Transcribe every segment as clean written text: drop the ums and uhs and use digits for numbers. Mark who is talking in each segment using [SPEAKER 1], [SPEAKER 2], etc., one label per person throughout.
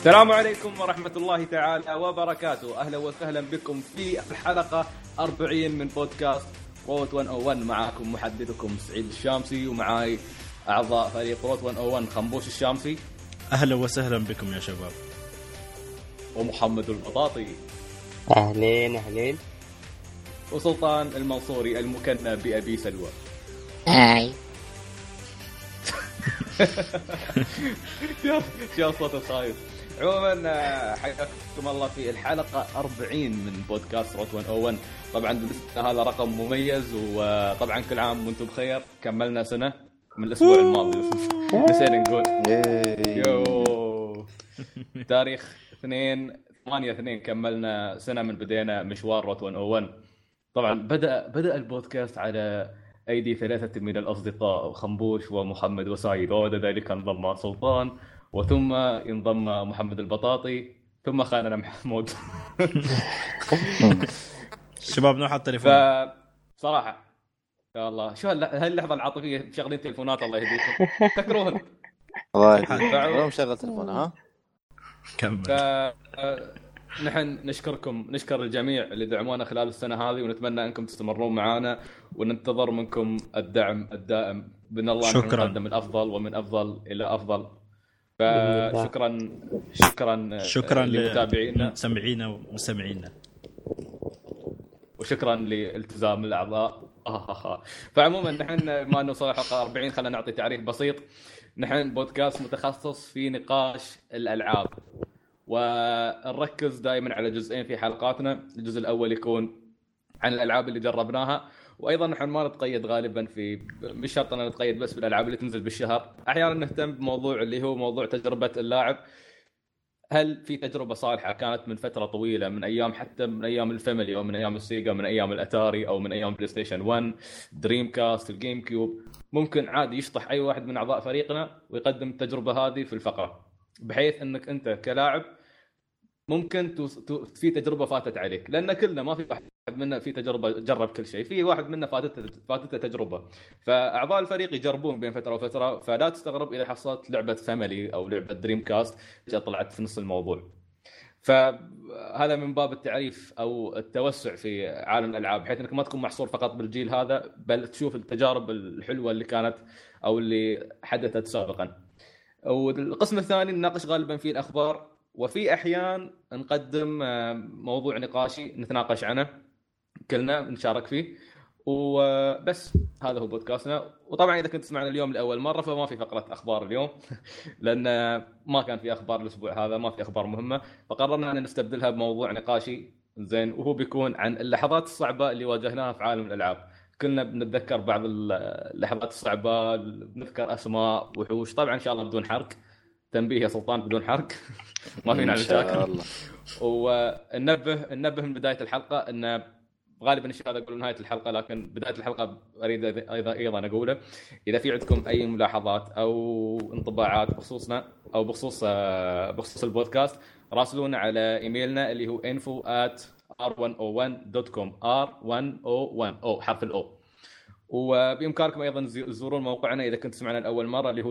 [SPEAKER 1] السلام عليكم ورحمة الله تعالى وبركاته. أهلا وسهلا بكم في الحلقة 40 من بودكاست روت 101. معاكم محدثكم سعيد الشامسي، ومعاي أعضاء فريق روت 101 خنبوش الشامسي.
[SPEAKER 2] أهلا وسهلا بكم يا شباب.
[SPEAKER 1] ومحمد البطاطي.
[SPEAKER 3] أهلين.
[SPEAKER 1] وسلطان المنصوري المكنى بأبي سلوى.
[SPEAKER 4] هاي.
[SPEAKER 1] شو صوت الخايف. عموما حياكم الله في الحلقة 40 من بودكاست روت 101. طبعا بالنسبة هذا رقم مميز، وطبعا كل عام وانتم بخير. كملنا سنة من الأسبوع الماضي، نسينا نقول تاريخ 2/8/2 كملنا سنة من بدينا مشوار روت 101. طبعا بدأ البودكاست على أيدي 3 من الأصدقاء، خنبوش ومحمد وسعيد، وبعد ذلك انضم سلطان، وثم ينضم محمد البطاطي، ثم خاننا محمود.
[SPEAKER 2] الشباب نوح التليفون.
[SPEAKER 1] صراحة يا الله، شو هاي اللحظة العاطفية، شغلين تليفونات الله يهديكم، فكروهن
[SPEAKER 3] والله مشغل تليفون. ها
[SPEAKER 2] كمل.
[SPEAKER 1] نحن نشكر الجميع اللي دعمونا خلال السنة هذه، ونتمنى أنكم تستمرون معنا، وننتظر منكم الدعم الدائم. بإذن الله نقدم الأفضل ومن أفضل إلى أفضل. فشكرا لمتابعينا
[SPEAKER 2] سمعينا ومستمعينا،
[SPEAKER 1] وشكرا لالتزام الأعضاء. فعموما نحن ما نوصل حلقة 40 خلينا نعطي تعريف بسيط. نحن بودكاست متخصص في نقاش الألعاب، ونركز دائما على جزئين في حلقاتنا. الجزء الأول يكون عن الألعاب اللي جربناها، وأيضا نحن ما نتقيد غالبا مش شرط أن نتقيد بس بالألعاب اللي تنزل بالشهر. أحيانا نهتم بموضوع اللي هو موضوع تجربة اللاعب. هل في تجربة صالحة كانت من فترة طويلة، من أيام، حتى من أيام الفاميلي أو من أيام السيجا، من أيام الأتاري أو من أيام بلاي ستيشن 1، دريم كاست، الجيم كيوب، ممكن عادي يشطح أي واحد من أعضاء فريقنا ويقدم التجربة هذه في الفقرة، بحيث أنك أنت كلاعب ممكن في تجربة فاتت عليك، لأن كلنا ما في واحد منا في تجربة جرب كل شيء، في واحد منا فاتته تجربة. فأعضاء الفريق يجربون بين فترة وفترة، فلا تستغرب إذا حصلت لعبة فاميلي أو لعبة دريم كاست جاء طلعت في نص الموضوع. فهذا من باب التعريف أو التوسع في عالم الألعاب، بحيث أنك ما تكون محصور فقط بالجيل هذا، بل تشوف التجارب الحلوة اللي كانت أو اللي حدثت سابقا. والقسم الثاني نناقش غالبا فيه الأخبار، وفي أحيان نقدم موضوع نقاشي نتناقش عنه كلنا نشارك فيه وبس. هذا هو بودكاستنا. وطبعا إذا كنت تسمعنا اليوم لأول مرة فما في فقرة أخبار اليوم لأن ما كان في أخبار الأسبوع هذا، ما في أخبار مهمة، فقررنا أن نستبدلها بموضوع نقاشي زين، وهو بيكون عن اللحظات الصعبة اللي واجهناها في عالم الألعاب. كلنا بنتذكر بعض اللحظات الصعبة، بنذكر أسماء وحوش، طبعا إن شاء الله بدون حرق. تنبيه يا سلطان، بدون حرق. ما فينا مشاكل. وننبه من بداية الحلقة أن غالبا الشيء هذا أقول نهاية الحلقة، لكن بداية الحلقة أريد أيضا أقوله. إذا في عندكم أي ملاحظات أو انطباعات بخصوصنا أو بخصوص البودكاست، راسلونا على إيميلنا اللي هو info@r101.com r101 حرف الأو. وبإمكانكم أيضا تزورون موقعنا إذا كنت سمعنا الأول مرة اللي هو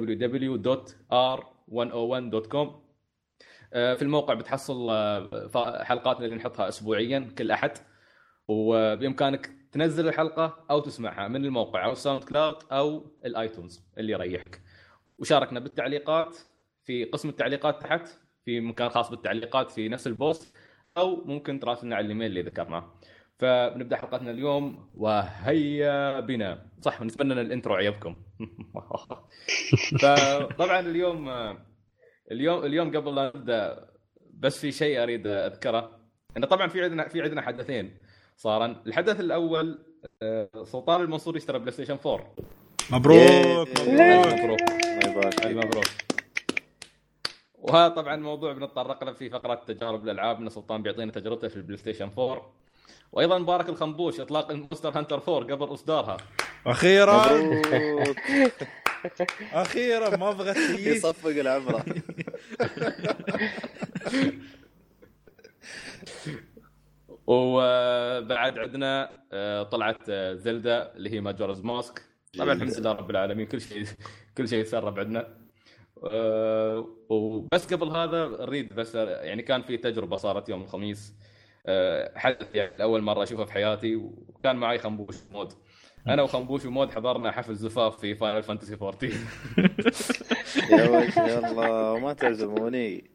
[SPEAKER 1] www.r101.com. في الموقع بتحصل حلقاتنا اللي نحطها أسبوعيا كل أحد، وبإمكانك تنزل الحلقة أو تسمعها من الموقع أو الساوند كلاود أو الآيتونز اللي يريحك. وشاركنا بالتعليقات في قسم التعليقات تحت، في مكان خاص بالتعليقات في نفس البوست، أو ممكن تراسلنا على الإيميل اللي ذكرناه. فبنبدأ حلقتنا اليوم، وهيا بنا. صح، نتمنى الانترو عيبكم. فطبعا اليوم قبل لا نبدأ بس في شيء أريد أذكره، إنه طبعا في عندنا حدثين صارا. الحدث الأول، سلطان المنصوري اشترى بلاي ستيشن 4.
[SPEAKER 2] مبروك.
[SPEAKER 1] وهذا طبعا موضوع بنتطرق له في فقرة تجارب الألعاب، إن سلطان بيعطينا تجربته في البلاي ستيشن 4. وأيضا مبارك الخنبوش إطلاق مونستر هانتر 4 قبل إصدارها.
[SPEAKER 2] أخيرا ما بغيت
[SPEAKER 3] يصفق العمرة.
[SPEAKER 1] وبعد عندنا طلعت زلدا اللي هي ماجورز ماسك. طبعا الحمد لله رب العالمين، كل شيء يتسرب عندنا. وبس قبل هذا الريد بس يعني كان في تجربه صارت يوم الخميس، حدث يعني اول مره اشوفه في حياتي، وكان معي خنبوش مود. انا وخنبوش ومود حضرنا حفل زفاف في فاينل فانتسي 14.
[SPEAKER 3] يا وجه الله ما تعزموني.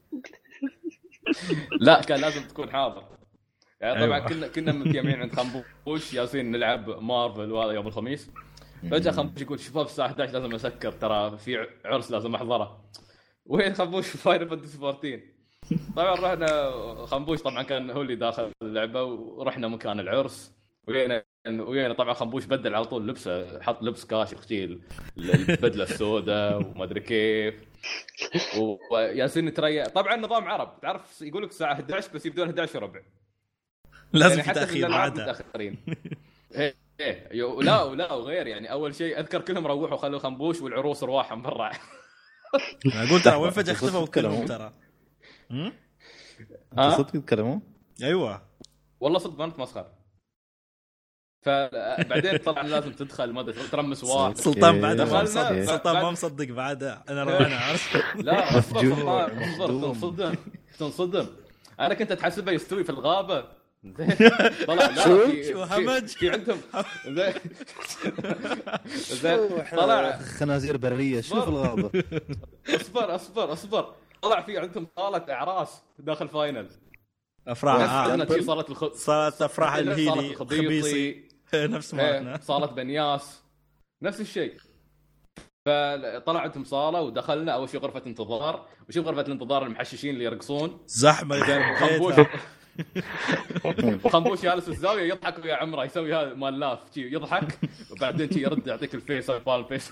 [SPEAKER 1] لا كان لازم تكون حاضر يعني. طبعا كنا متجمعين عند خنبوش ياسين نلعب مارفل وهذا يوم الخميس. فجأة خنبوش يقول شباب الساعة 11 لازم أسكر، ترى في عرس لازم أحضره. وين خنبوش في فاينل فانتسي 14؟ طبعا رحنا، خنبوش طبعا كان هو اللي داخل اللعبة، ورحنا مكان العرس. ويانا طبعا خنبوش بدل على طول لبسه، حط لبس كاشخ شيل البدلة السوداء وما أدري كيف. وياسين تريا طبعا نظام عرب تعرف، يقول لك الساعة 11 بس يبدون 11 وربع،
[SPEAKER 2] لازم
[SPEAKER 1] يعني
[SPEAKER 2] في تاخير بعدها.
[SPEAKER 1] متاخرين. ايه لا وغير يعني. اول شيء اذكر كلهم روحوا خلوا خنبوش والعروس رواحهم برا.
[SPEAKER 2] انا قلت ترى وين فجاه اختفوا كلهم ترى.
[SPEAKER 3] صدق تتكلمون؟
[SPEAKER 2] ايوه
[SPEAKER 1] والله صدق ما انت مسخر. فبعدين طبعا لازم تدخل ما ترمس واحد.
[SPEAKER 2] سلطان بعد ما مصدق، سلطان ما مصدق بعدها. انا عارف.
[SPEAKER 1] لا اصبر تنصدم. انا كنت اتحسبه يستوي في الغابه. طلع لا
[SPEAKER 2] شو همج
[SPEAKER 1] في عندهم زين طلع
[SPEAKER 3] خنازير بريه شوف الغابه.
[SPEAKER 1] اصبر طلع في عندهم صاله اعراس داخل فاينل
[SPEAKER 2] افراح.
[SPEAKER 1] صارت
[SPEAKER 2] افراح الهيلي خبيصي نفس ما
[SPEAKER 1] صاله بنياس نفس الشيء. فطلع عندهم صاله ودخلنا. اول شيء غرفه انتظار، وشوف غرفه الانتظار المحششين اللي يرقصون
[SPEAKER 2] زحمه.
[SPEAKER 1] خنبوش جالس الزاويه يضحك ويا عمره يسوي هذا مال لاف يضحك، وبعدين يرد يعطيك الفيس او الفيس.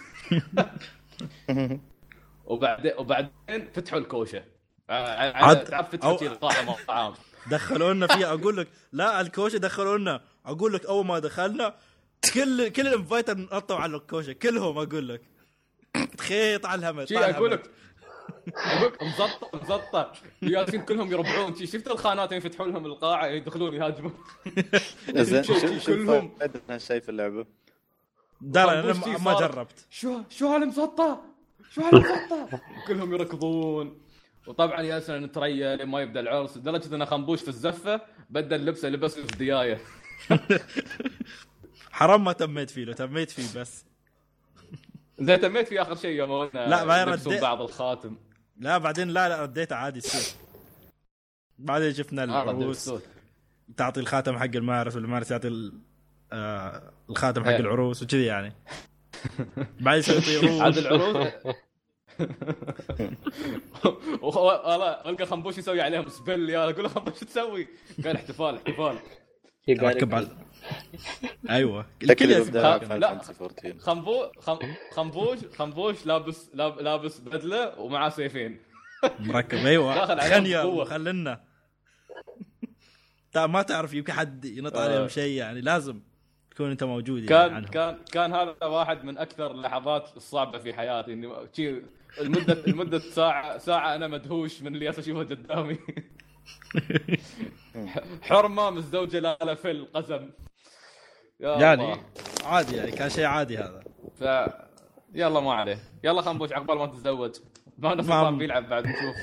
[SPEAKER 1] وبعدين فتحوا الكوشه. تعرف فتحوا شيء طعام
[SPEAKER 2] دخلونا فيها. اقول لك لا الكوشه دخلونا. اقول لك اول ما دخلنا كل الانفايتر نطوا على الكوشه كلهم. اقول لك تخيط على الهمج.
[SPEAKER 1] اقول لك مزطه ياسين كلهم يربعون. شفت الخانات يفتحوا لهم القاعه يدخلون يهاجمون.
[SPEAKER 3] زين كلهم انا شايف اللعبه.
[SPEAKER 2] انا ما جربت.
[SPEAKER 1] شو هالمزطه كلهم يركضون. وطبعا ياسين نتريا لما يبدا العرس، لدرجه ان خنبوش في الزفه بدل لبسه لبس فديايه.
[SPEAKER 2] حرام ما تميت فيه بس.
[SPEAKER 1] زين تميت في اخر شيء يوم
[SPEAKER 2] لا ما رديت
[SPEAKER 1] بعض الخاتم.
[SPEAKER 2] لا بعدين لا رديته عادي يصير. بعدين شفنا العروس تعطي الخاتم حق المارس والمارس يعطي الخاتم حق العروس وكذي يعني. بعد يطيرون
[SPEAKER 1] عاد العروس. والله القى خنبوش يسوي عليهم سبل. يا اقول له خنبوش تسوي؟ قال احتفال
[SPEAKER 2] ركب على ايوه
[SPEAKER 1] لا خنبوش لابس بدله ومعاه سيفين
[SPEAKER 2] مركب. ايوه خنيا خلنا ما تعرف يمكن حد ينط عليهم شيء يعني. لازم تكون انت موجود
[SPEAKER 1] يعني. كان هذا واحد من اكثر اللحظات الصعبه في حياتي. اني المده ساعه انا مدهوش من اللي اشوفه قدامي. حرمه مزدوجه لا في القزم
[SPEAKER 2] يعني عادي يعني. كان شيء عادي هذا.
[SPEAKER 1] يلا ما عليه. يلا خنبوش عقبال ما تتزوج ما سلطان بيلعب بعد نشوف.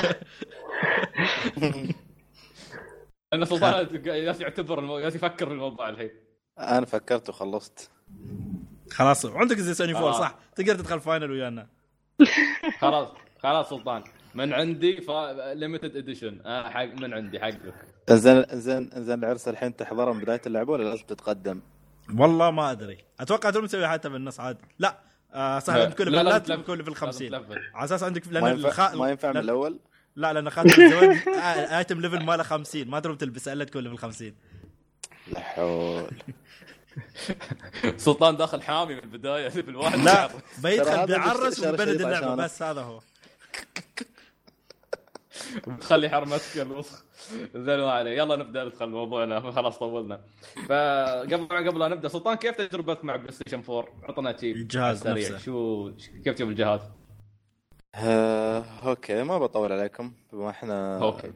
[SPEAKER 1] أنا سلطان يعتبر يفكر في الموضوع الحين.
[SPEAKER 3] أنا فكرت وخلصت
[SPEAKER 2] خلاص. عندك زي سوني فور صح تقدر تدخل فاينل ويانا.
[SPEAKER 1] خلاص سلطان من عندي ليميتد اديشن حق من عندي حقك.
[SPEAKER 3] زين العرس الحين تحضره من بداية اللعبة ولا لازم تتقدم؟
[SPEAKER 2] والله ما أدري. أتوقع تقدر تسوي حتى بالنص عادي. لا سهل عندك كل بلاد بكل ليفل 50 على أساس عندك
[SPEAKER 3] ما ينفع من الأول.
[SPEAKER 2] لا لأن خاتم الزواج آيتم ليفل ماله 50 ما تروح تلبس إلا تكون ليفل 50.
[SPEAKER 3] لا حول.
[SPEAKER 1] سلطان داخل حامي من البداية ليفل 1.
[SPEAKER 2] لا بيدخل بيعرس وبيبلد اللعبة بس هذا هو.
[SPEAKER 1] خلي حرمتك يا الوسخ. زين ما عليه. يلا نبدا ندخل موضوعنا خلاص طولنا. قبل لا نبدا سلطان كيف تجربتك مع بلاي ستيشن 4؟ عطنا شيء
[SPEAKER 2] الجهاز نفسه.
[SPEAKER 1] شو كيف تجرب الجهاز؟
[SPEAKER 3] اوكي ما بطول عليكم بما احنا
[SPEAKER 1] اوكي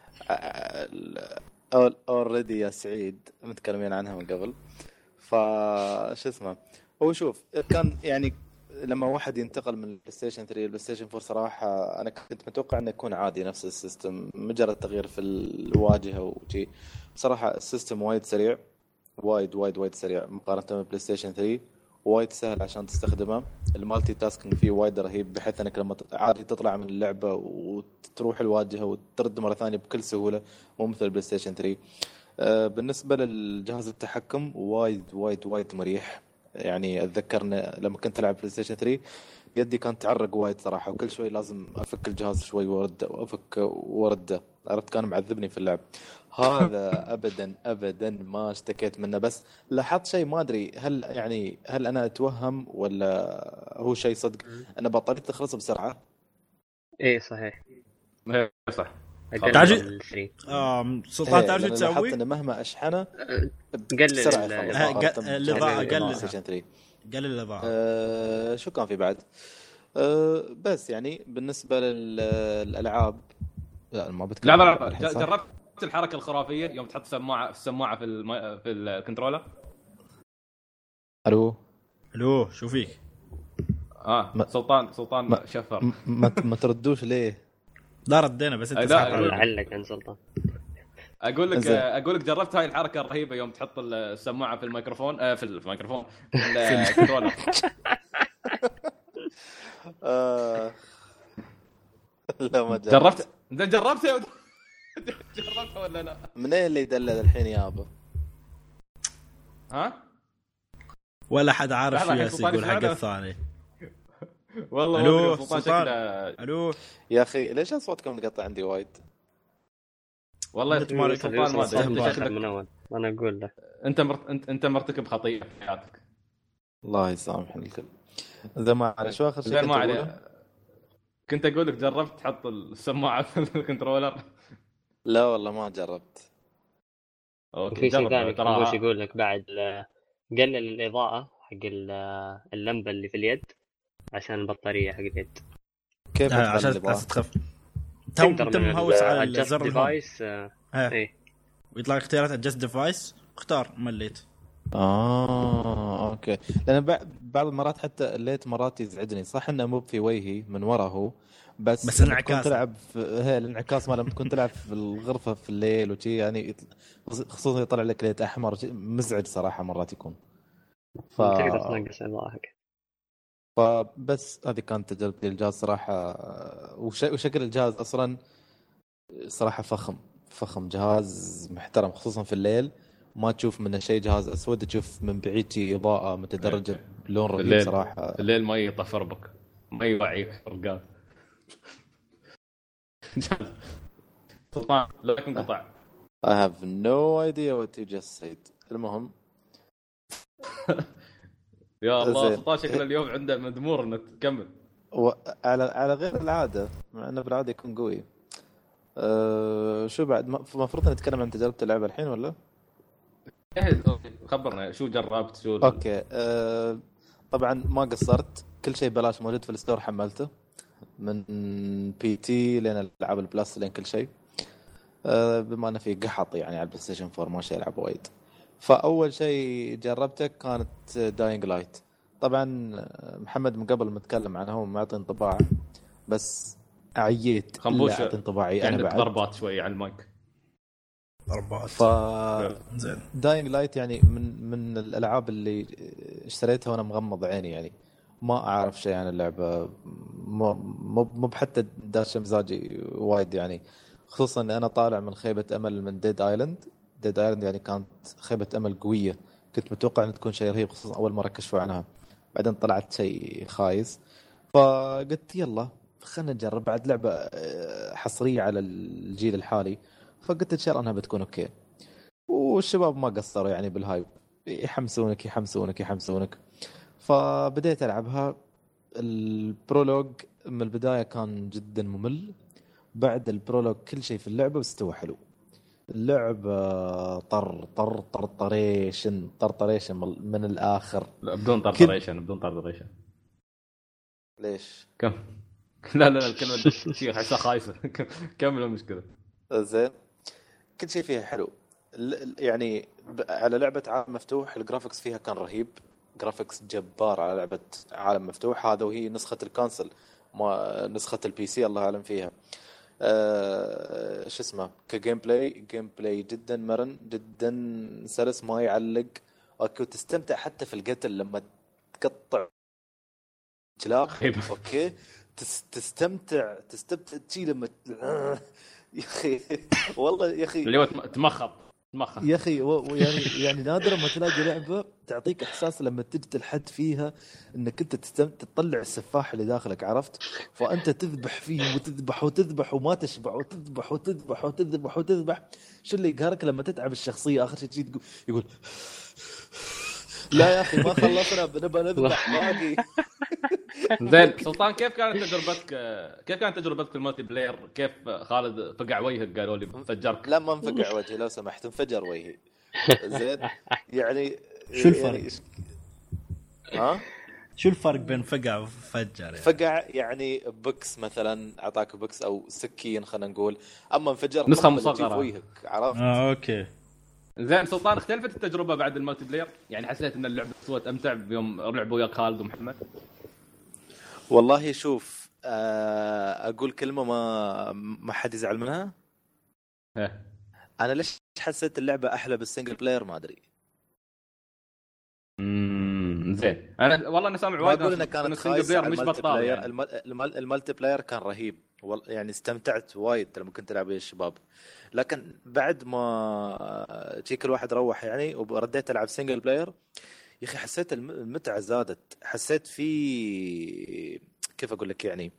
[SPEAKER 3] اوريدي يا سعيد متكلمين عنها من قبل. فش اسمه هو شوف كان يعني لما واحد ينتقل من البلاي ستيشن 3 للبلاي ستيشن 4 صراحة أنا كنت متوقع إنه يكون عادي نفس السيستم، مجرد تغيير في الواجهة وشي. بصراحة السيستم وايد سريع، وايد سريع مقارنة بالبلاي ستيشن 3. وايد سهل عشان تستخدمه. المالتي تاسكينج فيه وايد رهيب، بحيث انك لما عادي تطلع من اللعبة وتروح الواجهة وترد مرة ثانية بكل سهولة، مو مثل البلاي ستيشن 3. بالنسبة للجهاز التحكم وايد مريح. يعني اتذكرنا لما كنت العب بلاي ستيشن 3 يدي كانت تعرق وايد صراحة، وكل شوي لازم افك الجهاز شوي ورده وافك ورده، عرفت؟ كان معذبني في اللعب. هذا ابدا ما اشتكيت منه. بس لاحظت شيء ما ادري هل انا اتوهم ولا هو شيء صدق، ان بطاريتي تخلص بسرعه.
[SPEAKER 4] ايه صحيح،
[SPEAKER 1] صح.
[SPEAKER 2] تعرف سلطان تعرف شو تسوي؟
[SPEAKER 3] لاحظت انه مهما اشحنه
[SPEAKER 4] قلل
[SPEAKER 2] الاضاءه، قلل الاضاءه.
[SPEAKER 3] شو كان في بعد؟ بس يعني بالنسبه للالعاب لا ما بتكلم.
[SPEAKER 1] لا جربت الحركه الخرافيه يوم تحط السماعه في الكنترولر.
[SPEAKER 2] الو شو فيك؟
[SPEAKER 1] سلطان شفر.
[SPEAKER 3] ما تردوش ليه؟
[SPEAKER 2] لا ردينا بس انت
[SPEAKER 4] علق عن سلطان.
[SPEAKER 1] اقول لك جربت هاي الحركه الرهيبه يوم تحط السماعه في الميكروفون في الميكروفون في الكنترولر.
[SPEAKER 3] لا ما
[SPEAKER 1] جربت جربتها ولا لا؟
[SPEAKER 3] من ايه اللي يدلل الحين يابا؟
[SPEAKER 1] ها
[SPEAKER 2] ولا حد عارف شو يقول حق الثاني.
[SPEAKER 1] والله
[SPEAKER 2] سلطان الو
[SPEAKER 3] يا اخي ليش اصواتكم مقطع عندي وايد؟
[SPEAKER 1] والله سلطان ما
[SPEAKER 4] ادري من اول انا اقول لك
[SPEAKER 1] انت مرتكب خطيئه في حياتك.
[SPEAKER 3] الله يسامحني الكل. اذا ما على شو اخر شيء
[SPEAKER 1] كنت اقول لك جربت تحط السماعه في الكنترولر؟
[SPEAKER 3] لا والله ما جربت.
[SPEAKER 4] وفي شيء ثاني كنت يقول لك بعد قلل الاضاءه حق اللمبه اللي في اليد عشان البطاريه حق اليد.
[SPEAKER 3] كيف
[SPEAKER 2] عشان تخف؟ تم هوس على الزر
[SPEAKER 4] ديفايس
[SPEAKER 2] ايه ويطلع اختيارات ادجست ديفايس، اختار مليت.
[SPEAKER 3] اوكي. لان بعض المرات حتى الليت مرات يزعجني، صح انه مو في وجهي من ورا هو، بس
[SPEAKER 2] انعكاس
[SPEAKER 3] تلعب في الانعكاس ما لما تكون تلعب في الغرفه في الليل وشي، يعني خصوصا يطلع لك ليت احمر مزعج صراحه مرات يكون.
[SPEAKER 4] تقدر تنقص اضاءه.
[SPEAKER 3] فبس هذه كانت تجربتي للجهاز صراحه. وشكل الجهاز اصلا صراحه فخم جهاز محترم، خصوصا في الليل ما تشوف منه شيء، جهاز اسود تشوف من بعيد شيء اضاءه متدرجه بلون رهيب صراحه.
[SPEAKER 1] الليل ما يطفر بك، ما يوعيك فرقات. سلطان لكن قطع.
[SPEAKER 3] I have no idea what you just said. المهم
[SPEAKER 1] يا الله سلطان شكله اليوم عنده مدمور انه تكمل.
[SPEAKER 3] على غير العاده، مع انه بالعاده يكون قوي. شو بعد المفروض نتكلم عن تجربه اللعبه الحين ولا؟
[SPEAKER 1] خبرنا شو جربت شو
[SPEAKER 3] اوكي. طبعا ما قصرت، كل شيء بلاش موجود في الستور، حملته من بي تي لين العاب البلاس لين كل شيء. بما انه في قحط يعني على البلاي ستيشن 4 ما شيء العب وايد. فاول شيء جربته كانت داينج لايت. طبعا محمد من قبل متكلم عنها ومعطي انطباع، بس عييت
[SPEAKER 1] خنبوش
[SPEAKER 3] انطباعي انا بعد
[SPEAKER 1] ضربات شوي على المايك
[SPEAKER 2] ضربات.
[SPEAKER 3] زين داينج لايت يعني من الالعاب اللي اشتريتها وانا مغمض عيني، يعني ما اعرف شيء عن اللعبه، مو بحتى داش مزاجي وايد يعني، خصوصا ان انا طالع من خيبه امل من ديد ايلاند يعني كانت خيبه امل قويه، كنت متوقع ان تكون شيء رهيب خصوصا اول مره كشفوا عنها، بعدين طلعت شيء خايس. فقلت يلا خلنا نجرب بعد لعبه حصريه على الجيل الحالي، فقلت ان شاء الله انها بتكون اوكي. والشباب ما قصروا يعني بالهايب، يحمسونك. فبديت العبها. البرولوج من البدايه كان جدا ممل، بعد البرولوج كل شيء في اللعبه استوى حلو. اللعبه طرطريشن من الاخر.
[SPEAKER 1] لا بدون طرطريشن
[SPEAKER 3] ليش
[SPEAKER 1] كم لا الكلمه شيء حسها خايسه. كمل المشكله.
[SPEAKER 3] زين كل شيء فيها حلو يعني على لعبه عالم مفتوح، الجرافيكس فيها كان رهيب جرافيكس جبار على لعبة عالم مفتوح هذا، وهي نسخة الكونسل ما نسخة البي سي الله أعلم فيها. شو اسمه كجيم بلاي جدا مرن جدا سلس ما يعلق. اوكي تستمتع حتى في القتل لما تقطع جلاق اوكي تستمتع شي لما يا اخي والله يا اخي
[SPEAKER 1] اللي هو تمخض
[SPEAKER 3] يا اخي يعني نادرا ما تلاقي لعبه تعطيك احساس لما تجي تلحد فيها انك انت تطلع السفاح اللي داخلك عرفت، فانت تذبح فيه وتذبح وما تشبع وتذبح. شو اللي يقهرك لما تتعب الشخصيه اخر شيء يقول لا يا اخي ما خلصنا بنبى نذبح باقي.
[SPEAKER 1] زين سلطان كيف كانت تجربتك في المالتي بلاير؟ كيف خالد فقع وجهك قالوا لي فجرك؟
[SPEAKER 3] لا ما انفقع وجهي لو سمحت، انفجر وجهي. زين يعني
[SPEAKER 2] شو الفرق؟
[SPEAKER 3] ها
[SPEAKER 2] شو الفرق بين فقع وفجر يعني؟
[SPEAKER 3] فقع يعني بوكس مثلا اعطاك بوكس او سكين خلينا نقول، اما انفجر
[SPEAKER 1] نسخه مصغره
[SPEAKER 3] وجهك عرفت.
[SPEAKER 2] اوكي
[SPEAKER 1] زين سلطان اختلفت التجربه بعد المالتي بلاير؟ يعني حسيت ان اللعبه صوت امتع بيوم لعبوا وياك خالد ومحمد؟
[SPEAKER 3] والله شوف اقول كلمه ما حد يزعل منها. انا ليش حسيت اللعبه احلى بالسنجل بلاير ما ادري.
[SPEAKER 1] زين انا سامع وايد
[SPEAKER 3] اقول انها كانت خايسه
[SPEAKER 1] مش بطال يعني.
[SPEAKER 3] المالتي بلاير كان رهيب يعني استمتعت وايد لما كنت العب ويا الشباب، لكن بعد ما كل واحد روح يعني ورديت العب سنجل بلاير يا اخي حسيت المتعه زادت. حسيت في كيف اقول لك يعني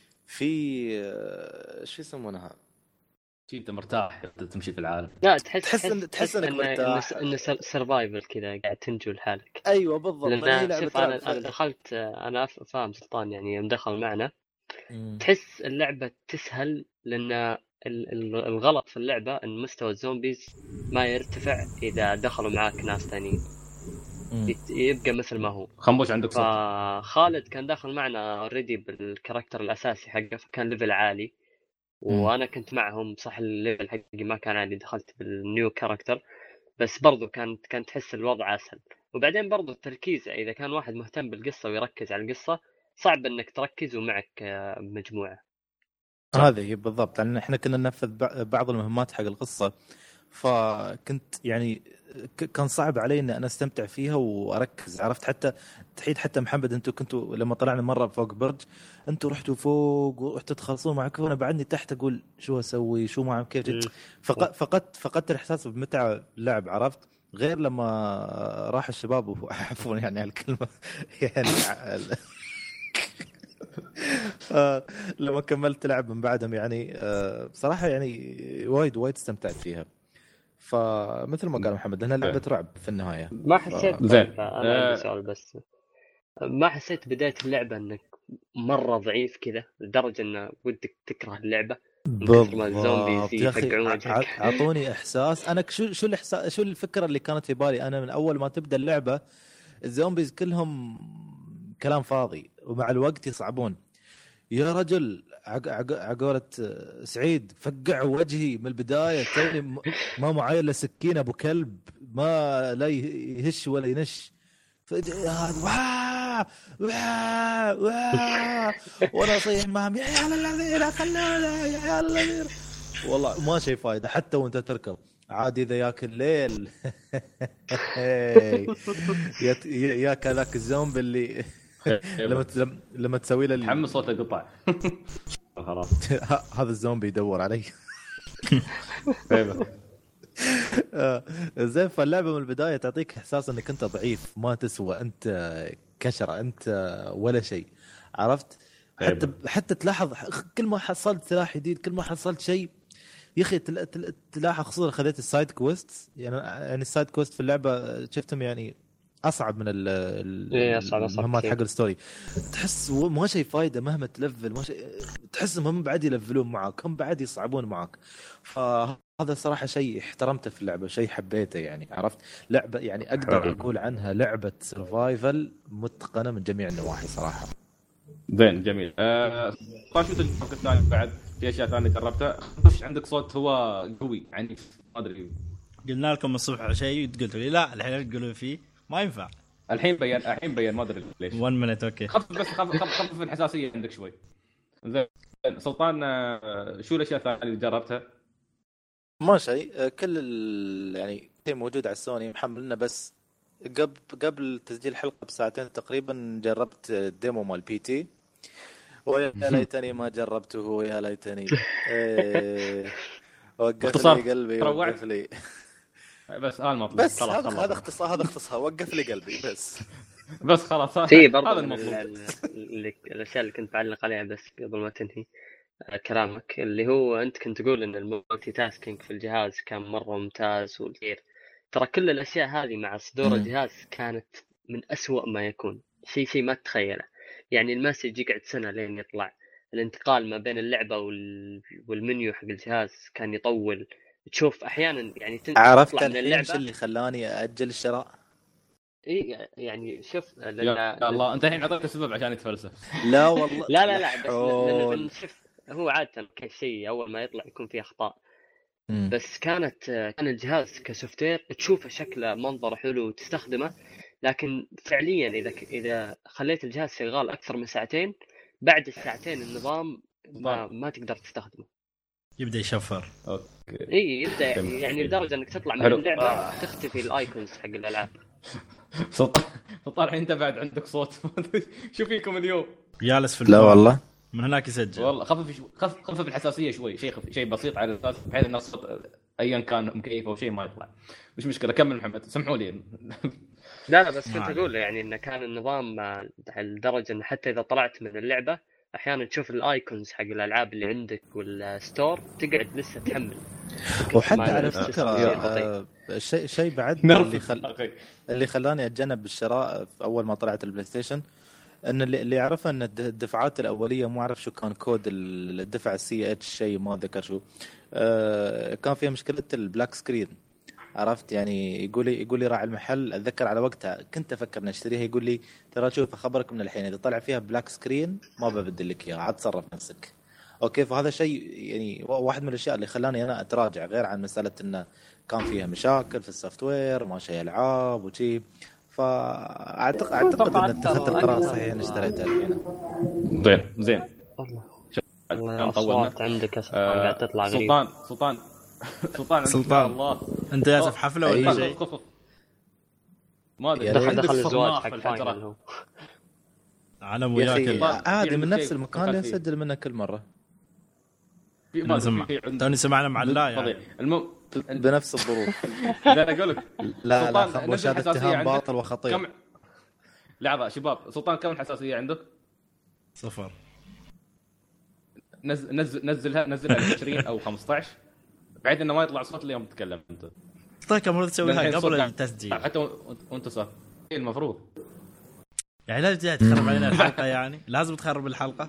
[SPEAKER 3] في شو يسمونها
[SPEAKER 1] انت مرتاح تمشي في العالم.
[SPEAKER 4] لا
[SPEAKER 3] تحس انك مرتاح
[SPEAKER 4] ان سرفايفل كذا قاعد تنجو لحالك.
[SPEAKER 3] ايوه بالضبط.
[SPEAKER 4] شوف انا دخلت انا فاهم سلطان يعني يوم دخل معنا تحس اللعبه تسهل لان الغلط في اللعبه ان مستوى الزومبيز ما يرتفع اذا دخلوا معاك ناس ثانيين، يبقى مثل ما هو.
[SPEAKER 1] خنبوش عندك صوت.
[SPEAKER 4] خالد كان داخل معنا اوريدي بالكاركتر الاساسي حقه فكان ليفل عالي وانا كنت معهم صح. الليفل حقي ما كان عالي، دخلت بالنيو كاركتر بس برضو كان تحس الوضع اسهل. وبعدين برضو التركيز اذا كان واحد مهتم بالقصه ويركز على القصه صعب انك تركز ومعك مجموعه.
[SPEAKER 3] هذه بالضبط لان احنا كنا ننفذ بعض المهمات حق القصه، فكنت يعني كان صعب علي ان انا استمتع فيها واركز عرفت. حتى محمد انتم كنتوا لما طلعنا مره فوق برج انتم رحتوا فوق ورحتوا تخلصون معكم وانا بعدني تحت اقول شو اسوي شو معهم كيف فقدت الاحساس بمتعه اللعب عرفت. غير لما راح الشباب عفوا يعني هالكلمه يعني لما كملت لعب من بعدهم يعني بصراحه يعني وايد استمتعت فيها. فمثل ما قال محمد انها لعبه رعب في النهايه.
[SPEAKER 4] ما حسيت انا عندي سؤال بس ما حسيت بدايه اللعبه انك مره ضعيف كذا لدرجه ان ودك تكره اللعبه
[SPEAKER 3] بالضبط يا اخي. اعطوني احساس انا شو الاحساس شو الفكره اللي كانت في بالي انا من اول ما تبدا اللعبه الزومبيز كلهم كلام فاضي ومع الوقت يصعبون. يا رجل عقولة سعيد فقع وجهي من البداية توني ما معايا الا سكين ابو كلب ما لا يهش ولا ينش وانا اصيح معهم يا عيال الذين خلونا يا عيال الذين والله ما شيء فايدة حتى وانت تركض عادي اذا ياك الليل يا كذاك الزومبي اللي لما تسوي له
[SPEAKER 1] تحمس صوته قطع
[SPEAKER 3] خلاص هذا الزومبي يدور علي. زين فاللعبه من البدايه تعطيك احساس انك انت ضعيف ما تسوى انت كشره انت ولا شيء عرفت. حتى تلاحظ كل ما حصلت سلاح جديد كل ما حصلت شيء يا اخي تلاحظ خصوصا خذيت السايد كويست يعني السايد كويست في اللعبه شفتهم يعني اصعب من المهمات حق الستوري. تحس ما شيء فايده مهما تلفل ما شيء تحس هم بعد يلفلون معك هم بعد يصعبون معك. فهذا صراحه شيء احترمته في اللعبه شيء حبيته يعني عرفت. لعبه يعني اقدر اقول عنها لعبه سرفايفل متقنه من جميع النواحي صراحه.
[SPEAKER 1] زين جميل. طيب شو تجربتك الثانيه بعد في اشياء ثانيه جربتها؟ ايش عندك صوت هو قوي عنيف ما ادري.
[SPEAKER 2] قلنا لكم الصبح شيء قلتوا لي لا الحين تقولوا فيه ما ينفع.
[SPEAKER 1] الحين بين ما ادري ليش.
[SPEAKER 2] 1 minute اوكي.
[SPEAKER 1] خفف الحساسيه عندك شوي. زين سلطان، شو الاشياء الثانيه اللي جربتها؟
[SPEAKER 3] ما شيء، كل يعني شيء موجود على السوني محملنا، بس قبل تسجيل الحلقه بساعتين تقريبا جربت الديمو مال بي تي، ويا ليتني ما جربته، ويا ليتني. وقف لي قلبي، وقف لي.
[SPEAKER 1] بس المطلوب
[SPEAKER 3] بس هذا اختصار وقف لي قلبي
[SPEAKER 1] بس خلاص.
[SPEAKER 4] في برضه الاشياء اللي كنت بعلق عليها بس قبل ما تنهي كلامك، اللي هو انت كنت تقول ان المالتي تاسكينج في الجهاز كان مره ممتاز والكثير. ترى كل الاشياء هذه مع صدور الجهاز كانت من أسوأ ما يكون، شيء ما تتخيله. يعني المسج يقعد سنه لين يطلع، الانتقال ما بين اللعبه والمنيو حق الجهاز كان يطول، تشوف احيانا يعني
[SPEAKER 3] عرفت من اللعبه اللي خلاني اجل الشراء.
[SPEAKER 4] اي يعني شوف
[SPEAKER 1] يا الله انت الحين عطيته سبب عشان يتفلسف.
[SPEAKER 3] لا والله
[SPEAKER 4] لا بس شوف، هو عاده كل شيء اول ما يطلع يكون فيه اخطاء. بس كان الجهاز كسوفتير تشوفه شكله منظره حلو وتستخدمه، لكن فعليا اذا خليت الجهاز شغال اكثر من ساعتين، بعد الساعتين النظام ما تقدر تستخدمه،
[SPEAKER 2] يبدا يشفر.
[SPEAKER 1] اوكي
[SPEAKER 4] اي يبدا يعني لدرجه انك تطلع من اللعبه تختفي الايكونز حق الالعاب.
[SPEAKER 1] سلطان الحين انت بعد عندك صوت شو فيكم اليوم؟
[SPEAKER 2] جالس في
[SPEAKER 3] لا والله
[SPEAKER 2] من هناك يسجل.
[SPEAKER 1] والله خفف الحساسيه شوي، شيء بسيط على الاساس بحيث ان الصوت ايا كان مكيف او شيء ما يطلع. مش مشكله، كمل محمد، سمحوا لي.
[SPEAKER 4] لا بس كنت اقول يعني ان كان النظام لدرجه ان حتى اذا طلعت من اللعبه احيانا تشوف الايكونز حق الالعاب اللي عندك والستور تقعد لسه تحمل.
[SPEAKER 3] وحتى على فكره شيء بعد اللي خلاني اتجنب الشراء اول ما طلعت البلاي ستيشن، ان اللي يعرفه ان الدفعات الاوليه ما اعرف شو كان كود الدفع السي اتش شيء ما ذكر شو، كان فيها مشكله البلاك سكرين. عرفت يعني يقول لي راعي المحل، اتذكر على وقتها كنت افكر نشتريها، يقول لي ترى شوف اخبرك من الحين اذا طلع فيها بلاك سكرين ما ببدل لك اياها، عاد تصرف نفسك. اوكي، فهذا شيء يعني واحد من الاشياء اللي خلاني انا اتراجع، غير عن مساله انه كان فيها مشاكل في السوفت وير ما شيء العاب وشي. فاعتقد ان اتخذت القرار صحيح ان اشتريتها الحين.
[SPEAKER 1] زين
[SPEAKER 4] والله اصوات عندك قاعد تطلع غريب.
[SPEAKER 1] سلطان الله
[SPEAKER 2] انت جالس في حفله ولا شيء؟
[SPEAKER 1] ما ادري
[SPEAKER 4] دخل الزواج حق فاينل.
[SPEAKER 2] انا وياك
[SPEAKER 3] عادي من نفس المكان اللي نسجل منه كل مره.
[SPEAKER 2] توني سمعنا مع الله يعني
[SPEAKER 3] بنفس الظروف.
[SPEAKER 1] لا اقول لك
[SPEAKER 3] لا خبوش، هذا اتهام باطل وخطير.
[SPEAKER 1] لحظه شباب، سلطان كم الحساسيه عندك؟
[SPEAKER 2] 0.
[SPEAKER 1] نزلها 20 او 15 بعد انه ما يطلع صوت اليوم تتكلم انت.
[SPEAKER 2] طيب كم مرة تسويها قبل التسجيل
[SPEAKER 1] حتى وانت صار المفروض
[SPEAKER 2] يعني لا تجي تخرب علينا الحلقه يعني لازم تخرب الحلقه.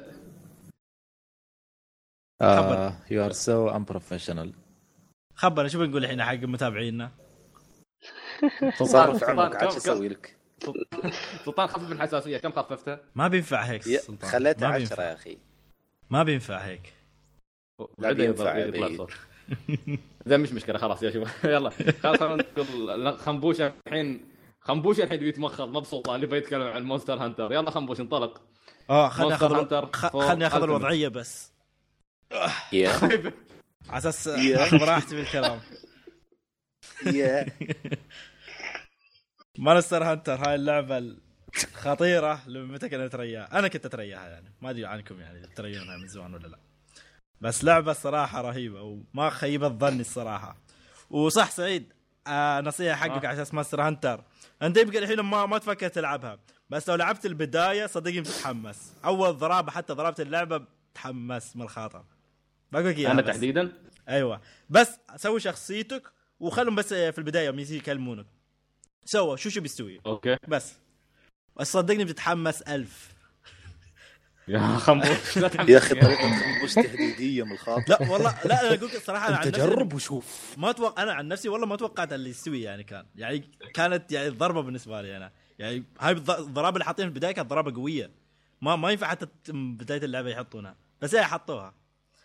[SPEAKER 3] you are so unprofessional.
[SPEAKER 2] خبرنا شو بنقول الحين حق متابعينا.
[SPEAKER 3] صار في عمرك عاد اسوي لك.
[SPEAKER 1] سلطان خفف الحساسيه، كم خففتها؟
[SPEAKER 2] ما بينفع هيك
[SPEAKER 3] سلطان، خليتها 10 يا اخي.
[SPEAKER 2] ما بينفع هيك.
[SPEAKER 3] لا بينفع
[SPEAKER 1] زين مش مشكله خلاص يا شباب. يلا خلاص نقول خنبوشه الحين بيتمخض مبسوط اللي بيتكلم عن مونستر هانتر. يلا خنبوش انطلق.
[SPEAKER 2] خلني اخذ الوضعيه بس على اساس اخذ راحتي بالكلام. مونستر هانتر هاي اللعبه الخطيره متى كنت اترياها؟ انا كنت اترياها يعني، ما ادري عنكم يعني تريونها من زمان ولا لا، بس لعبه الصراحه رهيبه وما خيبت ظني الصراحه. وصح سعيد، نصيحه حقك على اساس مونستر هانتر، انت يبقى الحين ما تفكر تلعبها، بس لو لعبت البدايه صدقني بتتحمس. اول ضربه حتى ضربت اللعبه تحمس من الخاطر. بقول لك
[SPEAKER 1] انا تحديدا
[SPEAKER 2] ايوه، بس سوي شخصيتك وخلهم بس في البدايه يجي يكلمونك سووا شو بيستوي.
[SPEAKER 1] اوكي
[SPEAKER 2] بس صدقني بتتحمس 1000.
[SPEAKER 1] يا خنبوش
[SPEAKER 3] يا اخي طريقه خنبوش تهديديه من الخاطر.
[SPEAKER 2] لا والله لا انا اقول الصراحه انا
[SPEAKER 3] تجرب وشوف.
[SPEAKER 2] ما انا عن نفسي والله ما توقعت اللي يستوي يعني. كانت يعني ضربه بالنسبه لي انا يعني. هاي الضربه اللي حاطينها في البدايه كانت ضربه قويه، ما ينفع حتى بدايه اللعبه يحطونها، بس هي حطوها.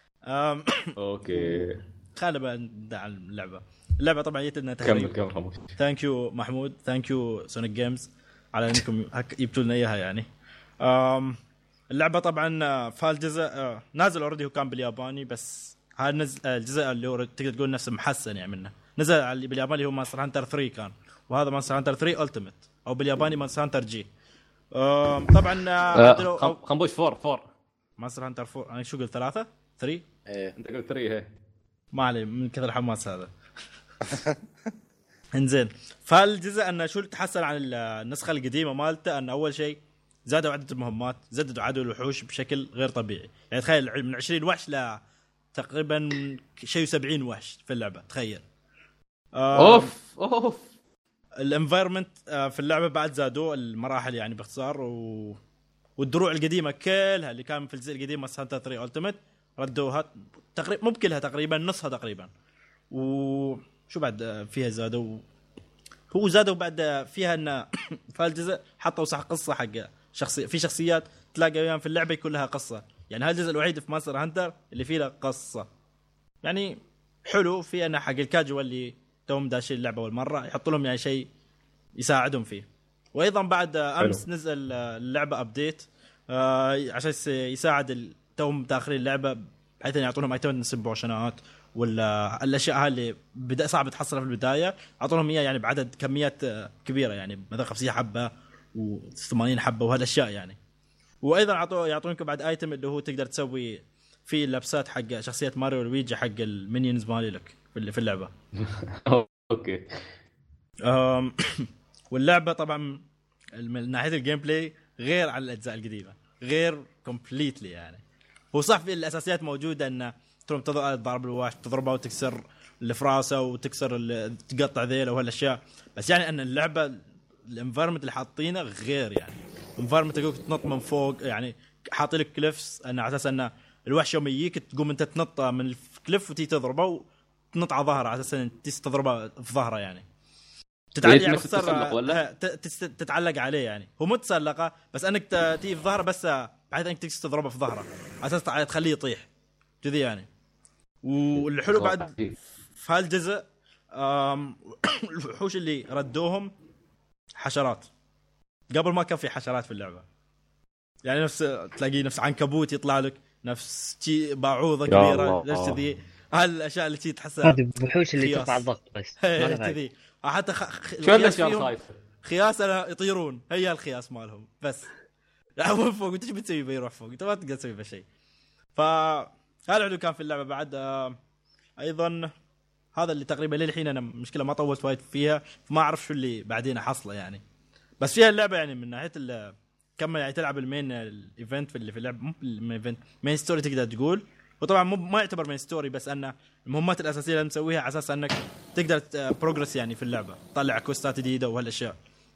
[SPEAKER 1] اوكي
[SPEAKER 2] خلينا بقى ندع اللعبه طبعا جيت لنا تهريب.
[SPEAKER 1] كم خموش.
[SPEAKER 2] ثانك يو محمود، ثانك يو سونيك جيمز. على انكم جبتوا لنا اياها يعني. اللعبه طبعا فالجزء نازل اوريدي، هو كان بالياباني بس هذا الجزء اللي هو تقدر تقول نفسه محسن يعني منه، نزل بالياباني هو مونستر هانتر 3 كان، وهذا مونستر هانتر 3 التيمت او بالياباني مونستر هانتر جي. طبعا
[SPEAKER 1] خنبوش 4
[SPEAKER 2] مونستر هانتر 4. انا شو قلت 3
[SPEAKER 3] ايه
[SPEAKER 1] انت قلت 3 هي
[SPEAKER 2] ما علي من كثر الحماس هذا. انزين، فالجزء انه شو تحسن عن النسخه القديمه مالته، ان اول شيء زادوا عدد المهمات، زادوا عدد الوحوش بشكل غير طبيعي. يعني تخيل من 20 وحش ل تقريبا شيء 70 وحش في اللعبه، تخيل.
[SPEAKER 1] اوف
[SPEAKER 2] الانفايرمنت في اللعبه بعد زادوا المراحل يعني باختصار، والدروع القديمه كلها اللي كان في الجزء القديم سانتا 3 التيمت ردوها تقريبا، مو كلها تقريبا، نصها تقريبا. وشو بعد فيها زادوا، هو زادوا بعد فيها ان فالجزء حطوا صح قصه حق في شخصيات تلاقي وياهم في اللعبه يكون لها قصه. يعني هذا الجزء الوحيد في مونستر هانتر اللي فيه له قصه، يعني حلو. في انه حق الكاجوال اللي توم داشين اللعبه اول مره يحط لهم يعني شيء يساعدهم فيه. وايضا بعد امس نزل اللعبه ابديت عشان يساعد توم داخلين اللعبه، بحيث ان يعطونهم ايتم نسب بوشنات ولا الاشياء هذه اللي صعب تحصلها في البدايه، اعطونهم اياها يعني بعدد كميات كبيره، يعني مثلا 50 حبه و80 حبه وهالاشياء يعني. وايضا يعطونك بعد ايتم اللي هو تقدر تسوي فيه اللبسات حق شخصيه ماريو ولويجي حق المينيونز مالي لك في اللعبه.
[SPEAKER 1] اوكي.
[SPEAKER 2] واللعبه طبعا من ناحيه الجيم بلاي غير عن الاجزاء القديمه، غير كومبليتلي يعني. هو صح في الاساسيات موجوده، ان تضرب الواش تضربه وتكسر الفراسه وتكسر تقطع ذيله وهالاشياء، بس يعني ان اللعبه الانفايرمنت اللي حاطينه غير يعني. انفايرمنت تقول تنط من فوق، يعني حاطين لك كليفس ان على اساس ان الوحش يوم يجيك تقوم انت تنط من الكليف وتي تضربه وتنط على ظهره على اساس ان تضربه في ظهره يعني. تتعلق يعني تتعلق عليه يعني، هو متسلقه بس انك تيجي في ظهره بس بحيث انك تضربه في ظهره على اساس تخليه يطيح كذي يعني. والحلو بعد في هالجزء الوحوش اللي ردوهم حشرات. قبل ما كان في حشرات في اللعبه، يعني نفس تلاقي نفس عنكبوت يطلع لك، نفس بعوضه كبيره ليش كذي، هالاشياء اللي تحسها
[SPEAKER 4] هذه الوحوش اللي ترفع الضغط بس
[SPEAKER 2] كذي. حتى
[SPEAKER 1] شو الاشياء خايفه
[SPEAKER 2] خياس يطيرون، هي الخياس مالهم بس لا فوق. انت ايش بتسوي بيروح فوق؟ انت ما تقدر تسوي بشيء. فهذا اللي كان في اللعبه بعد. ايضا هذا اللي تقريبا للحين انا مشكله ما طولت وايد فيها، فما اعرف شو اللي بعدين حصله يعني. بس فيها اللعبه يعني من ناحيه كم يعني تلعب المين الايفنت اللي في اللعبه، مو الايفنت مين ستوري تقدر تقول. وطبعا ما يعتبر مين ستوري، بس ان المهمات الاساسيه اللي مسويها على اساس انك تقدر بروجرس يعني في اللعبه، تطلع كوستات جديده وهالاشياء.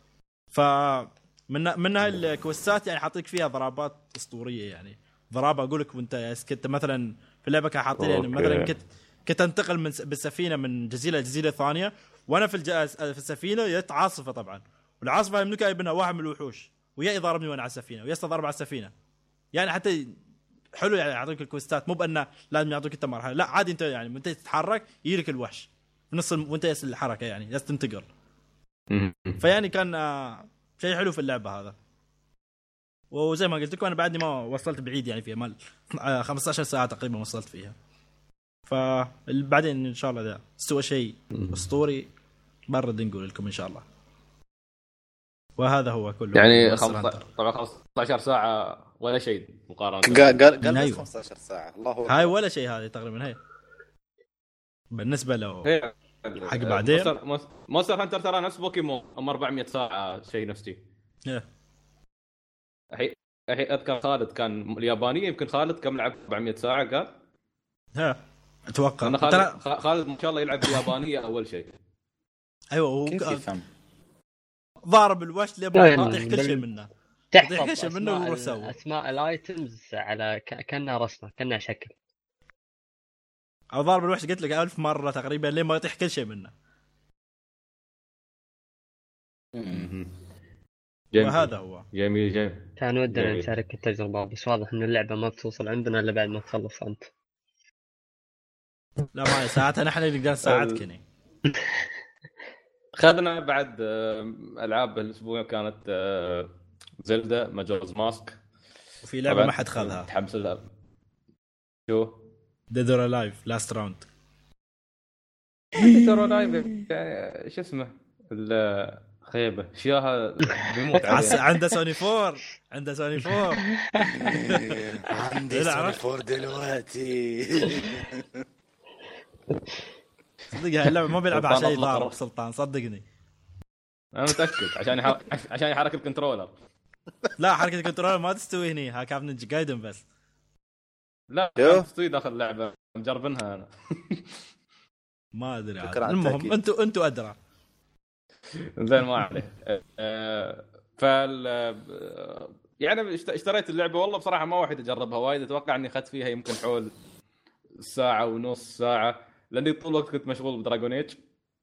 [SPEAKER 2] من هاي الكوستات يعني حاطيك فيها ضربات اسطوريه يعني. ضربه اقول لك وانت كنت مثلا في اللعبه كان حاطين يعني مثلا كنت انتقل بالسفينه من جزيره لجزيره ثانيه، وانا في السفينه جت عاصفه طبعا، والعاصفه يملكها ابنها واحد من الوحوش ويا يضربني وانا على السفينه ويا ضرب على السفينه يعني. حتى حلو يعني يعطيك الكوستات، مو بانه لازم يعطيك انت مرحله، لا عادي انت يعني وانت تتحرك يجيك الوحش في نص وانت يس الحركه يعني لازم تنتقل. فيعني كان شيء حلو في اللعبه هذا. وزي ما قلت لكم انا بعدني ما وصلت بعيد يعني فيها، مال 15 ساعه تقريبا وصلت فيها. فبعدين ان شاء الله ده استوى شيء اسطوري برد نقول لكم ان شاء الله. وهذا هو كله
[SPEAKER 1] يعني طبعا 15 ساعه ولا شيء مقارنه.
[SPEAKER 3] قال 15 ساعه الله
[SPEAKER 2] هاي ولا شيء هذه تقريبا. هي بالنسبه له حق بعدين
[SPEAKER 1] مونستر هانتر ترى نفس بوكيمون 400 ساعه شيء نفسي. الحين اذكر خالد كان الياباني، يمكن خالد كم لعب 400 ساعه قال.
[SPEAKER 2] اتوقع
[SPEAKER 1] أنا خالد ما شاء الله يلعب اليابانيه اول شيء.
[SPEAKER 2] ايوه هو ضارب الوش اللي يطيح كل شيء منه،
[SPEAKER 4] تحفظ كل شيء منه ويروح سوى اسماء الايتمز على كانها رسمه كانها شكل،
[SPEAKER 2] او ضارب الوحش قلت لك 1000 مره تقريبا لين ما يطيح كل شيء منه. وهذا هو
[SPEAKER 1] جميل.
[SPEAKER 4] كان ودنا نشارك التجربه، بس واضح ان اللعبه ما بتوصل عندنا الا بعد ما تخلص انت.
[SPEAKER 2] لا ما ساعتها نحن نقدر نساعدك.
[SPEAKER 1] خذنا بعد العاب الاسبوع كانت زلدا ماجورز ماسك،
[SPEAKER 2] وفي لعبه ما حد خذها
[SPEAKER 1] متحمس لها. شو
[SPEAKER 2] ديد اور لايف لاست راوند.
[SPEAKER 1] ديد اور لايف شو اسمه الخيبه شياها بيموت عليه.
[SPEAKER 2] عنده سوني 4 عنده سوني 4
[SPEAKER 3] عندي سوني 4 دلوقتي.
[SPEAKER 2] صدق هاللعبه ما بيلعب على شيء ضارب سلطان، صدقني
[SPEAKER 1] انا متاكد عشان يحرك الكنترولر.
[SPEAKER 2] لا حركه الكنترولر ما تستوي هني، ها كاب نينجا جايدن بس.
[SPEAKER 1] لا تستوي داخل اللعبه، مجربينها انا.
[SPEAKER 2] ما ادري. المهم انتوا ادرى.
[SPEAKER 1] زين ما عليه. يعني اشتريت اللعبه والله بصراحه ما واحد اجربها وايد، اتوقع اني اخذت فيها يمكن حول ساعه ونص ساعه، لاني طول الوقت كنت مشغول بدراجون ايج.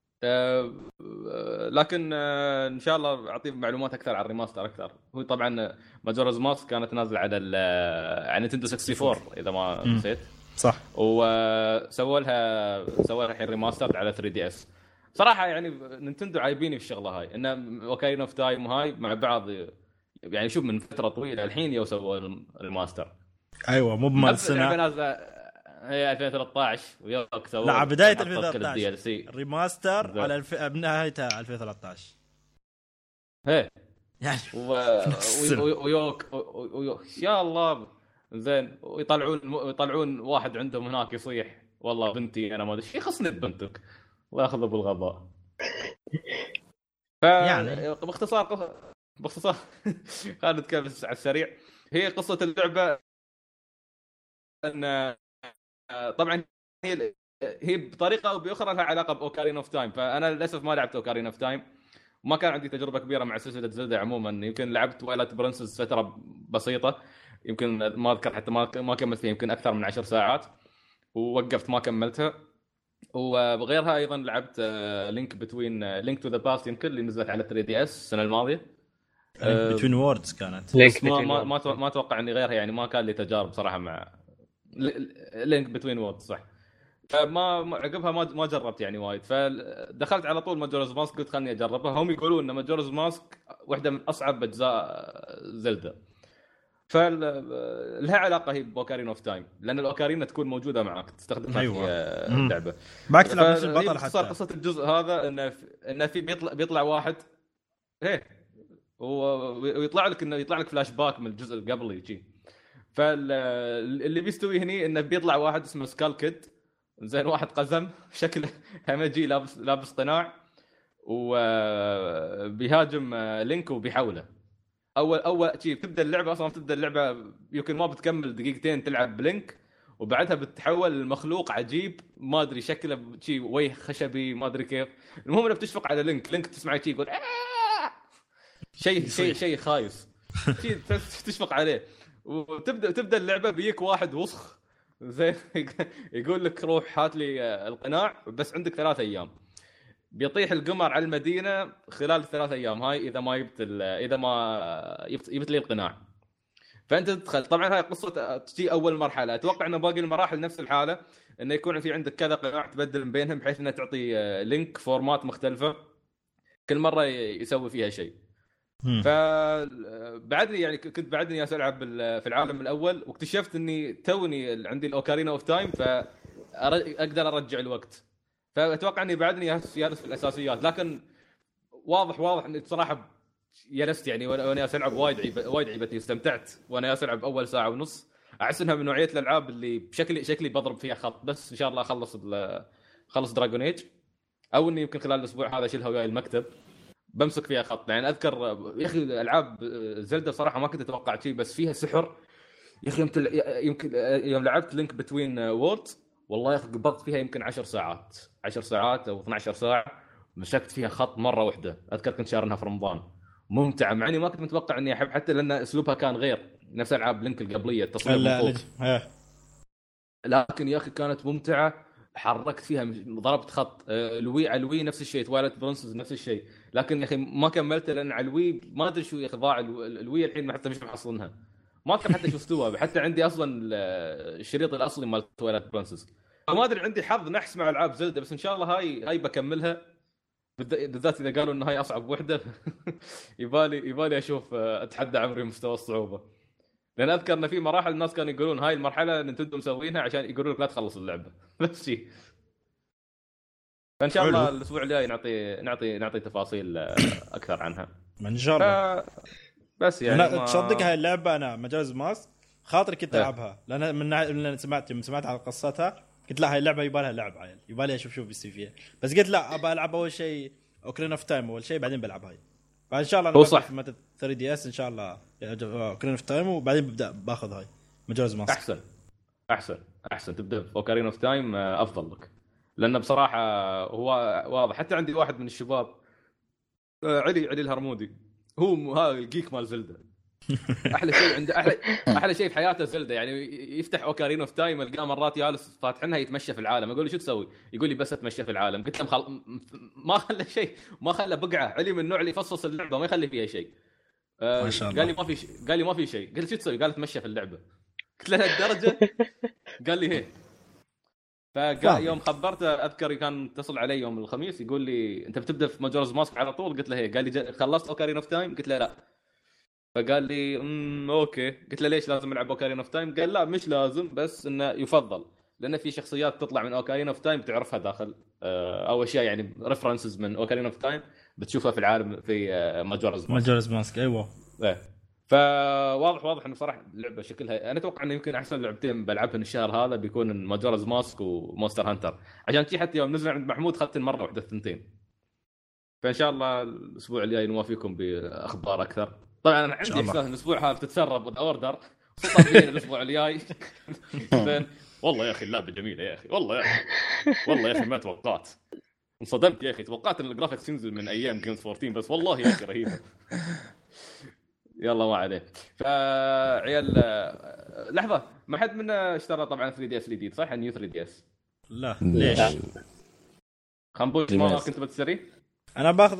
[SPEAKER 1] لكن ان شاء الله اعطيك معلومات اكثر عن الريماستر اكثر. هو طبعا ماجورز ماسك كانت نازله على نينتندو 64 اذا ما نسيت
[SPEAKER 2] صح،
[SPEAKER 1] وسووا لها الحين ريماستر على 3 دي اس. صراحه يعني نينتندو عايبيني في الشغله هاي، ان اوكارينا اوف تايم وهاي مع بعض يعني شوف من فتره طويله الحين يسووا الماستر.
[SPEAKER 2] ايوه مو بمال سنه
[SPEAKER 1] هي 2013 وياك سووا
[SPEAKER 2] لا بدايه 2013 ريماستر على بنهايتها 2013
[SPEAKER 1] هي
[SPEAKER 2] يعني
[SPEAKER 1] وياك يا الله. زين ويطلعون واحد عندهم هناك يصيح والله بنتي انا ما ادري ايش خصني ببنتك واخذ ابو الغباء. يعني باختصار خلينا نتكلم على السريع. هي قصه اللعبه ان طبعا هي بطريقه او باخرى لها علاقه باوكارين اوف تايم. فانا للاسف ما لعبت اوكارين اوف تايم، ما كان عندي تجربه كبيره مع سلسله زلدا عموما. يمكن لعبت تويلايت برنسس فتره بسيطه، يمكن ما اذكر حتى ما كملت فيها يمكن اكثر من 10 ساعات ووقفت ما كملتها. وبغيرها ايضا لعبت لينك تو ذا باست يمكن اللي نزلت على 3 دي اس السنه الماضيه.
[SPEAKER 2] بتوين ووردز كانت
[SPEAKER 1] ما اتوقع اني غيرها، يعني ما كان لي تجارب صراحه مع لينك بتوين ووردز صح. فما عقبها ما جربت يعني وايد، فدخلت على طول ماجورز ماسك قلت خلني اجربها. هم يقولون ان ماجورز ماسك واحده من اصعب اجزاء زلدا، فلها علاقه هي بأوكارين اوف تايم لان الاوكارين تكون موجوده معك تستخدمها في اللعبه.
[SPEAKER 2] معك تلعب نفس البطل حتى.
[SPEAKER 1] صار قصه الجزء هذا انه في بيطلع واحد هي ويطلع لك فلاش باك من الجزء اللي قبله شيء. فاللي بيستوي هني انه بيطلع واحد اسمه سكال كيد، زين واحد قزم شكله همجي لابس قناع وبيهاجم لينك وبيحوله. اول شيء تبدا اللعبه اصلا تبدا اللعبه يمكن ما بتكمل دقيقتين تلعب بلينك وبعدها بتتحول المخلوق عجيب ما ادري شكله شيء وجه خشبي ما ادري كيف. المهم انك بتشفق على لينك تسمع شيء يقول شيء خايس شيء تشفق عليه وتبدا اللعبه بيك واحد وسخ زين يقول لك روح هات لي القناع بس عندك 3 أيام. بيطيح القمر على المدينه خلال 3 أيام هاي اذا ما جبت لي القناع. فانت تدخل طبعا هاي قصه تجي اول مرحله. اتوقع انه باقي المراحل نفس الحاله انه يكون في عندك كذا قناع تبدل بينهم بحيث انها تعطي لينك فورمات مختلفه كل مره يسوي فيها شيء. فبعدني يعني كنت بعدني العب في العالم الاول واكتشفت اني توني عندي الاوكارينا اوف تايم فاقدر ارجع الوقت. فاتوقع اني بعدني يهرس في الاساسيات لكن واضح اني بصراحه يلست يعني وانا العب وايد عيبتني استمتعت وانا العب اول ساعه ونص. احس انها من نوعيه الالعاب اللي شكلي بضرب فيها خط بس ان شاء الله اخلص دراجون ايج او اني يمكن خلال الاسبوع هذا اشيلها وياي المكتب بمسك فيها خط. يعني اذكر يا اخي العاب زلدا صراحه ما كنت اتوقع شيء بس فيها سحر يا اخي. يمكن يوم لعبت لينك بتوين ووردز والله يا اخي قبضت فيها يمكن 10 ساعات او 12 ساعه مسكت فيها خط مره واحده. اذكر كنت شارنها في رمضان ممتعه مع اني ما كنت متوقع اني احب حتى لان اسلوبها كان غير نفس العاب لينك القبليه التصوير لكن يا اخي كانت ممتعه. حركت فيها ضربت خط الوي على الوي نفس الشيء توالت برنسز نفس الشيء لكن يا اخي ما كملته لان على الوي ما ادري شو يا اخي ضاع الوي الحين حتى مش محصلنها ما اذكر حتى شو استوى حتى عندي اصلا الشريط الاصلي مال توالت برنسز. ما ادري عندي حظ نحس مع العاب زلدة بس ان شاء الله هاي بكملها بالذات اذا قالوا ان هاي اصعب وحده. يبالي اشوف اتحدى عمري مستوى الصعوبه، لان اذكر ان في مراحل الناس كانوا يقولون هاي المرحله نينتندو مسوينها عشان يقولوا لك لا تخلص اللعبه. بس شيء. فان شاء الله الاسبوع الجاي نعطي تفاصيل اكثر عنها
[SPEAKER 2] ان شاء الله.
[SPEAKER 1] بس يعني
[SPEAKER 2] انا تصدق هاي اللعبه انا مجاز ماسك خاطري كنت العبها، لان من سمعت على قصتها قلت لا هاي اللعبه يبالها لعب عيل، يبالي اشوف شو بيصير فيها. بس قلت لا ابى العب اول شيء اوكرين اوف تايم اول شيء بعدين بلعب هاي. فان شاء الله انا في متى 3 دي اس ان شاء الله اوكرين اوف تايم وبعدين ببدا باخذ هاي مجاز ماسك.
[SPEAKER 1] احسن تبدا في اوكرين اوف تايم افضل لك، لان بصراحه هو واضح. حتى عندي واحد من الشباب علي الهرمودي، هو هذا الجيك مال زلدة. احلى شيء عنده احلى شيء في حياته زلدة. يعني يفتح اوكارين اوف تايم القاه مرات جالس فاتحينها يتمشى في العالم. اقول له شو تسوي؟ يقول لي بس اتمشى في العالم. قلت له ما خلى شيء، ما خلى بقعه. علي من النوع اللي يفصص اللعبه ما يخلي فيها شيء.
[SPEAKER 2] ما شاء الله.
[SPEAKER 1] قال لي ما في شيء. قلت شو تسوي؟ قال اتمشى في اللعبه. قلت له لهالدرجه؟ قال لي هي. فقال يوم خبرته اذكر كان اتصل علي يوم الخميس يقول لي انت بتبدا في ماجورز ماسك على طول؟ قلت له هي. قال لي خلصت اوكارين اوف تايم؟ قلت له لا. فقال لي اوكي. قلت له ليش لازم العب اوكارين اوف تايم؟ قال لا مش لازم، بس انه يفضل لان في شخصيات تطلع من اوكارين اوف تايم تعرفها داخل او اشياء يعني ريفرنسز من اوكارين اوف تايم بتشوفها في العالم في ماجورز ماسك.
[SPEAKER 2] ايوه
[SPEAKER 1] فواضح انه صراحه اللعبه شكلها انا اتوقع انه يمكن احسن لعبتين بلعبهم الشهر هذا بيكون ماجورز ماسك ومونستر هانتر. عشان كذا حتى يوم نزل عند محمود اخذت مره واحده الثنتين. فان شاء الله الاسبوع الجاي نوافيكم باخبار اكثر. طبعا انا عندي احساس الاسبوع هذا تتسرب الاوردر خطط بين الاسبوع الجاي. زين والله يا اخي اللعبه جميله يا اخي، والله يا اخي ما توقعت، انصدمت يا اخي. توقعت ان الجرافيكس ينزل من ايام جيمز 14 بس والله يا اخي رهيبه. يلا ما عليه. فعيال لحظه، ما حد منا اشترى طبعا 3 دي اس جديد صح؟ نيو 3 دي اس.
[SPEAKER 2] لا ليش
[SPEAKER 1] خنبوش ما كنت بتشتري؟
[SPEAKER 2] انا باخذ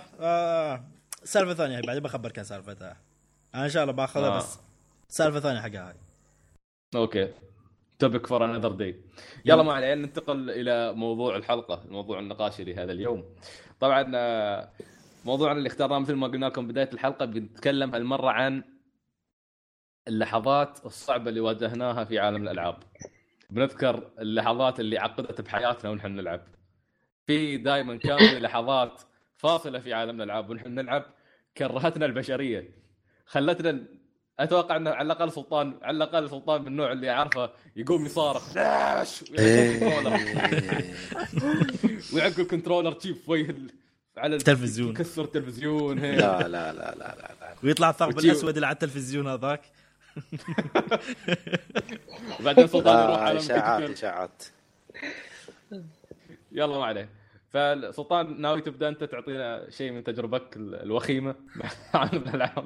[SPEAKER 2] سالفه ثانيه بعدين بخبر كان سالفتها. انا ان شاء الله باخذها بس سالفه ثانيه حقها هاي.
[SPEAKER 1] اوكي توبك فور انذر داي. يلا ما عليه. ننتقل الى موضوع الحلقه، الموضوع النقاشي لهذا اليوم. طبعا موضوعنا اللي اخترناه مثل ما قلنا لكم بدايه الحلقه بنتكلم هالمره عن اللحظات الصعبه اللي واجهناها في عالم الالعاب. بنذكر اللحظات اللي عقدت بحياتنا ونحن نلعب. في دائما كان في لحظات فاصله في عالم الالعاب ونحن نلعب كرهتنا البشريه، خلتنا اتوقع انه على الاقل سلطان من النوع اللي عارفه يقوم يصارخ داش ويعقل الكنترولر تشيب وجه على
[SPEAKER 2] التلفزيون،
[SPEAKER 1] يكسر التلفزيون. هي
[SPEAKER 3] لا لا لا لا لا
[SPEAKER 2] ويطلع الثقب الاسود اللي على التلفزيون هذاك.
[SPEAKER 1] وبعدين سلطان يروح على
[SPEAKER 3] اشاعات.
[SPEAKER 1] يلا ما عليه. فسلطان ناوي تبدا انت تعطينا شيء من تجربتك الوخيمه عن الالعاب؟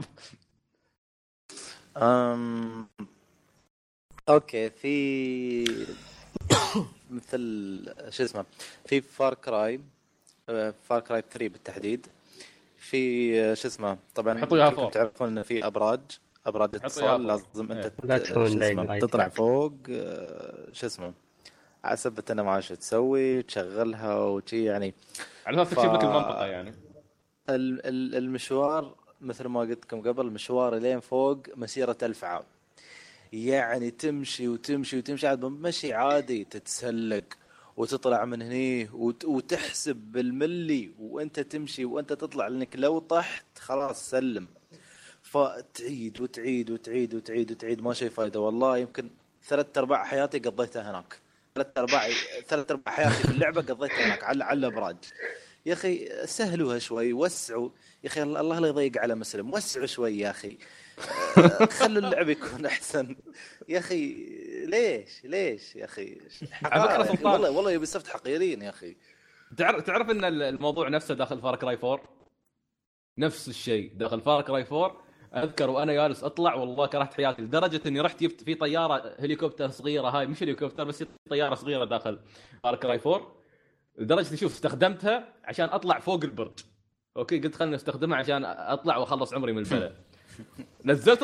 [SPEAKER 3] اوكي في مثل شو اسمه في فار كراي 3 بالتحديد. في شو اسمه طبعا تعرفون ان في ابراج اتصال لازم انت تطلع فوق شو اسمه على سبة انه ما شو تسوي تشغلها وشي يعني
[SPEAKER 1] على اساس تكشف لك المنطقه. يعني
[SPEAKER 3] المشوار مثل ما قلت لكم قبل، مشوار لين فوق مسيرة 1000 عام. يعني تمشي عاد مشي عادي، تتسلق وتطلع من هني وتحسب بالملي وانت تمشي وانت تطلع، لانك لو طحت خلاص سلم. فتعيد وتعيد ما شيء فايدة. والله يمكن 3/4 حياتي قضيتها هناك، 3/4 حياتي في اللعبة قضيتها هناك على الابراج. يا اخي سهلوها شوي، وسعوا يا اخي، الله لا يضيق على مسلم، وسعوا شوي يا اخي، خلوا اللعب يكون احسن يا اخي. ليش يا اخي؟ والله يبي صفت حقيرين يا اخي.
[SPEAKER 1] تعرف ان الموضوع نفسه داخل فار كراي 4 نفس الشيء. داخل فار كراي 4 اذكر وانا جالس اطلع والله كرهت حياتي لدرجه اني رحت جبت في طياره هليكوبتر صغيره، هاي مش هليكوبتر بس طياره صغيره داخل فار كراي 4، لدرجه نشوف استخدمتها عشان اطلع فوق البرج. اوكي قلت خليني استخدمها عشان اطلع واخلص عمري من البلد. نزلت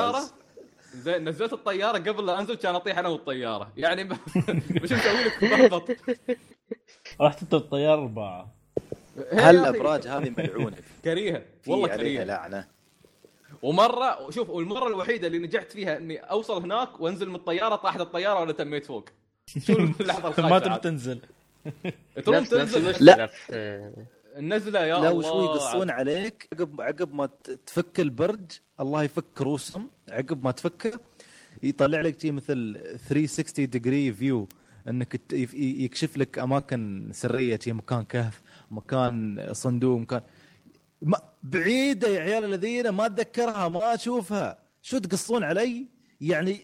[SPEAKER 1] الطياره قبل لا انزل كان اطيح انا والطياره. يعني مش مسوي لك مربط.
[SPEAKER 2] رحت انت بالطياره 4
[SPEAKER 3] هالابراج هذه ملعونه
[SPEAKER 1] كريهه والله
[SPEAKER 3] عليها
[SPEAKER 1] كريهه
[SPEAKER 3] لعنه.
[SPEAKER 1] ومره شوف، والمره الوحيده اللي نجحت فيها اني اوصل هناك وانزل من الطياره، طاحت الطياره وانا تميت فوق. شو اللحظه الخايسه
[SPEAKER 2] ما تبي تنزل.
[SPEAKER 1] تروح تنزل
[SPEAKER 3] لا
[SPEAKER 1] النزله يا
[SPEAKER 3] لو
[SPEAKER 1] الله.
[SPEAKER 3] شوي يقصون عليك عقب ما تفك البرج، الله يفك روسهم، عقب ما تفكه يطلع لك شيء مثل 360 ديجري فيو، انك يكشف لك اماكن سريه، شيء مكان كهف، مكان صندوق، مكان بعيده يا عيال الذين ما اتذكرها ما اشوفها. شو تقصون علي يعني؟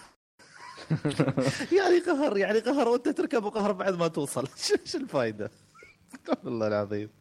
[SPEAKER 3] يعني قهر وانت تركب وقهر بعد ما توصل. شو الفائده؟ والله العظيم.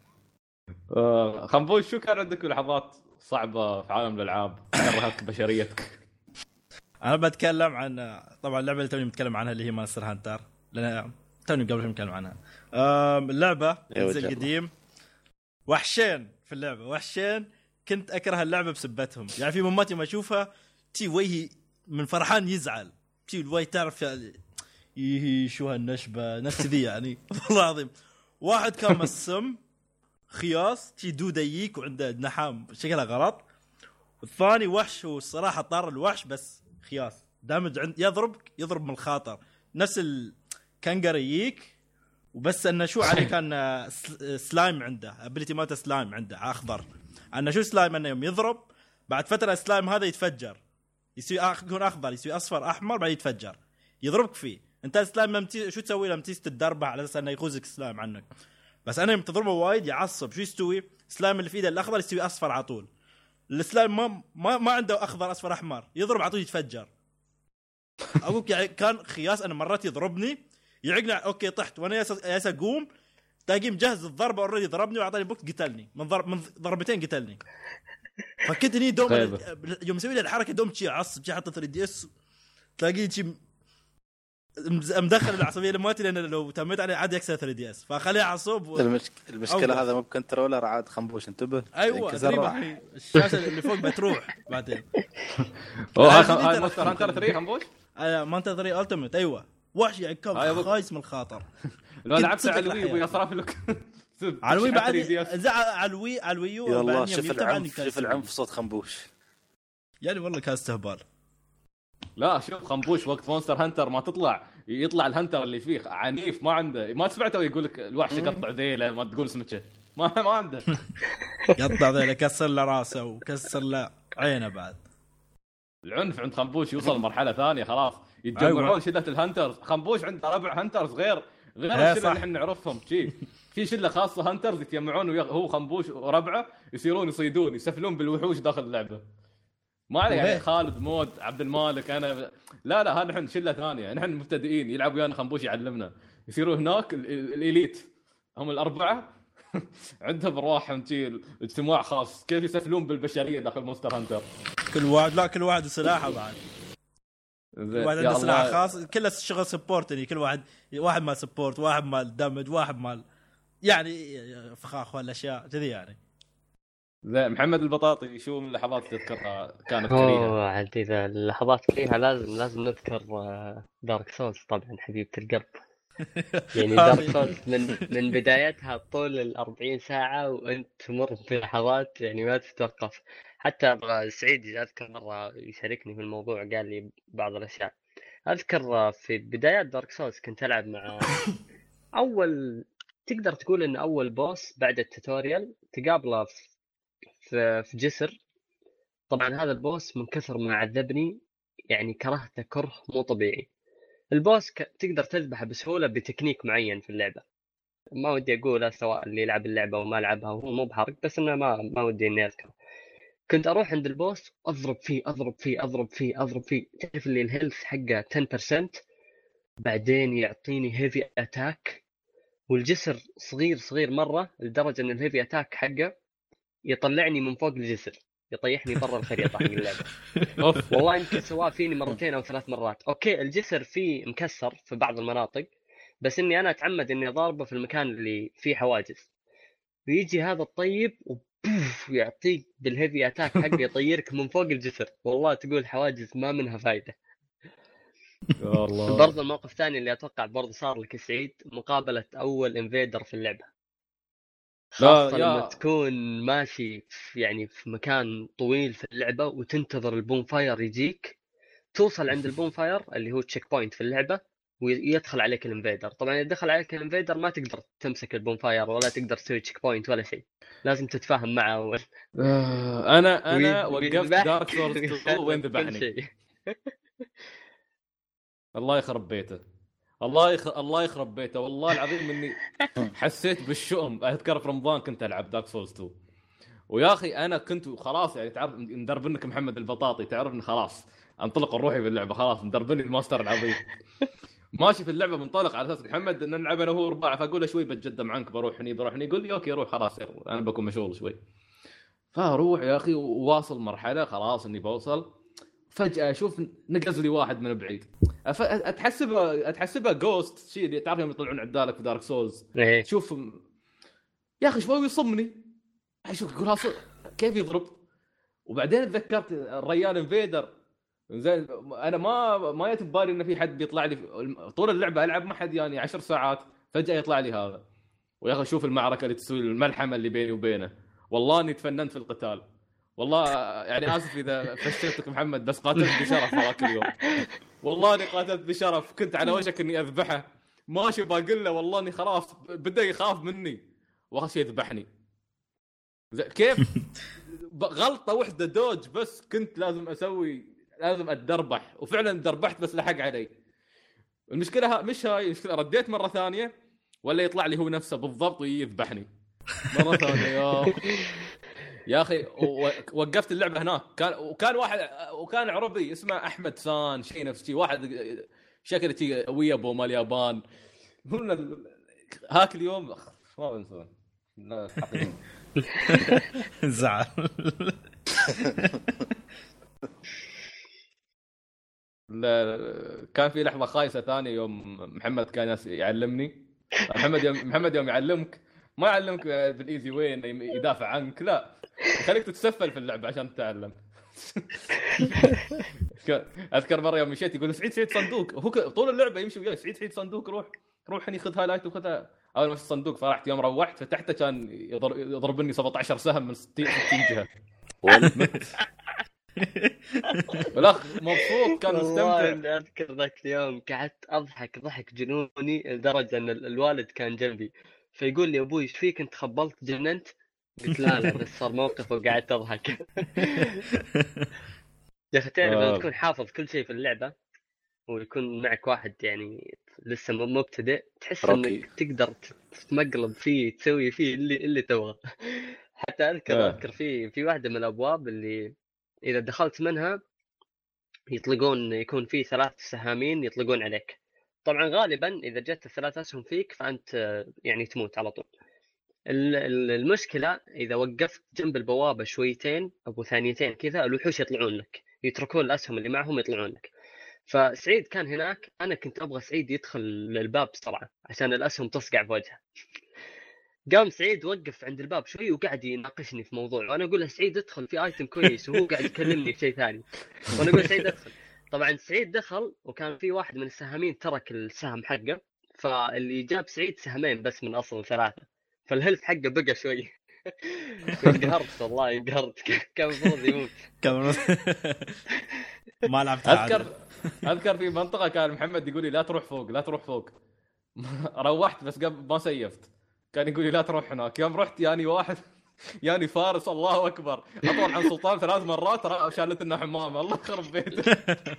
[SPEAKER 1] خنبوش، شو كان عندك لحظات صعبه في عالم الالعاب كرهتك بشريتك؟
[SPEAKER 2] انا بتكلم عن طبعا اللعبه اللي توني متكلم عنها اللي هي مانستر هانتر، لان توني قبل شوي متكلم عنها. اللعبه الجزء القديم وحشين في اللعبه، وحشين. كنت اكره اللعبه بسبتهم، يعني في ممات ما اشوفها تي وجهي من فرحان يزعل، تي الواي تعرف يعني شو هالنشبه نفس ذي يعني. والله العظيم واحد كان مسم خياس تي دوده يجيك وعنده نحام شكلها غلط، والثاني وحش والصراحه طار الوحش بس خياس دامج عند يضرب من الخاطر نفس الكنجر يجيك، وبس انه شو عليه كان سلايم عنده ابيليتي مالته سلايم عنده اخضر، انه شو سلايم انه يوم يضرب بعد فتره السلايم هذا يتفجر، يكون اخضر يصير اصفر احمر بعد يتفجر يضربك فيه. انت السلايم شو تسوي لما تيجي تدربه على اساس انه يخوزك سلايم عنك، بس انا يوم تضربه وايد يعصب. شو يستوي السلايم اللي في ايده الاخضر يستوي اصفر على طول، السلايم ما عنده اخضر اصفر احمر، يضرب على طول يتفجر. اقولك يعني كان خياس. انا مرات يضربني يعقني اوكي طحت وانا ياس اقوم تلاقيه مجهز الضربه اوريدي ضربني واعطاني بوكت قتلني من ضربتين قتلني. فكنت اني دوم يوم مسوي لي الحركه دوم شي عصب شي حاطه 3 دي اس تلاقيه شي مدخل العصبيه لماتي، لان لو تميت عليه عاد يكسر 3 دي اس فخليه عصب.
[SPEAKER 3] المشكله هذا مو بكنترولر عاد خنبوش انتبه.
[SPEAKER 2] ايوه الشاشه اللي فوق بتروح بعدين.
[SPEAKER 1] هاي مونستر هانتر 3 خنبوش
[SPEAKER 2] مونستر 3 التيمت. ايوه وحش يعني كان خايس من الخاطر.
[SPEAKER 1] لو لعبت على الوي ابو يصرف لك
[SPEAKER 2] على الوي بعد على الويو
[SPEAKER 3] يلا شوف العنف صوت خنبوش
[SPEAKER 2] يعني والله كان استهبال.
[SPEAKER 1] لا شوف خنبوش وقت مونستر هانتر ما يطلع الهانتر اللي فيه عنيف، ما عنده ما سمعته يقول لك الوحش يقطع ذيله ما تقول اسمه ما عنده
[SPEAKER 2] يقطع ذيله كسر له راسه وكسر له عينه. بعد
[SPEAKER 1] العنف عند خنبوش يوصل مرحله ثانيه خلاص يتجمعون شله الهانترز. خنبوش عنده ربع هانترز غير الشله اللي احنا نعرفهم في شله خاصه هانترز يتجمعون هو خنبوش وربعه يصيرون يصيدون يسفلون بالوحوش داخل اللعبه. ما عليه يعني خالد مود عبد المالك انا لا هذا نحن شله ثانيه، نحن مبتدئين يلعب ويانا خنبوش يعلمنا. يصيروا هناك الاليت هم الاربعه عندهم ارواحهم اجتماع خاص كيف يسفلون بالبشريه داخل مونستر هانتر.
[SPEAKER 2] كل واحد سلاحه بعد واحد عنده سلاح خاص كله شغل سبورت يعني كل واحد مال سبورت واحد مال دمج واحد مال يعني فخاخ ولا اشياء كذي يعني.
[SPEAKER 1] زين محمد البطاطي شو من اللحظات تذكرها كانت كريهه؟
[SPEAKER 4] عاد اذا اللحظات كريهه لازم نذكر دارك سولز طبعا حبيبه القلب. يعني دارك سولز من بدايتها طول 40 ساعه وانت تمر بلحظات يعني ما تتوقف. حتى سعيد اذكر مره يشاركني في الموضوع قال لي بعض الاشياء. اذكر في بدايات دارك سولز كنت العب مع اول تقدر تقول ان اول بوس بعد التوتوريال تقابله في جسر. طبعا هذا البوس من كثر ما عذبني يعني كرهته كره مو طبيعي. البوس تقدر تذبحه بسهولة بتكنيك معين في اللعبة، ما ودي أقوله سواء اللي يلعب اللعبة وما لعبها وهو مو بحرق، بس أنا ما ودي إني أذكره. كنت أروح عند البوس أضرب فيه تعرف اللي الهيلث حقه 10%، بعدين يعطيني هيفي أتاك والجسر صغير مرة لدرجة أن الهيفي أتاك حقه يطلعني من فوق الجسر يطيحني برا الخريطة حق اللعبة. والله يمكن سواء فيني مرتين أو 3 مرات. أوكي الجسر فيه مكسر في بعض المناطق، بس إني أنا أتعمد إني أضربه في المكان اللي فيه حواجز، ويجي هذا الطيب وبوف يعطيك بالهيفي أتاك حقه يطيرك من فوق الجسر. والله تقول حواجز ما منها فايدة. برضه الموقف الثاني اللي أتوقع برضه صار لك سعيد، مقابلة أول إنفيدر في اللعبة. خاصة لما تكون ماشي يعني في مكان طويل في اللعبة وتنتظر البون فاير يجيك، توصل عند البون فاير اللي هو تشيك بوينت في اللعبة ويدخل عليك الانفيدر. طبعا إذا دخل عليك الانفيدر ما تقدر تمسك البون فاير ولا تقدر تسوي تشيك بوينت ولا شيء، لازم تتفاهم معه أول.
[SPEAKER 1] انا وقفت دارك سولز 2 وين ذبحني. الله يخرب بيته، الله يخرب بيته والله العظيم اني حسيت بالشؤم. اذكر في رمضان كنت العب دارك سولز 2 ويا اخي انا كنت خلاص يعني تعرف مدربنك محمد البطاطي، تعرفني خلاص انطلق الروحي في اللعبه، خلاص مدربني الماستر العظيم. ماشي في اللعبه منطلق على اساس محمد ان نلعب انا وهو رباع، فاقول له شوي بتقدم عنك بروح هني يقول لي اوكي روح خلاص انا بكون مشغول شوي. فاروح يا اخي وواصل مرحله خلاص اني بوصل، فجاه اشوف نقز لي واحد من بعيد، اتحسبها جوست شيء تعرف يوم يطلعون عدالك في دارك سولز شوف يا اخي شوي يصمني، اشوف يقول كيف يضرب. وبعدين تذكرت الريال انفيدر زين، انا ما جت ببالي ان في حد بيطلع لي طول اللعبه العب ما حد يعني 10 ساعات فجاه يطلع لي هذا. ويا اخي شوف المعركه اللي تسوي الملحمه اللي بيني وبينه، والله اني تفننت في القتال والله. يعني اسف اذا فشلتك محمد بس قاتلت بشرف هذاك اليوم، والله اني قاتلت بشرف، كنت على وشك اني اذبحه ماشي بقول له والله اني خلاص بدا يخاف مني واخر شيء يذبحني. كيف غلطه واحده دوج بس كنت لازم اتدربح، وفعلا دربحت بس لحق علي. المشكله مش هاي المشكله، رديت مره ثانيه ولا يطلع لي هو نفسه بالضبط ويذبحني مره ثانيه. يا اخي وقفت اللعبه هناك، كان واحد وكان عربي اسمه احمد سان شيء نفس شيء، واحد شكله شيء ويابو مال اليابان. هاك اليوم ما بنسون لا حقيقي
[SPEAKER 2] زعل.
[SPEAKER 1] لا كان في لحظه خايسه ثانيه يوم محمد كان يعلمني. محمد يوم يعلمك ما يعلمك بالايزي وين يدافع عنك، لا يخليك تتسفل في اللعبه عشان تتعلم. اذكر مره يوم مشيت يقول سعيد صندوق، هو طول اللعبه يمشي وياي سعيد صندوق روح هني خذ هايلايت وخذها. اول ما في الصندوق فرحت، يوم روحت فتحته كان يضربني 17 سهم من 60 جهه. بالاخ مبسوط كان مستمتع.
[SPEAKER 4] اذكر ذاك اليوم قعدت اضحك ضحك جنوني لدرجه ان الوالد كان جنبي فيقول لي ابوي ايش فيك انت خبلت جننت؟ قلت لا بس صار موقف وقعدت اضحك. يا اخي تعرف لما تكون حافظ كل شيء في اللعبه ويكون معك واحد يعني لسه مبتدئ تحس انك تقدر تتمقلب فيه تسوي فيه اللي تبغى. حتى اذكر في واحده من الابواب اللي اذا دخلت منها يطلقون، يكون في 3 سهامين يطلقون عليك. طبعا غالبا اذا جت ال3 اسهم فيك فانت يعني تموت على طول. المشكله اذا وقفت جنب البوابه شويتين او ثانيتين كذا الوحوش يطلعون لك، يتركون الاسهم اللي معهم يطلعون لك. فسعيد كان هناك، انا كنت ابغى سعيد يدخل للباب بسرعه عشان الاسهم تصقع في وجهه. قام سعيد وقف عند الباب شوي وقاعد يناقشني في موضوع، وانا اقول له سعيد ادخل في ايتم كويس، وهو قاعد يكلمني في شيء ثاني وانا اقول سعيد ادخل. طبعا سعيد دخل وكان في واحد من السهامين ترك السهم حقه، فاللي جاب سعيد سهمين بس من اصل 3، فالهيلث حقه بقى شوي. انقهرت والله انقهرت، كان المفروض يموت.
[SPEAKER 2] ما لعبت.
[SPEAKER 1] اذكر في منطقه كان محمد يقول لي لا تروح فوق روحت بس قبل ما سيفت كان يقول لي لا تروح هناك. يوم رحت يعني واحد يعني فارس الله اكبر اطول عن سلطان 3 مرات شالت لنا حمامه الله يخرب بيته.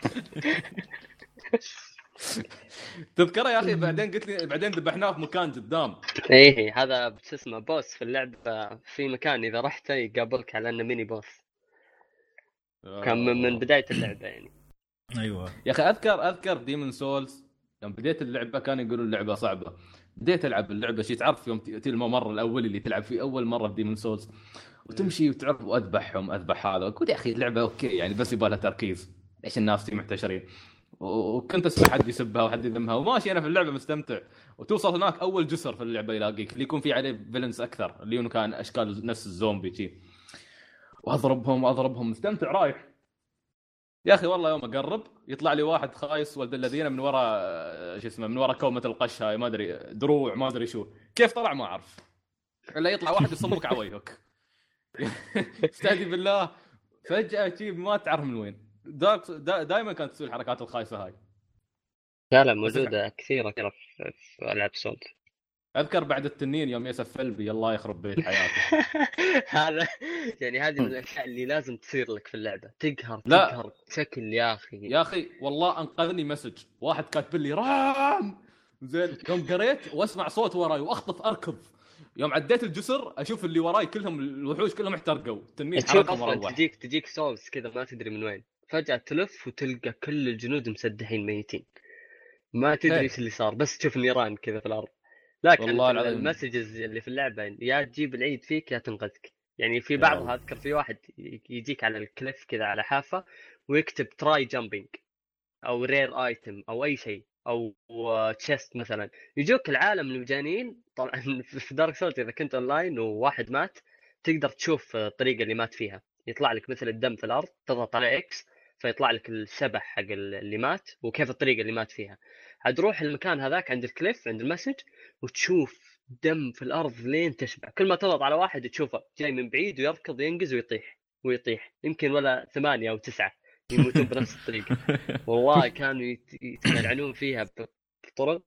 [SPEAKER 1] تذكره يا اخي بعدين قلت لي بعدين ذبحناه في مكان قدام.
[SPEAKER 4] ايه هذا شو اسمه بوس في اللعبه، في مكان اذا رحت يقابلك على انه ميني بوس. كان من بدايه اللعبه يعني.
[SPEAKER 2] ايوه
[SPEAKER 1] يا اخي اذكر ديمون سولز يوم بديت اللعبه كانوا يقولون اللعبه صعبه. بديت العب اللعبه شيء تعرف يوم تأتي الممر الاول اللي تلعب فيه اول مره في ديمون سولز وتمشي وتعرف واذبح هذا، اقول يا اخي اللعبه اوكي يعني بس يبغى لها تركيز، ليش الناس تي محتشرين. وكنت اسمع حد يسبها وحد يذمها وماشي انا في اللعبه مستمتع. وتوصل هناك اول جسر في اللعبه يلاقيك اللي يكون فيه عليه فيلنس اكثر اللي كان اشكال نفس الزومبي شيء، واضربهم مستمتع رايح. يا اخي والله يوم اقرب يطلع لي واحد خايس ولد الذين من وراء شو اسمه من وراء كومه القش هاي ما ادري دروع ما ادري شو كيف طلع ما اعرف. لا يطلع واحد يصمك على وجهك. استهدي بالله فجأة شيء ما تعرف من وين. دائما كانت تسوي الحركات الخايسة هاي.
[SPEAKER 4] لا موجودة كثيرة في ألعاب سولز.
[SPEAKER 1] أذكر بعد التنين يوم يسفل بي الله يخرب بيت حياتي.
[SPEAKER 4] هذا يعني هذه من الأشياء اللي لازم تصير لك في اللعبة. تقهر بشكل يا أخي والله أنقذني مسج واحد كاتب لي ران زين. يوم قريت واسمع صوت وراي واخطف اركض. يوم عديت الجسر اشوف اللي وراي كلهم الوحوش كلهم احترقوا. التنين حركهم مروح. تجيك سولز كذا ما تدري من وين فجأة تلف وتلقى كل الجنود مسدحين ميتين ما تدري ايش اللي صار بس تشوف النيران كذا في الارض. لكن المسجز اللي في اللعبة يا تجيب العيد فيك يا تنقذك. يعني في بعضها اذكر في واحد يجيك على الكليف كذا على حافة ويكتب تراي جامبينج او رير ايتم او اي شيء او تشيست مثلا. يجوك العالم المجانين. طبعا في دارك سولز اذا كنت اونلاين وواحد مات تقدر تشوف الطريقه اللي مات فيها. يطلع لك مثل الدم في الارض تضغط على اكس فيطلع لك الشبح حق اللي مات وكيف الطريقه اللي مات فيها. هتروح المكان هذاك عند الكليف عند المسج وتشوف دم في الارض لين تشبع. كل ما تضغط على واحد تشوفه جاي من بعيد ويركض ينقز ويطيح يمكن ولا 8 أو 9 يموتون بنفس الطريقة. والله كانوا يتلعنون فيها بطرق.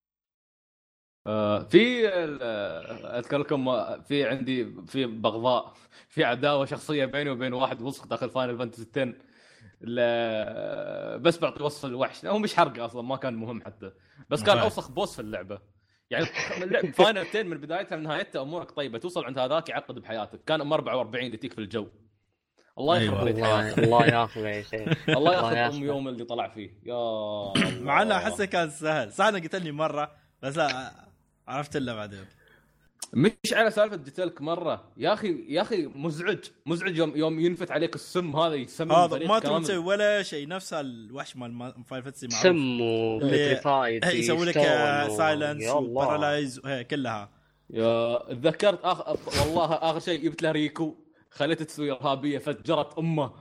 [SPEAKER 1] في اذكر لكم في عندي في بغضاء في عداوه شخصيه بيني وبين واحد وسخ داخل فاينل فانتسي 10. بس بعطي وصف الوحش هو مش حرق اصلا ما كان مهم حتى بس كان اوسخ بوس في اللعبه. يعني فاينل 10 من بدايتها لنهايتها امورك طيبه توصل عند هذاك يعقد بحياتك. كان ام 44 اللي تيك في الجو. الله يخرب بيت حياتك.
[SPEAKER 4] الله ياخذ يا شيخ.
[SPEAKER 1] الله ياخذ يوم اللي طلع فيه يا
[SPEAKER 2] مع انه احسه كان سهل. صح انا قتلني مره بس لا عرفت الا بعدين.
[SPEAKER 1] مش على سالفه قتلك مره يا اخي مزعج يوم ينفت عليك السم هذا يسمم
[SPEAKER 2] هذا ما تسوي ولا شيء. نفس الوحش مال فاينل فانتسي معروف
[SPEAKER 4] سم وبتريفايد
[SPEAKER 2] يسوي لك سايلنس وبارالايز وهي كلها.
[SPEAKER 1] يا تذكرت والله اخر شيء جبت له ريكو خليته تسوي ارهابيه فجرت امه.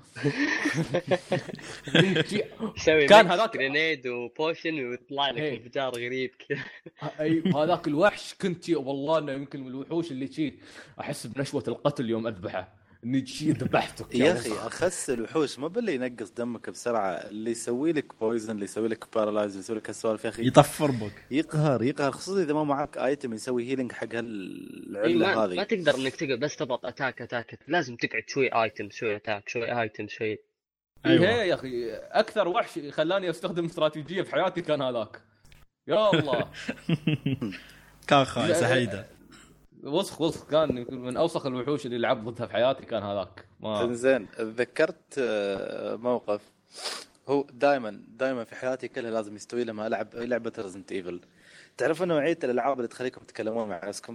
[SPEAKER 4] كان هذاك جرينيد وبوشن ويطلع لك انفجار غريب كذا.
[SPEAKER 1] اي هذاك الوحش كنت والله انه يمكن من الوحوش اللي شيء احس بنشوه القتل يوم اذبحه اني شيء ذبحتك
[SPEAKER 3] يا اخي. اخس الوحوش ما باللي ينقص دمك بسرعه اللي يسوي لك بويزن اللي يسوي لك بارالايز يسوي لك هالسوالف يا اخي
[SPEAKER 2] يطفر بك
[SPEAKER 3] يقهر خصوصا اذا ما معك ايتم يسوي هيلينج حق هالعله هذه.
[SPEAKER 4] ما تقدر انك تقعد بس تضغط اتاك لازم تقعد شوي ايتم شوي اتاك شوي ايتم شوي.
[SPEAKER 1] ايوه يا اخي اكثر وحش خلاني استخدم استراتيجيه في حياتي كان هذاك. يا الله
[SPEAKER 2] كان خايس حيده
[SPEAKER 1] وسخ كان من اوسخ الوحوش اللي لعبت ضدها في حياتي كان هذاك.
[SPEAKER 3] زين تذكرت موقف هو دائما في حياتي كلها لازم يستوي لما العب لعبه ريزنت ايفل. تعرفوا نوعيه الالعاب اللي تخليكم تتكلمون مع نفسكم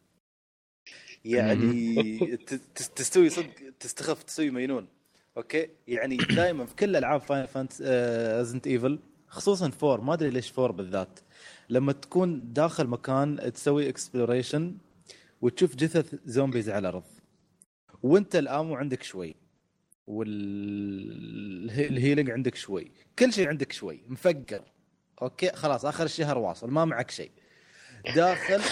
[SPEAKER 3] يعني تستوي صدق تستخف تسوي مينون. اوكي يعني دائما في كل العاب فاينل فانتسي ريزنت ايفل خصوصا 4 ما ادري ليش 4 بالذات لما تكون داخل مكان تسوي اكسبلوريشن وتشوف جثث زومبيز على الارض وانت الامو عندك شوي والهيلينج عندك شوي كل شيء عندك شوي مفقر. اوكي خلاص اخر الشهر واصل ما معك شيء داخل.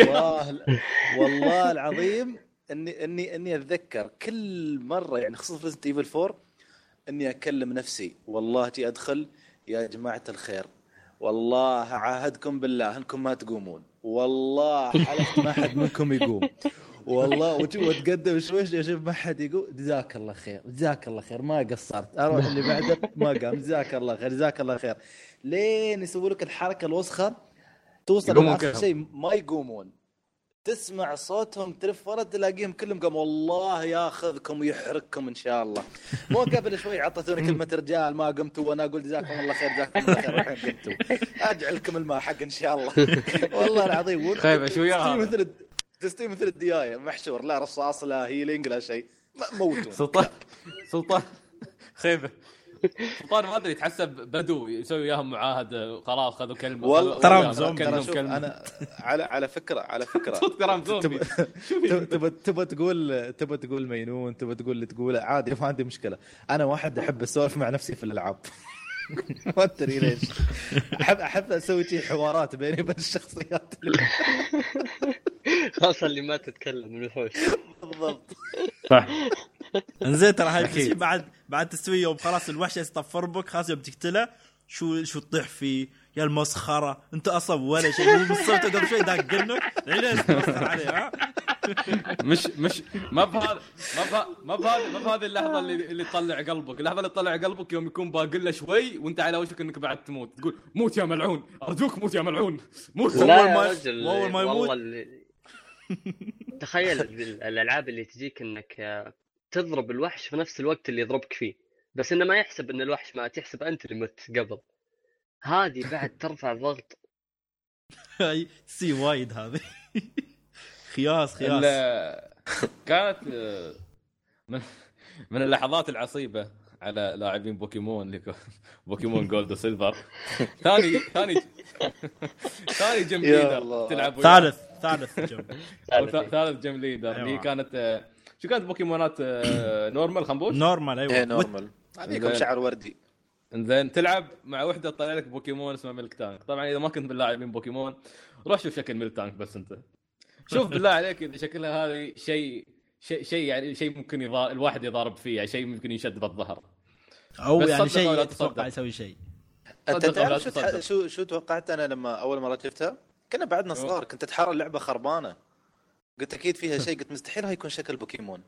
[SPEAKER 3] والله العظيم اني اتذكر كل مره يعني خصوصا ريزنت ايفل 4 اني اكلم نفسي والله جي ادخل يا جماعه الخير والله عاهدكم بالله انكم ما تقومون والله حلفت ما حد منكم يقوم والله وتقدم شوي اشوف ما حد يقوم جزاك الله خير ما قصرت اروح اللي بعده ما قام جزاك الله خير لين يسووا لك الحركه الوسخه توصل لاخر شيء ما يقومون تسمع صوتهم تلف ورا تلاقيهم كلهم قاموا والله ياخذكم ويحرقكم ان شاء الله. مو قبل شوي عطتوني كلمه رجال ما قمتوا وانا اقول جزاكم الله خير الحين قمتوا اجعلكم الماء حق ان شاء الله. والله العظيم
[SPEAKER 1] خايبه شويه
[SPEAKER 3] تستوي مثل الديايه محشور لا رصاص لا هيلينج لا شيء موتوا.
[SPEAKER 1] سلطان خيبه سلطان ما ادري يتحسب بدو يسوي وياهم معاهده خلاص خذوا كلمه
[SPEAKER 2] ترى زومبي.
[SPEAKER 3] انا على فكره
[SPEAKER 1] ترى زومبي.
[SPEAKER 3] تبى تقول مينون تبى تقول اللي تقوله عادي ما عندي مشكله. انا واحد احب اسولف مع نفسي في الالعاب ما ادري ليش احب اسوي شيء حوارات بيني وبين الشخصيات.
[SPEAKER 4] خاصة اللي ما تتكلم من الوحوش.
[SPEAKER 3] بالضبط.
[SPEAKER 1] صح.
[SPEAKER 2] انزين ترى هاي الشيء بعد تسوي يوم خلاص الوحش يصطفر بك خلاص يوم تقتله شو تطيح فيه يا المسخره انت اصلا ولا شيء مو بالصوت قبل شوي داق قنك ليش تمسخر عليه ها
[SPEAKER 1] مش ما بهذه اللحظه اللي تطلع قلبك. اللحظه اللي تطلع قلبك يوم يكون باقي له شوي وانت على وشك انك بعد تموت تقول موت يا ملعون ارجوك موت يا ملعون موت.
[SPEAKER 4] لا اول ما يموت تخيل الالعاب اللي تجيك انك تضرب الوحش في نفس الوقت اللي يضربك فيه بس انه ما يحسب ان الوحش ما تحسب انت اللي مت قبل. هذه بعد ترفع ضغط.
[SPEAKER 2] هاي سي وايد هذه خياس
[SPEAKER 1] كانت من اللحظات العصيبة على لاعبين بوكيمون بوكيمون جولد وسيلفر. ثاني جيم ليدر تلعب
[SPEAKER 2] ثالث
[SPEAKER 1] جيم ليدر اللي كانت شو كانت بوكيمونات نورمال خنبوش
[SPEAKER 2] نورمال ايوه
[SPEAKER 3] نورمال عليكم شعر وردي.
[SPEAKER 1] انزين تلعب مع وحده تطلع لك بوكيمون اسمه ميلك تانك. طبعا اذا ما كنت باللاعبين بوكيمون روح شوف شكل ميلك تانك بس انت شوف بالله عليك اذا شكلها هذه شيء يعني شيء ممكن الواحد يضارب فيه يعني شيء ممكن يشد بالظهر
[SPEAKER 2] او يعني شيء اتوقع يسوي شيء.
[SPEAKER 3] انت تعرف شو توقعت انا لما اول مره شفتها كنا بعدنا صغار كنت اتحرى اللعبه خربانه قلت اكيد فيها شيء قلت مستحيل هاي يكون شكل بوكيمون.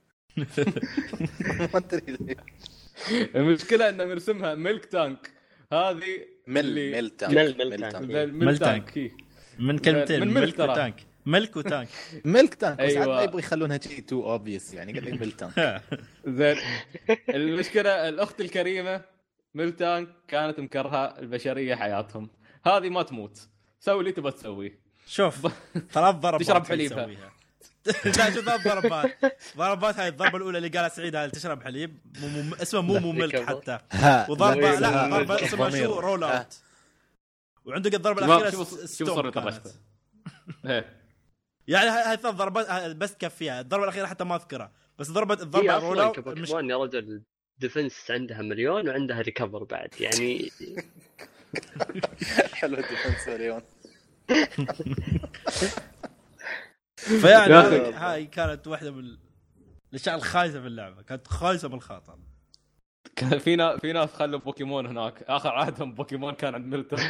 [SPEAKER 3] ما ادري ليه.
[SPEAKER 1] المشكله انه مرسمها ميلك تانك هذه
[SPEAKER 4] ميل تانك
[SPEAKER 2] من كلمتين من ميلك وتانك
[SPEAKER 3] ميلك تانك
[SPEAKER 1] أيوة.
[SPEAKER 3] ساعات ما يبغى يخلونها شيء تو اوبفيس يعني قال لك ميلك تانك.
[SPEAKER 1] زين المشكله الاخت الكريمه ميلك تانك كانت مكرهه البشريه حياتهم. هذه ما تموت سوي اللي تبغى تسويه.
[SPEAKER 2] شوف 3 ضربات
[SPEAKER 1] تشرب حليبها.
[SPEAKER 2] لا شو 3 ضربات هاي الضربه الاولى اللي قالها سعيد هاي تشرب حليب اسمه مو ملك حتى وضربه لا ضربه اسمها شو رول اوت وعنده الضربه الاخيره
[SPEAKER 1] شوف صار طرشته.
[SPEAKER 2] يعني هاي 3 ضربات بس تكفيها. الضربه الاخيره حتى ما اذكرها بس الضربه رول اوت
[SPEAKER 4] يا رجل ديفنس عندها مليون وعندها ريكفر بعد يعني
[SPEAKER 3] حلو ديفنس مليون.
[SPEAKER 2] فيعني هاي كانت واحدة من الاشياء الخايسة في اللعبة. كانت خايسة بالخاطر.
[SPEAKER 1] كان في ناس خلوا بوكيمون هناك اخر عهدهم بوكيمون كان عند ميلتون.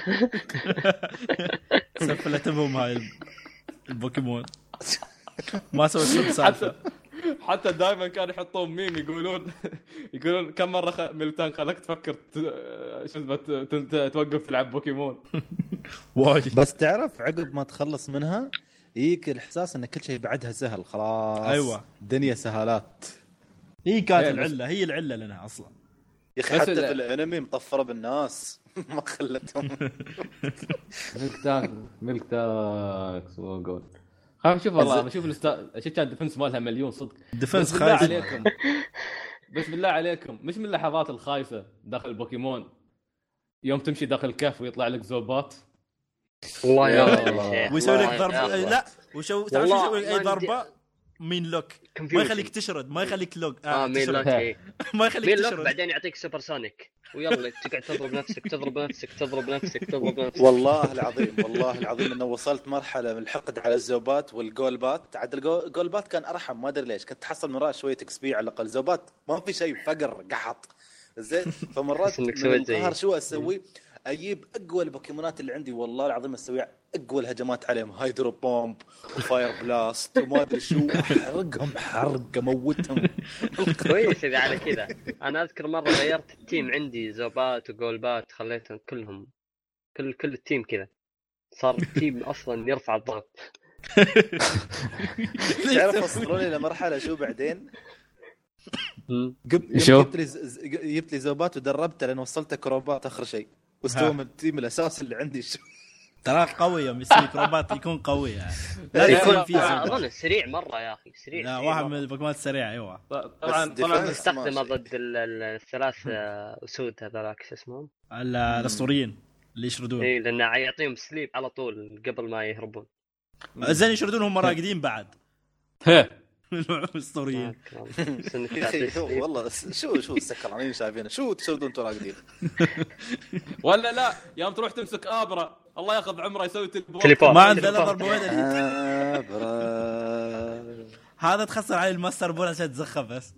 [SPEAKER 2] سفلتهم هاي البوكيمون ما سووا سالفة.
[SPEAKER 1] حتى دائما كانوا يحطون ميم يقولون كم مرة ميلتون خلك تفكر توقف تلعب بوكيمون.
[SPEAKER 3] بس تعرف عقب ما تخلص منها يجيك الإحساس إن كل شيء بعدها سهل خلاص.
[SPEAKER 2] أيوة
[SPEAKER 3] الدنيا سهالات.
[SPEAKER 2] هي كانت هي العلة لنا أصلا
[SPEAKER 3] يا أخي حتى في الأنمي مطفرة بالناس ما خلتهم.
[SPEAKER 1] ميلك تاك سو جود. خاف شوف والله بشوف شفت كان ديفنس مالها مليون صدق.
[SPEAKER 2] ديفنس خايف
[SPEAKER 1] عليكم بس بالله عليكم مش من اللحظات الخايسة داخل بوكيمون يوم تمشي داخل الكهف ويطلع لك زوبات
[SPEAKER 4] والله يا
[SPEAKER 2] ويسوي لك ضربة لا وشو تعرف شو اي ضربة مين لوك ما يخليك تشرد ما يخليك لوك
[SPEAKER 4] مين لوك
[SPEAKER 2] ما يخليك تشرد
[SPEAKER 4] بعدين يعطيك سوبر سونيك ويلا تقعد تضرب نفسك.
[SPEAKER 3] والله العظيم انه وصلت مرحله من الحقد على الزوبات والجولبات. عاد الجولبات كان ارحم ما ادري ليش كنت تحصل من راس شويه اكس بي على الاقل. زوبات ما في شيء فقر قحط زين. فمرات الظاهر شو اسوي اجيب اقوى البوكيمونات اللي عندي والله العظيم اسوي اقوى الهجمات عليهم هايدرو بومب وفاير بلاست وما ادري شو احرقهم حرق اموتهم.
[SPEAKER 4] كويس اذا على كذا. انا اذكر مره غيرت التيم عندي زوبات وجولبات خليتهم كلهم كل التيم كذا صار التيم اصلا يرفع الضغط.
[SPEAKER 3] تعرف وصلوني لمرحله شو بعدين جبت لي زوبات ودربته لان وصلت كروبات اخر شيء واستوى من التيم الاساسي اللي عندي.
[SPEAKER 2] ترى قوي يوم يسوي كروبات يكون قوي يعني. لا يكون فيه
[SPEAKER 4] اظن سريع مره يا اخي سريع.
[SPEAKER 2] لا واحد من البوكيمونات السريعه ايوه.
[SPEAKER 4] طبعا استخدمه ضد الثلاث اسود هذاك شو اسمهم
[SPEAKER 2] الاسطوريين اللي يشردون.
[SPEAKER 4] اي لانه يعطيهم سليب على طول قبل ما يهربون.
[SPEAKER 2] زين يشردونهم راقدين بعد. الاسطوريين
[SPEAKER 3] والله شو السكرانين شايفين شو تشردون انتوا راقدين
[SPEAKER 1] ولا لا يوم تروح تمسك ابره الله ياخذ عمره يسوي
[SPEAKER 2] تليبورت ما عنده لا ضربه واحده
[SPEAKER 3] عبره.
[SPEAKER 2] هذا تخسر على الماستر بول عشان تزخم بس.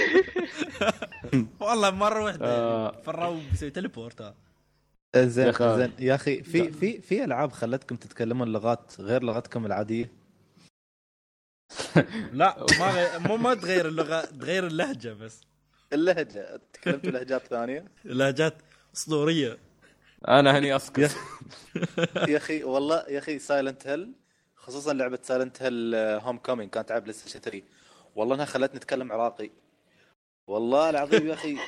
[SPEAKER 2] والله مره واحده فروا بيسوي تليبورت.
[SPEAKER 3] زين يا اخي في العاب خلتكم تتكلمون لغات غير لغتكم العاديه؟
[SPEAKER 2] لا ما تغير اللغه، تغير اللهجه بس.
[SPEAKER 3] اللهجه تكلمتوا لهجات ثانيه؟
[SPEAKER 2] لهجات اسطوريه.
[SPEAKER 1] انا هني اسكت
[SPEAKER 3] يا اخي والله يا اخي سايلنت هيل، خصوصا لعبه سايلنت هيل هوم كومينج كانت على بلاي ستيشن 3، والله انها خلتني اتكلم عراقي والله العظيم يا اخي.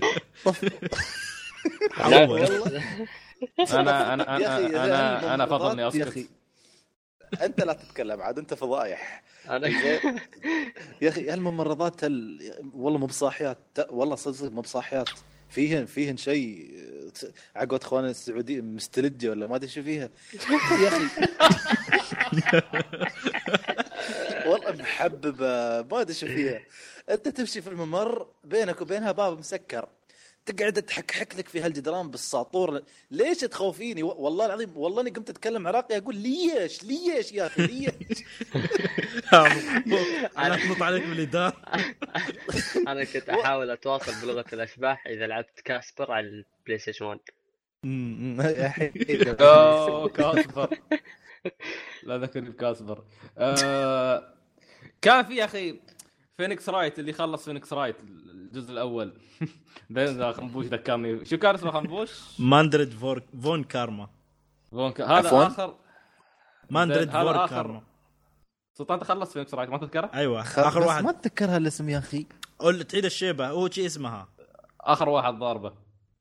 [SPEAKER 1] انا فضلني اسكت
[SPEAKER 3] يا اخي. انت لا تتكلم عاد، انت فضايح يا اخي. هالممرضات والله مو بصاحيات، والله صدق مو بصاحيات، فيهن شيء عقد اخواننا السعوديين مستلجه ولا ما ادري شو فيها يا اخي. والله محببه ما ادري شو فيها. انت تمشي في الممر بينك وبينها باب مسكر، تقعد تحكحك لك في هالجدران بالساطور. ليش تخوفيني والله العظيم؟ والله اني قمت اتكلم عراقي اقول ليش يا اخي ليش.
[SPEAKER 2] انا اطلط عليك بالاداره.
[SPEAKER 4] انا كنت احاول اتواصل بلغه الاشباح اذا لعبت كاسبر على البلاي ستيشن 1.
[SPEAKER 1] كاسبر لا ذكرني بكاسبر. كان في يا اخي فينيكس رايت اللي خلص فينيكس رايت الجزء الاول. ذا خنبوش ذكرني شو كان اسمه خنبوش؟
[SPEAKER 2] ماندريد فون كارما.
[SPEAKER 1] هذا اخر
[SPEAKER 2] ماندريد فون كارما.
[SPEAKER 1] سلطان تخلص فينيكس رايت ما تذكره؟
[SPEAKER 2] ايوه اخر واحد
[SPEAKER 3] ما اتذكرها الاسم يا اخي.
[SPEAKER 2] قول تعيد الشيبه هو شيء اسمها
[SPEAKER 1] اخر واحد ضاربه.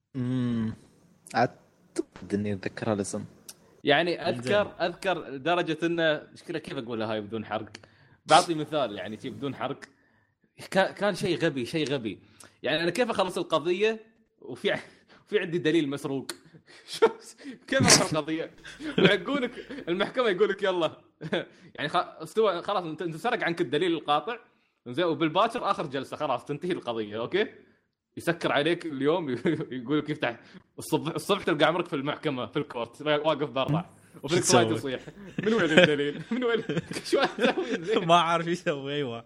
[SPEAKER 3] اعتقد اني اتذكرها الاسم
[SPEAKER 1] يعني اذكر درجه انه مشكله كيف اقولها هاي بدون حرق. بعطي مثال يعني شيء بدون حرق. كان شيء غبي يعني انا كيف اخلص القضيه وفي عندي دليل مسروق. كيف اخلص القضيه ويقولك المحكمه يقولك يلا يعني استوى خلاص انت سرق عنك الدليل القاطع زين، وبالباكر اخر جلسه خلاص تنتهي القضيه اوكي. يسكر عليك اليوم يقولك يفتح الصبح تلقى عمرك في المحكمه في الكورت واقف برا وفي الكلايد يصيح من وين الدليل من وين شو اسوي
[SPEAKER 2] ما عارف يسوي. ايوه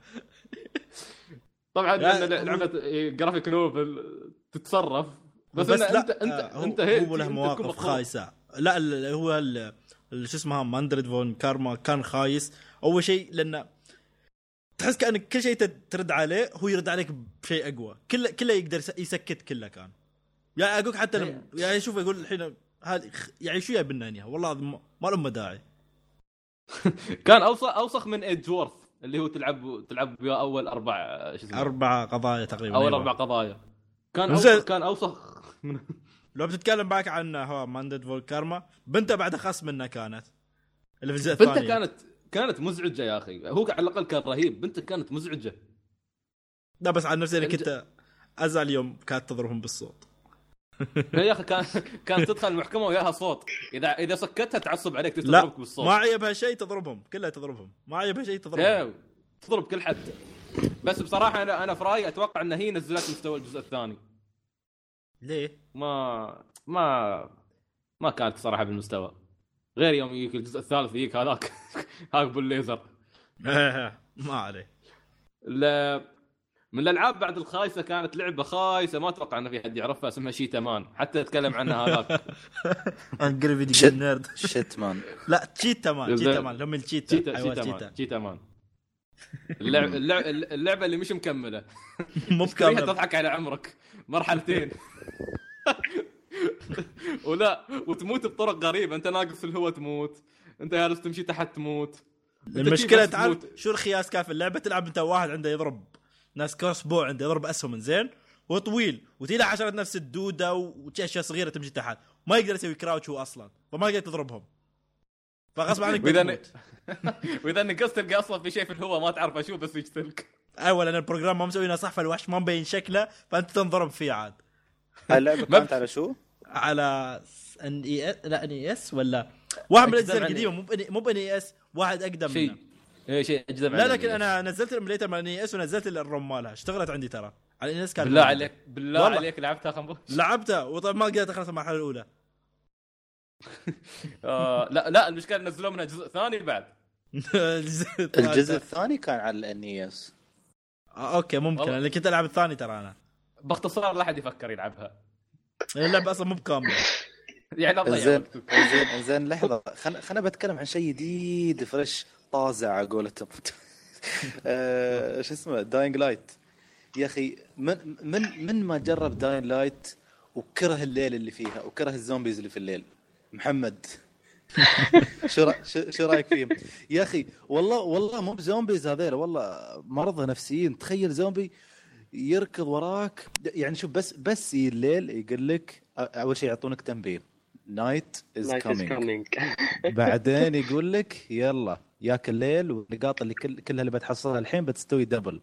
[SPEAKER 1] طبعا لعبه جرافيك نوفل تتصرف بس انت
[SPEAKER 2] هو له مواقف خايسه. لا هو شو اسمها ماندريد فون كارما كان خايس اول شيء، لانه تحس كأنك كل شيء ترد عليه هو يرد عليك بشيء اقوى. كله يقدر يسكت كله. كان يعني اقولك حتى يعني شوف يقول الحين هذه يعني شو يبنا اياها والله ما له داعي.
[SPEAKER 1] كان اوسخ من ايدج وورث اللي هو تلعب بها اول 4
[SPEAKER 2] قضايا تقريبا.
[SPEAKER 1] اول 4 قضايا كان اوسخ من...
[SPEAKER 2] لو بتتكلم معك عن هو ماندد فول كارما بنته بعد خاص منه كانت اللي في الجزء الثاني.
[SPEAKER 1] بنته كانت مزعجه يا اخي. هو على الاقل كان رهيب، بنته كانت مزعجه.
[SPEAKER 2] لا بس عن نفسي انا كنت ازعل يوم كانت تضربهم بالصوت.
[SPEAKER 1] يا اخي كانت تدخل المحكمه وياها صوت، اذا سكتها تعصب عليك تضربك بالصوت.
[SPEAKER 2] ما عيبها شيء تضربهم، كلها تضربهم، ما عيبها شيء تضربهم.
[SPEAKER 1] تضرب كل حد. بس بصراحه انا في رايي اتوقع ان هي نزلت مستوى الجزء الثاني.
[SPEAKER 2] ليه
[SPEAKER 1] ما كانت صراحه بالمستوى، غير يوم يجيك الجزء الثالث يجيك هذاك بالليزر.
[SPEAKER 2] ما عليه.
[SPEAKER 1] لا من الالعاب بعد الخايسه كانت لعبه خايسه ما اتوقع ان في حد يعرفها اسمها شيتمان، حتى اتكلم عنها هذاك.
[SPEAKER 2] انقرب فيديو نيرد
[SPEAKER 3] شيتمان.
[SPEAKER 2] لا تشيتمان هم
[SPEAKER 1] شيتمان اللعبه اللي مش مكمله.
[SPEAKER 2] مو مكمله
[SPEAKER 1] تضحك على عمرك مرحلتين. ولا وتموت بطرق غريبه، انت ناقص في الهواء تموت، انت جالس تمشي تحت تموت.
[SPEAKER 2] المشكله تعرف شو الخياس كاف اللعبه؟ تلعب انت واحد عنده يضرب ناس كروس بو، عنده يضرب اسهم زين وطويل، وتيلا عشرة نفس الدوده واشياء صغيره تمشي تحت، ما يقدر يسوي كراوتش هو اصلا، فما يقدر تضربهم، فغصب عنك
[SPEAKER 1] واذا نقصت تلقى اصلا في شيء في الهواء ما تعرف شو بس يقتلك.
[SPEAKER 2] اولا البروجرام ما مسوينا صح، فالوحش ما مبين شكله فانت تنضرب فيه عاد.
[SPEAKER 3] اللعبه كانت على شو؟
[SPEAKER 2] على ان اي اس، لا ان اي اس ولا واحد من الاجزاء القديمه، مو بان اي اس، واحد اقدم منه
[SPEAKER 1] شيء اجدم.
[SPEAKER 2] لا لكن انا نزلت الاميليتر مال ان اي اس ونزلت الروم مالها، اشتغلت عندي ترى على ان اس. كان
[SPEAKER 1] بالله عليك لعبتها خنبوش؟
[SPEAKER 2] لعبتها وطبعا ما قدرت اخلص المرحله الاولى.
[SPEAKER 1] لا المشكله نزلوا منها جزء ثاني بعد.
[SPEAKER 3] الجزء الثاني كان على الانيس.
[SPEAKER 2] اوكي ممكن اللي كنت العب الثاني ترى انا
[SPEAKER 1] باختصار لا احد يفكر يلعبها،
[SPEAKER 2] اللعبه اصلا مو بكامله
[SPEAKER 1] يعني الله
[SPEAKER 3] زين زين لحظه، خلنا بتكلم عن شيء جديد فريش طازع على قولتهم. شو اسمه داينغ لايت يا اخي. من ما جرب داينغ لايت وكره الليل اللي فيها وكره الزومبيز اللي في الليل. محمد شو رايك فيهم يا اخي؟ والله مو بزومبيز هذول، والله مرضى نفسيين. تخيل زومبي يركض وراك، يعني شوف بس الليل يقول لك اول شيء يعطونك تنبيه نايت از كامينج، بعدين يقول لك يلا ياك الليل، والنقاط اللي كلها اللي بتحصلها الحين بتستوي دبل.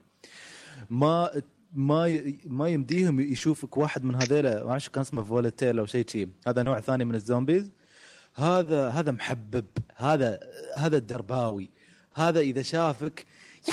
[SPEAKER 3] ما يمديهم يشوفك واحد من هذيلا، ما اعرف كان اسمه فولاتيل او شيء هذا نوع ثاني من الزومبيز. هذا محبب، هذا الدرباوي، هذا اذا شافك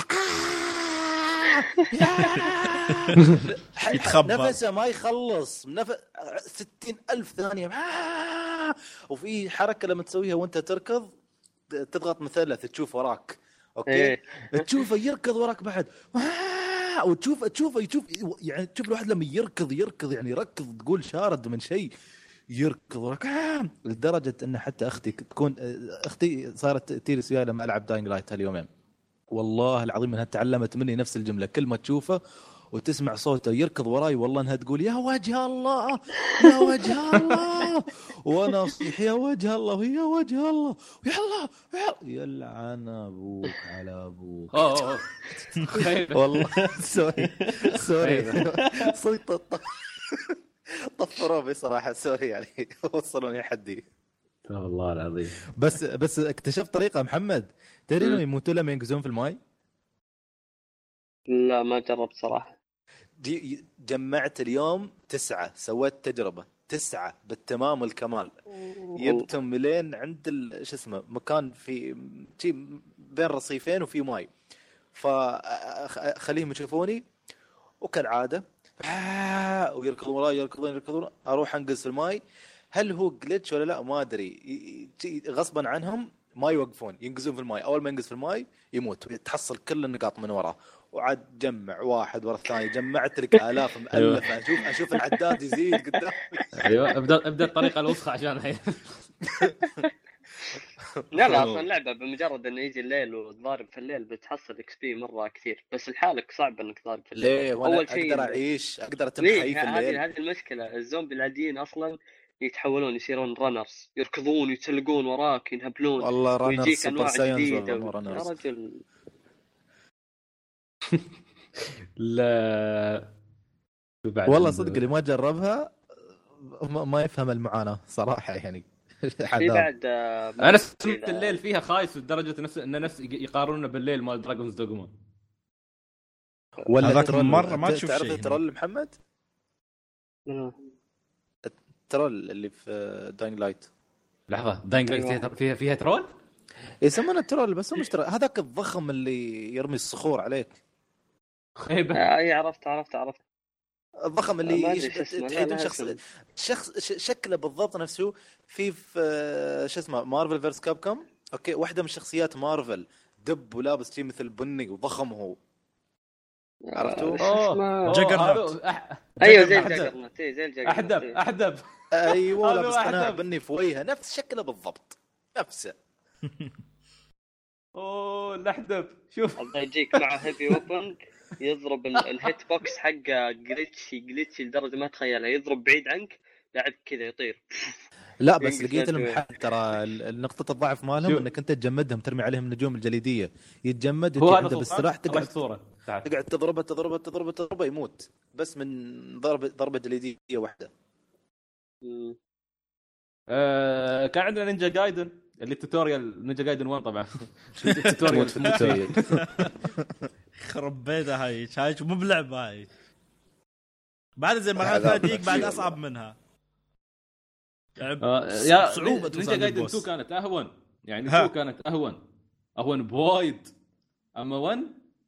[SPEAKER 3] يتخبى، نفسه ما يخلص 60,000 ثانية. وفي حركة لما تسويها وانت تركض تضغط مثلث تشوف وراك، اوكي تشوفه يركض وراك بعد، وتشوفه يشوف، يعني تشوف الواحد لما يركض يعني يركض تقول شارد من شيء، يركض وراك لدرجة ان حتى اختي صارت تيرس وياي لما العب داينغ لايت هاليومين، والله العظيم انها تعلمت مني نفس الجملة. كل ما تشوفه وتسمع صوته يركض وراي والله انها تقول يا وجه الله يا وجه الله، وانا اصيح يا وجه الله يا وجه الله يلا يلعن ابوك على ابوك. والله سوري صوت طفروا بصراحة، سوري يعني وصلوني حدي
[SPEAKER 1] والله العظيم.
[SPEAKER 3] بس اكتشفت طريقة محمد، تدري انه يموتوا لما ينقزون في الماء؟
[SPEAKER 4] لا ما جربت صراحة.
[SPEAKER 3] جمعت اليوم 9، سويت تجربة 9 بالتمام والكمال. يبتم لين عند شو اسمه مكان في بين رصيفين وفي ماي، فخليهم يشوفوني وكالعادة ويركضون وراي يركضون اروح انقز في الماي. هل هو جلتش ولا لا ما ادري، غصبا عنهم ما يوقفون ينقزون في الماي، اول ما ينقز في الماي يموت، تحصل كل النقاط من وراه، وعاد جمع واحد ورا الثاني، جمعت لك آلاف مؤلفة. اشوف العداد يزيد قدامي.
[SPEAKER 1] ايوه ابدا الطريقه الوسخه عشان الحين.
[SPEAKER 4] لا اصلا اللعبه بمجرد انه يجي الليل وتضارب في الليل بتحصل اكس بي مره كثير، بس لحالك صعب انك تضارب في الليل.
[SPEAKER 3] ليه؟ اول شيء اقدر اعيش، اقدر اتمحي في الليل.
[SPEAKER 4] هذه المشكله، الزومبي العاديين اصلا يتحولون يصيرون رانرز، يركضون يتسلقون وراك ينهبلون،
[SPEAKER 3] والله رانرز
[SPEAKER 4] ويجيك انواع جديده
[SPEAKER 3] يا
[SPEAKER 4] رجل.
[SPEAKER 1] لا
[SPEAKER 3] والله صدق اللي ما جربها ما يفهم المعاناة صراحة يعني.
[SPEAKER 4] في بعد
[SPEAKER 1] انا سمعت الليل فيها خايس لدرجه نفس يقارنونه بالليل مال دراجونز دوغما.
[SPEAKER 3] ولا هذاك مرة ما تشوف شيء. تعرف الترول محمد؟ الترول اللي في داينغ لايت.
[SPEAKER 1] لحظة داينغ لايت فيها ترول؟
[SPEAKER 3] يسمونه الترول بس هو مش ترول، هذاك الضخم اللي يرمي الصخور عليك.
[SPEAKER 4] اي عرفت
[SPEAKER 3] الضخم اللي تحيدون شخص شكله بالضبط نفسه في شو اسمه مارفل فيرس كاب كوم. اوكي واحدة من شخصيات مارفل دب ولابس شيء مثل بني وضخم هو، عرفتوه؟
[SPEAKER 2] جاجرنوت.
[SPEAKER 4] ايوه زي الجاجرنوت، زي الجاجرنوت
[SPEAKER 1] احدب
[SPEAKER 3] ايوه لابس قناع بني في وجهه نفس شكله بالضبط نفسه.
[SPEAKER 1] اوه الاحدب شوف
[SPEAKER 4] الله يجيك مع هيفي ويبن يضرب الهيت بوكس حقه جليتشي لدرجه ما تخيلها، يضرب بعيد عنك بعد كذا يطير.
[SPEAKER 3] لا بس لقيت لهم حل ترى، نقطة الضعف مالهم انك انت تجمدهم، ترمي عليهم النجوم الجليدية يتجمد وانت باستراحة تقعد تضربه يموت بس من ضربة جليدية واحدة.
[SPEAKER 1] كان عندنا نينجا جايدن اللي توتوريال نينجا جايدن 1 طبعا. توتوريال
[SPEAKER 2] خرب بيتها هاي مو بلعبة هاي بعد زي ما هذيك بعد أصعب منها.
[SPEAKER 1] يا صعوبة نينجا جايدن 2 كانت أهون، يعني 2 كانت أهون بوايد، أما 1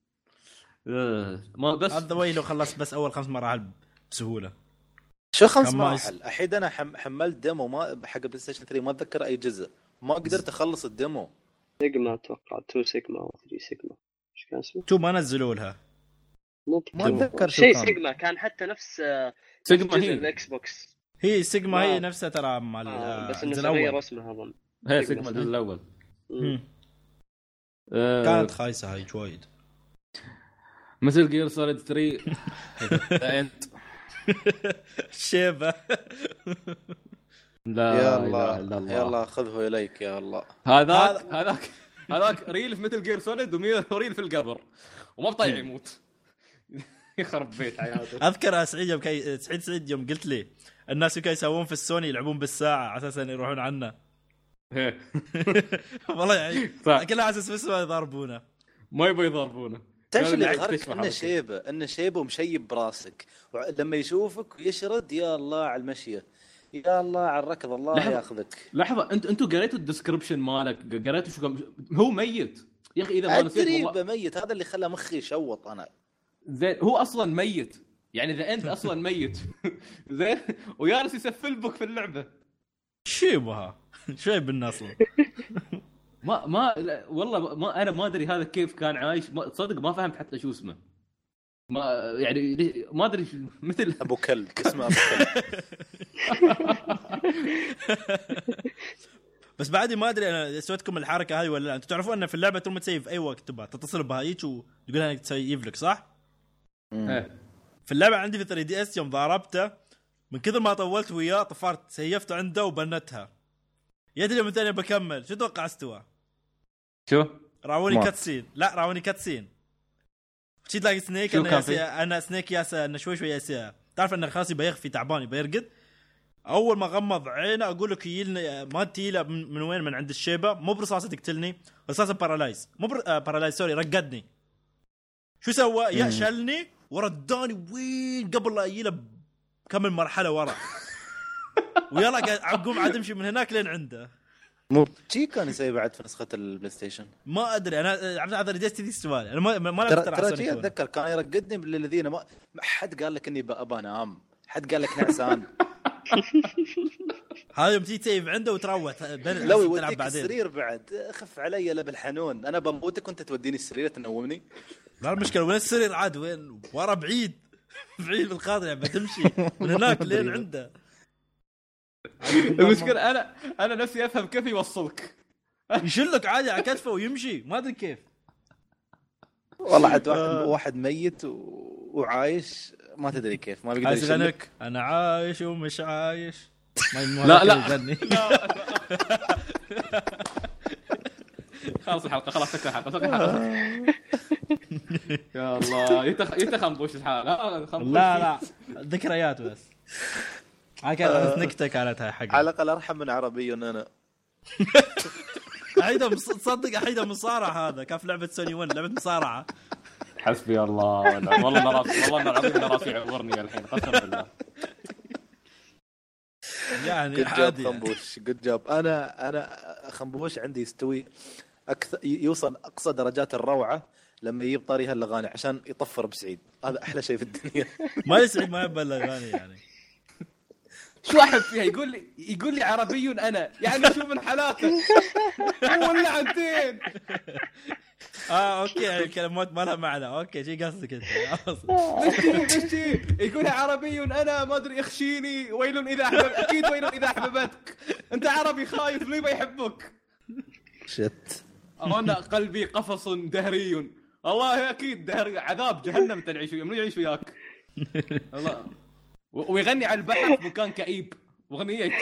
[SPEAKER 1] ما بس
[SPEAKER 2] هذا وين لو خلصت بس أول 5 مراحل بسهولة.
[SPEAKER 3] شو 5 مراحل؟ أحيد أنا حملت ديمو ما حق بلاي ستيشن 3 ما أتذكر أي جزء، ما قدرت أخلص الديمو.
[SPEAKER 4] سيجما اتوقع 2 سيجما او 3 سيجما ايش كان اسمه
[SPEAKER 2] 2 ما نزلوا لها
[SPEAKER 3] ما اتذكر شو
[SPEAKER 4] شيء
[SPEAKER 3] كان.
[SPEAKER 4] سيجما كان حتى نفس
[SPEAKER 1] سيجما
[SPEAKER 4] جزء
[SPEAKER 1] هي
[SPEAKER 4] الاكس بوكس
[SPEAKER 2] هي سيجما هي نفسها ترى مال
[SPEAKER 4] بس انه
[SPEAKER 2] الجزء
[SPEAKER 4] تغير
[SPEAKER 2] الاول
[SPEAKER 4] اسمها اظن
[SPEAKER 1] هي سيجما الجزء الاول
[SPEAKER 2] كانت خايسه هاي وايد
[SPEAKER 1] مثل جير سوليد 3 انت
[SPEAKER 2] شيبه
[SPEAKER 1] لا
[SPEAKER 3] يا
[SPEAKER 1] الله
[SPEAKER 3] الله يا الله خذه اليك يا الله.
[SPEAKER 1] هذاك ريل في مثل جير سوليد وريل في القبر وما بطيع يموت. يخرب بيت حياته.
[SPEAKER 2] اذكر سعيد يوم قلت لي الناس كانوا يسوون في السوني يلعبون بالساعه على اساس ان يروحون عنا. والله يعني كل على اساس بس ما يضربونه
[SPEAKER 1] ما يبغى يضربونه.
[SPEAKER 3] تعرف اللي يظهرك انه شيبه ومشيب براسك لما يشوفك ويشرد يا الله على المشيه يا الله على الركض الله ياخذك.
[SPEAKER 1] لحظه انتوا قريتوا الديسكربشن مالك قريتوا شو هو ميت يا اخي اذا ما نسيت
[SPEAKER 3] والله ميت. هذا اللي خلى مخي يشوط انا.
[SPEAKER 1] زين هو اصلا ميت يعني اذا انت اصلا ميت زين ويارس يسفل بك في اللعبه
[SPEAKER 2] شيبها شوي بالنص.
[SPEAKER 1] ما والله ما انا ما ادري هذا كيف كان عايش. تصدق ما فهمت حتى شو اسمه. ما يعني ما ادري مثل
[SPEAKER 3] ابو كلب اسمه ابو كلب.
[SPEAKER 2] بس بعدي ما ادري انا سويتكم الحركه هذه ولا لا. انتم تعرفون ان في اللعبه تروح تسيف اي وقت تبغى تتصل بهايك وتقول انك تسيف لك صح. في اللعبه عندي في 3 دي اس يوم ضربته من كثر ما طولت وياه طفرت سيفته عنده وبنتها. يدري من ثاني بكمل شو توقع استوى؟
[SPEAKER 1] شو
[SPEAKER 2] راوني كاتسين. لا راوني كاتسين شي تلاقي سنيك انا سنيك ياسا انه شوي ياسا تعرف انه خلاص بيخفي تعبان بيرقد. اول ما غمض عينه اقول لك يلنا ما تيله من وين من عند الشيبه مو برصاصه تقتلني رصاصه بارالايز مو بارالايز سوري رقدني. شو سوى يشلني ورداني وين قبل لا يله كمل مرحله ورا ويلا اقوم عاد امشي من هناك لين عنده.
[SPEAKER 3] مو شي كان يسوي بعد في نسخه البلاي ستيشن ما
[SPEAKER 2] ادري انا عبد العزيز ديستي السؤال انا ما
[SPEAKER 3] ترى شي اتذكر كان يرقدني بالذين ما حد قال لك اني ابى انام حد قال لك نعسان.
[SPEAKER 2] هذا يوم تيجي تسيف عنده وتروح
[SPEAKER 3] لو يوديك السرير بعد خف علي لا بالحنون انا بموتك وانت توديني السرير تنومني.
[SPEAKER 2] لا المشكله وين السرير عاد وين ورا بعيد بالقاضي يعني بتمشي من هناك لين عنده.
[SPEAKER 1] المشكله انا نفسي افهم كيف يوصلك
[SPEAKER 2] يشلك عادي على كتفه ويمشي ما ادري كيف.
[SPEAKER 3] والله عاد واحد ميت وعايش ما تدري كيف ما بيقدر يشلك.
[SPEAKER 2] انا عايش ومش عايش
[SPEAKER 1] لا خلاص الحلقه خلاص سكر الحلقه يا الله يتخنبوش الحلقه.
[SPEAKER 2] لا ذكريات بس هاي كانت نكته كانت هاي حق
[SPEAKER 3] على الاقل ارحم من عربي انا.
[SPEAKER 2] احيدا تصدق احيدا مصارعه هذا كان في لعبه سوني 1 لعبه مصارعه.
[SPEAKER 1] حسبي الله والله العظيم راسي عورني الحين قسم بالله.
[SPEAKER 2] يعني عادي
[SPEAKER 3] خنبوش جود جوب. انا خنبوش عندي يستوي يوصل اقصى درجات الروعه لما يجيب طاري هالاغاني عشان يطفر بسعيد. هذا احلى شيء في الدنيا.
[SPEAKER 2] ما يسعد ما يبى الاغاني يعني
[SPEAKER 1] شو واحد فيها يقول لي عربي انا يعني شو من حالاته ولا عندين.
[SPEAKER 2] اوكي الكلمات ما لها معنى. اوكي شي قصدك انت
[SPEAKER 1] يقول عربي انا ما ادري اخشيني ويل اذا احبب اكيد ويل اذا احببتك انت عربي خايف ليه بيحبك
[SPEAKER 3] شت.
[SPEAKER 1] انا قلبي قفص دهري الله اكيد دهري عذاب جهنم تعيش من يعيش وياك الله. ويغني على البحر في مكان كئيب واغنيه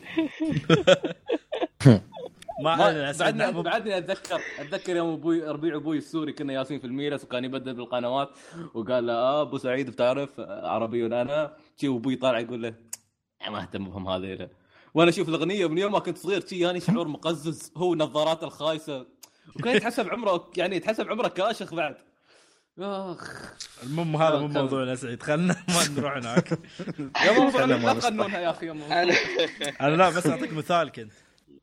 [SPEAKER 1] بعدني اتذكر يوم ابوي ربيع ابوي السوري كنا ياسين في الميرس وكان يبدل بالقنوات وقال له ابو سعيد بتعرف عربي وانا شي وابوي طالع يقول له ما اهتم بهم هذيله. وانا اشوف الاغنيه من يوم ما كنت صغير شي يعني شعور مقزز هو نظارات الخايسه وكان يتحسب عمره يعني يتحسب عمره كاشخ بعد. اخ
[SPEAKER 2] المهم هذا مو موضوعنا سعيد خلنا ما نروح هناك.
[SPEAKER 1] يا موضوع لا قانونها يا اخي
[SPEAKER 2] انا لا بس اعطيك مثال كنت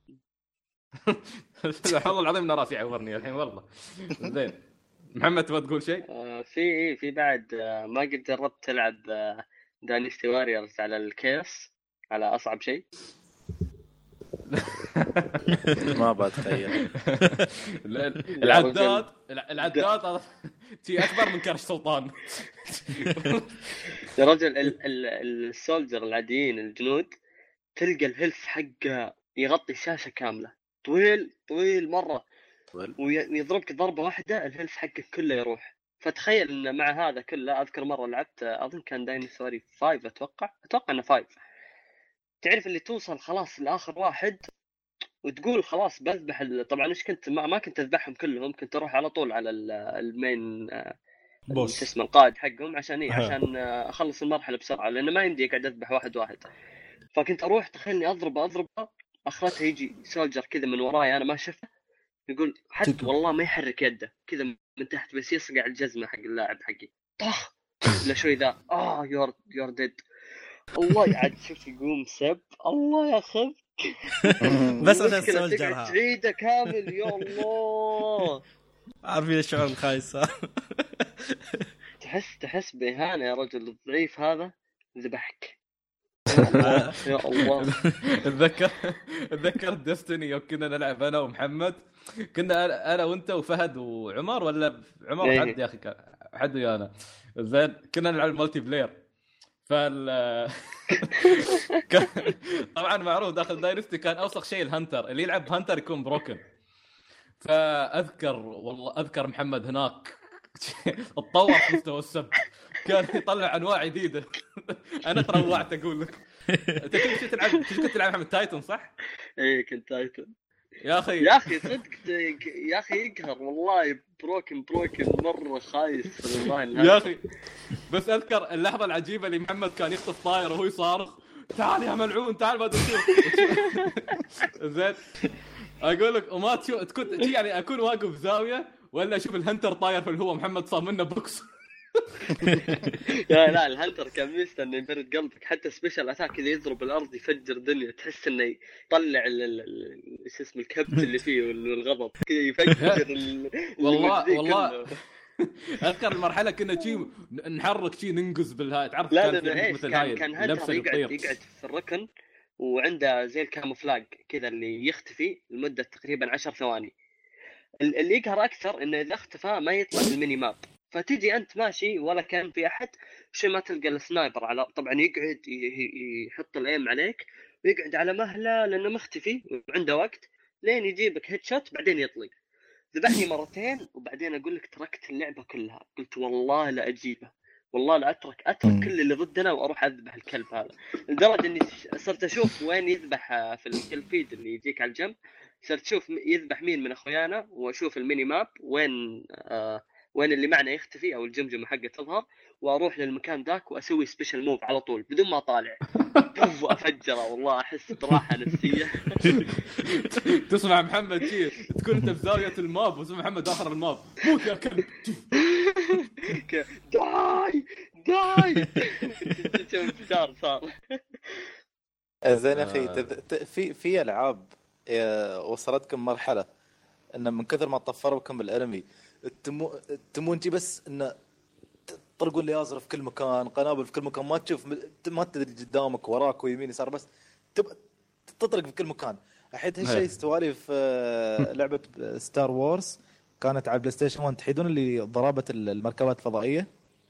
[SPEAKER 1] والله العظيم انا راسي عورني الحين والله. زين محمد تبغى تقول شيء؟
[SPEAKER 4] في بعد ما قد جربت تلعب داينستي واريورز على الكيس على اصعب شيء.
[SPEAKER 3] ما بتخيل.
[SPEAKER 1] العداد تي اكبر من كرش سلطان.
[SPEAKER 4] يا رجل السولجر العاديين الجنود تلقى الهيلث حقه يغطي الشاشه كامله، طويل مره، ويضربك ضربه واحده الهيلث حقك كله يروح. فتخيل ان مع هذا كله، اذكر مره لعبت اظن كان داينوسوري 5 اتوقع انه 5، تعرف اللي توصل خلاص لاخر واحد وتقول خلاص بذبح طبعا ايش كنت ما كنت اذبحهم كلهم، كنت اروح على طول على المين
[SPEAKER 2] بوس
[SPEAKER 4] اسمه القائد حقهم عشان اخلص المرحله بسرعه، لانه ما يمدي اقعد اذبح واحد. فكنت اروح تخيلني اضربه اخرتها يجي سولجر كذا من وراي انا ما شفته، يقول حتى والله ما يحرك يده كذا من تحت، بس يصقع الجزمه حق اللاعب حقي طخ لا شوي ذا يور ديد. الله عاد شوف يقوم سب الله يا خف
[SPEAKER 2] بس عشان السولجر
[SPEAKER 4] تعيده كامل. يا الله
[SPEAKER 2] عارفين الشعور الخايس.
[SPEAKER 4] تحس بإهانة يا رجل الضعيف هذا ذبحك. يا الله
[SPEAKER 1] اتذكر ديستني يوم كنا نلعب انا ومحمد، كنا انا وانت وفهد وعمر، ولا عمر حد يا اخي حد ويانا زين، كنا نلعب مالتي بلاير. طبعا معروف داخل داينستي كان اوسخ شيء الهنتر، اللي يلعب هنتر يكون بروكن. فاذكر محمد هناك اتطور في مستوى السب، كان يطلع انواع جديده. انا تروعت اقول لك. انت كنت تلعب محمد تايتن صح؟
[SPEAKER 4] ايه كنت تايتن
[SPEAKER 1] يا اخي
[SPEAKER 4] صدق يا اخي يقهر والله. بروكن مره خايس والله
[SPEAKER 1] يا اخي. بس اذكر اللحظه العجيبه اللي محمد كان يخطف طاير وهو يصارخ تعال يا ملعون تعال ما تشوف. زين اقول لك وما تشوف كنت يعني اكون واقف زاويه ولا اشوف الهنتر طاير في الهواء، محمد صار منه بوكس.
[SPEAKER 4] لا الهنتر كان مستني يبرد قلبك، حتى سبيشال اتاك اذا يضرب الارض يفجر دنيا، تحس انه يطلع ايش اسمه الكبت اللي فيه والغضب كذا يفجر
[SPEAKER 1] والله اذكر المرحله كنا شيء نحرك شيء ننقز بالهاي تعرف.
[SPEAKER 4] كان هنتر يقعد في الركن وعنده زي الكاموفلاج كذا اللي يختفي لمده تقريبا 10 ثواني. اللي يقهر اكثر انه اذا اختفى ما يطلع الميني ماب، فتيجي انت ماشي ولا كان في احد شيء ما تلقى السنايبر على طبعا يقعد يحط الايم عليك ويقعد على مهله لانه مختفي وعنده وقت لين يجيبك هيد شوت بعدين يطلق. ذبحني مرتين وبعدين اقول لك تركت اللعبه كلها، قلت والله لا اجيبه، والله لا اترك كل اللي ضدنا واروح اذبح الكلب هذا. لدرجه اني صرت اشوف وين يذبح في الكل فيد اللي يجيك على الجنب، صرت اشوف يذبح مين من اخويانا واشوف الميني ماب وين اللي معنا يختفي او الجمجمه حقه تظهر، واروح للمكان ذاك واسوي سبيشال موف على طول بدون ما طالع وافجره. والله احس براحه نفسيه.
[SPEAKER 1] تسمع محمد شيء تكون انت في زاويه الماب وتسمع محمد اخر الماب موت يا كلب
[SPEAKER 4] داي انفجار صار.
[SPEAKER 3] زين يا اخي في العاب وصلتكم مرحله ان من كثر ما طفروا بكم الانمي تمونتي بس ان طرقوا اللي يازر في كل مكان، قنابل في كل مكان، ما تشوف ما تدري قدامك وراك ويمين يسار، بس تطرق في كل مكان. الحين هالشيء استوالي في لعبه ستار وورز كانت على بلاي ستيشن 1، تحيدون اللي ضربت المركبات الفضائيه.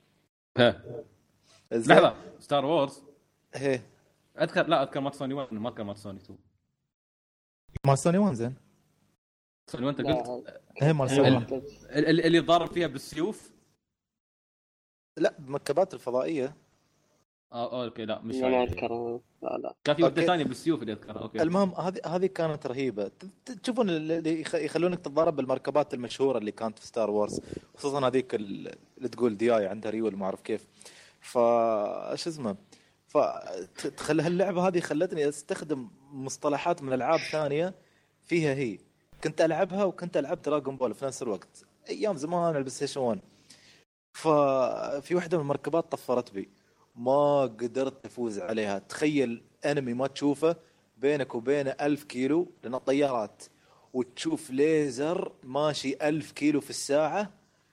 [SPEAKER 1] لحظه ستار وورز
[SPEAKER 3] هي
[SPEAKER 1] اذكر مات سوني 1 ما كان مات سوني 2.
[SPEAKER 3] ما سوني 1 زين
[SPEAKER 1] سوني 1 انت قلت
[SPEAKER 3] هي ما سوني 1
[SPEAKER 1] اللي ضارب فيها بالسيوف.
[SPEAKER 3] لا بمركبات الفضائيه.
[SPEAKER 1] اوكي لا مش
[SPEAKER 4] ما اذكر. لا
[SPEAKER 1] كان في وحده ثانيه بالسيوف اللي اذكرها. اوكي
[SPEAKER 3] المهم هذه كانت رهيبه. تشوفون اللي يخلونك تتضارب بالمركبات المشهوره اللي كانت في ستار وورز، خصوصا هذيك اللي تقول دياي عندها ريول ما اعرف كيف. ايش اسمه فتخلي هاللعبه هذه خلتني استخدم مصطلحات من العاب ثانيه فيها. هي كنت العبها وكنت العب دراغون بول في نفس الوقت ايام زمان على البلاي ستيشن 1. ففي واحده من المركبات طفرت بي، ما قدرت افوز عليها. تخيل انمي ما تشوفه بينك وبينه 1000 كيلو لان الطيارات، وتشوف ليزر ماشي 1000 كيلو في الساعه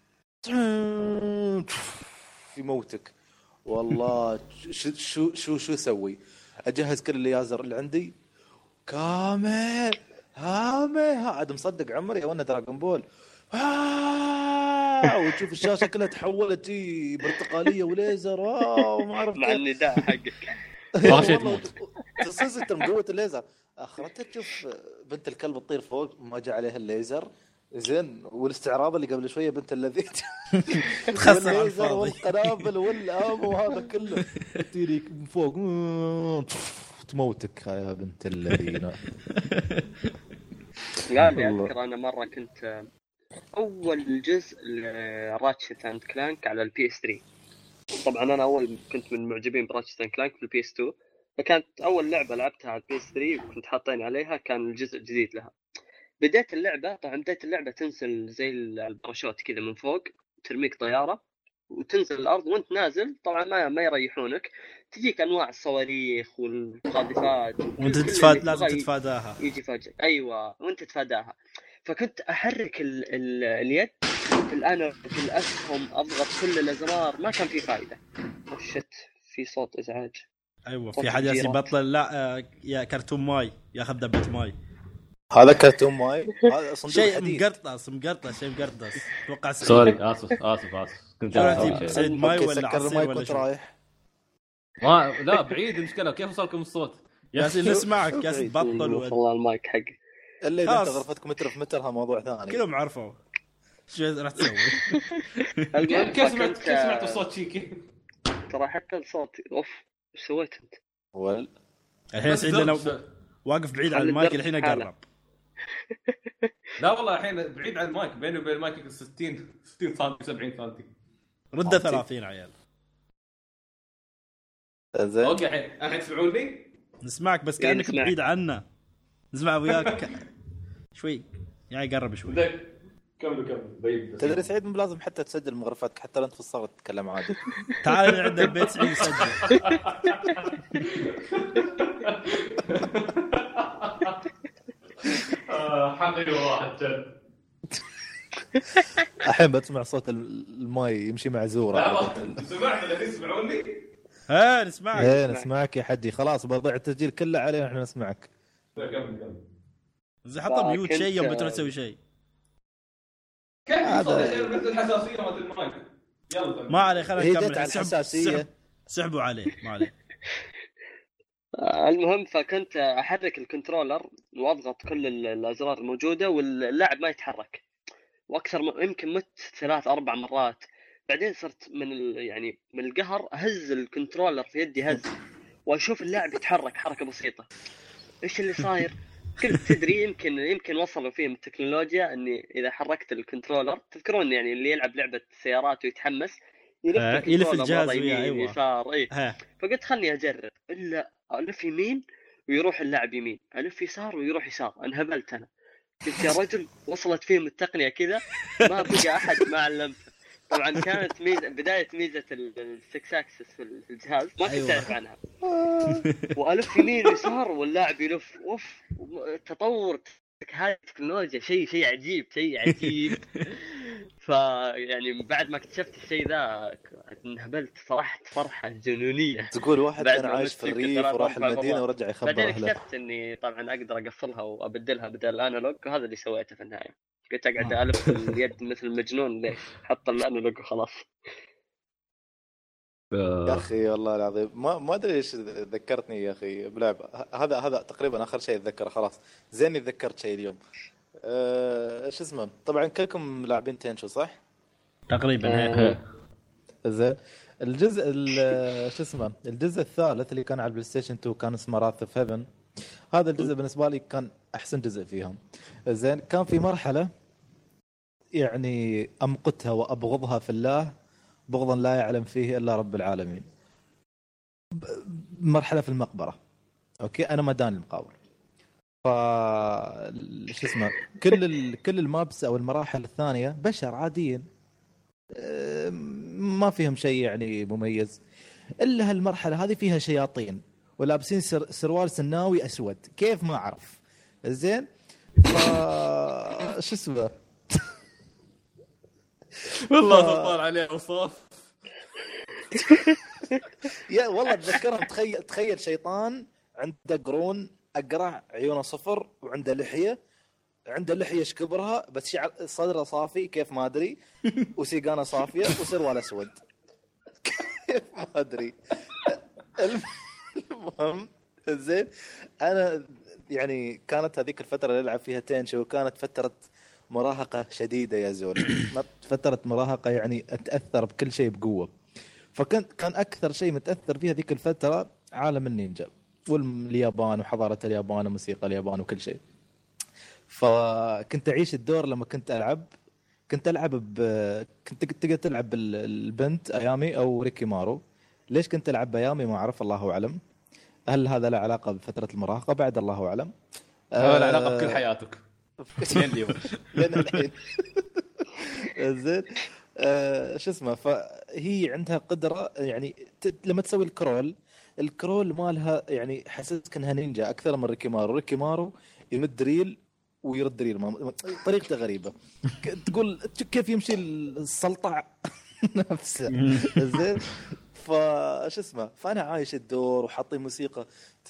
[SPEAKER 3] يموتك. والله شو اسوي؟ اجهز كل الليازر اللي عندي كامل عاد مصدق عمري وانا دراغون بول وتشوف الشاشه كلها تحولت برتقاليه وليزر وما اعرف
[SPEAKER 4] مع النداء حقك
[SPEAKER 3] تصير من قوه الليزر. اخرتها تشوف بنت الكلب تطير فوق ما جاء عليها الليزر زين، والاستعراض اللي قبل شويه بنت الذين
[SPEAKER 2] تخسر على الفاضي
[SPEAKER 3] والقنابل والامو وهذا كله تيري من فوق تموتك يا بنت الذين.
[SPEAKER 4] لا اذكر انا مره كنت اول جزء راتشت اند كلانك على البي اس 3. طبعا انا اول كنت من معجبين براتشت اند كلانك في البي اس 2، فكانت اول لعبه لعبتها على البي اس 3 وكنت حاطين عليها كان الجزء الجديد لها. بدايه اللعبه تنزل زي الباراشوت كذا من فوق، ترميك طياره وتنزل الارض، وانت نازل طبعا ما يريحونك، تجيك انواع الصواريخ والقاذفات
[SPEAKER 2] وانت لازم تتفاداها،
[SPEAKER 4] يجي فجأة ايوه وانت تتفاداها. فكنت احرك اليد في الاسهم، اضغط كل الازرار، ما كان في فايده. وشت في صوت ازعاج.
[SPEAKER 2] ايوه في حد يبطل. لا يا كرتون ماي ياخذ دبه ماي.
[SPEAKER 3] هذا كرتون ماي، هذا صندوق
[SPEAKER 2] شيء مقرطس شيء مقرطس. اتوقع
[SPEAKER 1] سوري اسف كنت
[SPEAKER 2] سعيد ماي ولا عصير ولا شيء.
[SPEAKER 3] رايح
[SPEAKER 1] لا بعيد المشكله. كيف وصلكم الصوت
[SPEAKER 2] ياسين؟ نسمعك ياسين. بطل
[SPEAKER 4] والله المايك حقي
[SPEAKER 3] اللي اذا انت غرفتك متر في متر، ها موضوع ثاني
[SPEAKER 2] كلهم عرفوا شو راح تسوي.
[SPEAKER 1] كيف سمعت الصوت شيكي؟
[SPEAKER 4] ترى حتى الصوت ايش سويت انت؟
[SPEAKER 2] الحين سعيد لو واقف بعيد عن المايك الحين اقرب.
[SPEAKER 1] لا والله الحين بعيد عن المايك، بيني وبين المايك 60 سم 70 سم.
[SPEAKER 2] رده 30 عيال.
[SPEAKER 3] زين
[SPEAKER 1] اوكي الحين تسمعوني؟
[SPEAKER 2] نسمعك بس كأنك بعيد عنا. نسمع وياك شوي يعني قرب شوي.
[SPEAKER 1] كملوا طيب.
[SPEAKER 3] تدري سعيد مو لازم حتى تسجل مغرفاتك، حتى لو انت في الصالة تتكلم عادي.
[SPEAKER 2] تعال عندنا البيت سعيد يسجل.
[SPEAKER 1] حقيقي واحد جد.
[SPEAKER 3] الحين بتسمع صوت الماي يمشي مع زورة.
[SPEAKER 1] سمعت اللي تسمعوني؟
[SPEAKER 2] نسمعك
[SPEAKER 3] يا حدي. خلاص بضيع التسجيل كله علينا احنا نسمعك.
[SPEAKER 1] كمل
[SPEAKER 2] زي حط ميوت شيء يوم بتروح تسوي شيء.
[SPEAKER 1] كيف هذا مثل الحساسيه مال المايك؟ يلا
[SPEAKER 2] ما عليه خلينا نكمل.
[SPEAKER 3] الحساسيه
[SPEAKER 2] سحبوا عليه ما عليه.
[SPEAKER 4] المهم فكنت احرك الكنترولر واضغط كل الازرار الموجوده واللاعب ما يتحرك، واكثر يمكن مت 3-4 مرات. بعدين صرت من القهر اهز الكنترولر في يدي هز، واشوف اللاعب يتحرك حركه بسيطه. ايش اللي صاير؟ كنت تدري يمكن وصلوا فيه من التكنولوجيا اني اذا حركت الكنترولر، تذكرون يعني اللي يلعب لعبه سيارات ويتحمس
[SPEAKER 2] يلف الجهاز
[SPEAKER 4] يمين يسار فقلت خلني اجرب. الا الف يمين ويروح اللاعب يمين، الف يسار ويروح يسار. انهبلت انا، قلت يا رجل وصلت فيهم التقنيه كذا ما بقى احد ما علمته. طبعا كانت بدايه ميزه السكس اكسس في الجهاز ما كنت اعرف عنها. والف يمين ويسار واللاعب يلف. تطور هاي التكنولوجيا شيء عجيب فيعني بعد ما اكتشفت الشيء ذا انهبلت، فرحت فرحه جنونيه.
[SPEAKER 3] تقول واحد كان عايش في الريف وراح المدينه ورجع يخبر
[SPEAKER 4] اهله. بعدين اكتشفت اني طبعا اقدر اقفلها وابدلها بدل الانالوج، وهذا اللي سويته في النهايه. قلت اقعد الف اليد مثل المجنون، ليش حط الانالوج وخلاص.
[SPEAKER 3] يا اخي والله العظيم ما ادري ايش ذكرتني يا اخي بلعبه. هذا تقريبا اخر شيء اتذكره. خلاص زين تذكرت شيء اليوم. ايش اسمه؟ طبعا كلكم لاعبين تنشو صح
[SPEAKER 2] تقريبا.
[SPEAKER 3] زين الجزء شو اسمه الجزء الثالث اللي كان على البلاي ستيشن 2 كان اسمه راث اوف هيفن. هذا الجزء بالنسبه لي كان احسن جزء فيهم. زين كان في مرحله يعني امقتها وابغضها في الله بغضا لا يعلم فيه الا رب العالمين. مرحله في المقبره. اوكي انا مدان المقاول. شو اسمه كل المابس او المراحل الثانيه بشر عاديين ما فيهم شيء يعني مميز، الا هالمرحله هذه فيها شياطين ولابسين سروال سناوي اسود كيف ما اعرف. زين شو اسمه
[SPEAKER 1] والله سلطان عليه وصاف.
[SPEAKER 3] يا والله اتذكرهم. تخيل شيطان عنده قرون اقرع عيونه صفر وعنده لحيه ايش كبرها بس صدره صافي كيف ما ادري وسيقانه صافيه وسروال اسود كيف ما ادري. المهم زين انا يعني كانت هذيك الفتره اللي العب فيها تنشو وكانت فتره مراهقه شديده يا زول. فتره مراهقه يعني اتاثر بكل شيء بقوه. كان اكثر شيء متاثر فيها ذيك الفتره عالم النينجا واليابان وحضاره اليابان وموسيقى اليابان وكل شيء. فكنت اعيش الدور لما كنت العب كنت تقدر تلعب البنت ايامي او ريكي مارو. ليش كنت العب ايامي ما اعرف الله اعلم. هل هذا له علاقه بفتره المراهقه بعد الله اعلم.
[SPEAKER 1] هذا له علاقه بكل حياتك لين اليوم
[SPEAKER 3] لين الحين. زين شو اسمه فهي عندها قدره يعني لما تسوي الكرول مالها يعني حسيت انها نينجا اكثر من ريكي مارو يمد ريل ويرد ريل طريقته غريبه. تقول كيف يمشي السلطع نفسه. زين فايش اسمه فانا عايش الدور وحاطين موسيقى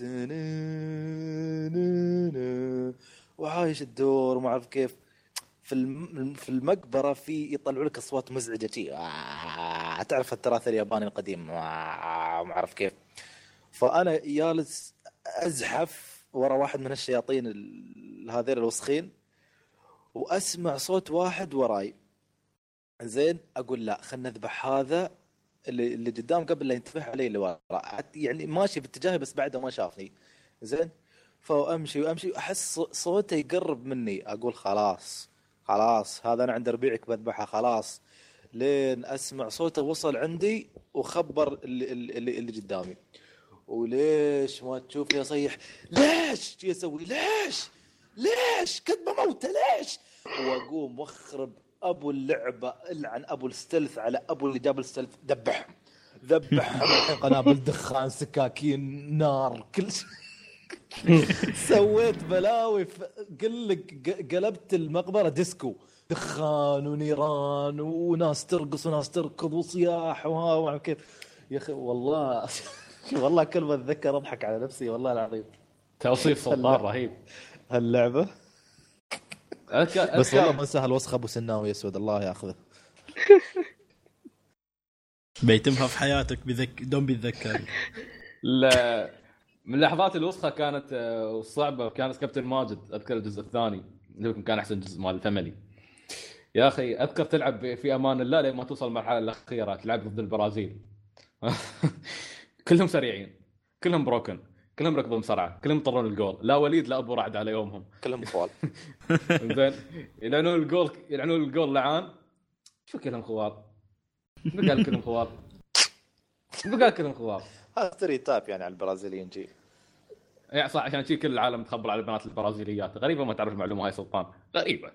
[SPEAKER 3] وعايش الدور وما اعرف كيف. في المقبره في يطلعوا لك اصوات مزعجه شيء تعرف التراث الياباني القديم ما اعرف كيف. فانا جالس ازحف ورا واحد من الشياطين هذول الوسخين واسمع صوت واحد وراي. زين اقول لا خلنا نذبح هذا اللي قدام قبل لا ينتبه علي اللي ورا. يعني ماشي باتجاهي بس بعده ما شافني. زين فامشي احس صوته يقرب مني اقول خلاص هذا انا عند ربيعك بذبحه خلاص. لين اسمع صوته وصل عندي وخبر اللي قدامي. وليش ما تشوفني اصيح ليش يسوي ليش كذبه موته ليش. واقوم واخرب ابو اللعبه العن ابو الستلث على ابو اللي جاب الستلث ذبحهم الحين قنابل دخان سكاكين نار كل شيء. سويت بلاوي قلبت المقبره ديسكو دخان ونيران وناس ترقص وناس تركض وصياح وكيف يا اخي والله كل ما اتذكر اضحك على نفسي والله العظيم.
[SPEAKER 1] توصيف سلطان رهيب
[SPEAKER 3] هاللعبه. بس والله ما سهل وسخ ابو سناوي اسود الله ياخذه.
[SPEAKER 2] بيتمها في حياتك دوم بيتذكر.
[SPEAKER 1] لا من اللحظات الوسخه كانت صعبه كانت كابتن ماجد. اذكر الجزء الثاني اللي كان احسن جزء مال الفاميلي يا اخي. اذكر تلعب في امان الله لما توصل المرحله الاخيره تلعب ضد البرازيل. كلهم سريعين كلهم بروكن كلهم ركضوا بسرعه كلهم يطرون الجول لا وليد لا ابو رعد على يومهم
[SPEAKER 3] كلهم خوال.
[SPEAKER 1] زين يلعنون الجول لعان. شو كلهم خوال بقال كلهم خوال.
[SPEAKER 3] هذا ستيريوتايب يعني على البرازيليين جي
[SPEAKER 1] يعني صح عشان كل العالم تخبر على البنات البرازيليات. غريبه ما تعرف المعلومه هاي سلطان غريبه.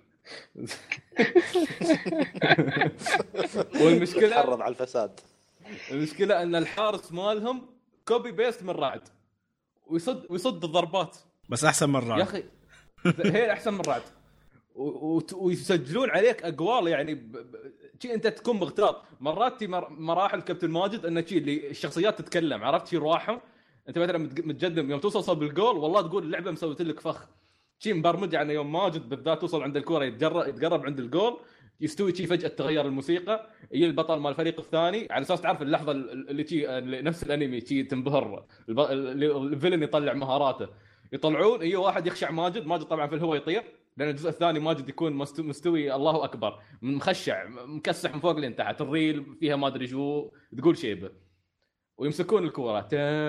[SPEAKER 1] والمشكله
[SPEAKER 3] حرض على الفساد.
[SPEAKER 1] المشكله ان الحارس مالهم كوبي بيست من رعد ويصد الضربات
[SPEAKER 2] بس احسن من رعد
[SPEAKER 1] يا اخي. هي احسن من رعد ويسجلون عليك اقوال يعني شيء انت تكون مغتاظ. مرات مراحل كابتن ماجد ان شيء اللي الشخصيات تتكلم عرفت شيء رواحهم. انت مثلا متقدم يوم توصل صوب الجول والله تقول اللعبه مسويت لك فخ شيء مبرمج. يعني يوم ماجد بالذات توصل عند الكره يتقرب عند الجول يستوي شيء فجاه تغير الموسيقى يجي البطل مال الفريق الثاني على اساس تعرف اللحظه اللي شيء نفس الانمي شيء تنبهر الفيلن يطلع مهاراته يطلعون اي واحد يخشع ماجد طبعا في الهواء يطير لان الجزء الثاني ماجد يكون مستوي الله اكبر مخشع مكسح من فوق لين تحت الريل فيها ما ادري شو تقول شيبه ويمسكون الكوره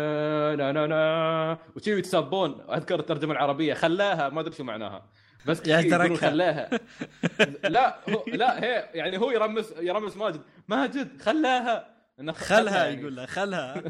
[SPEAKER 1] وشي يتسبون. اذكر الترجمه العربيه خلاها ما ادري شو معناها بس يقولون خلاها. لا هي يعني هو يرمس ماجد خلاها
[SPEAKER 2] خلها
[SPEAKER 1] يعني.
[SPEAKER 2] يقول له خلها.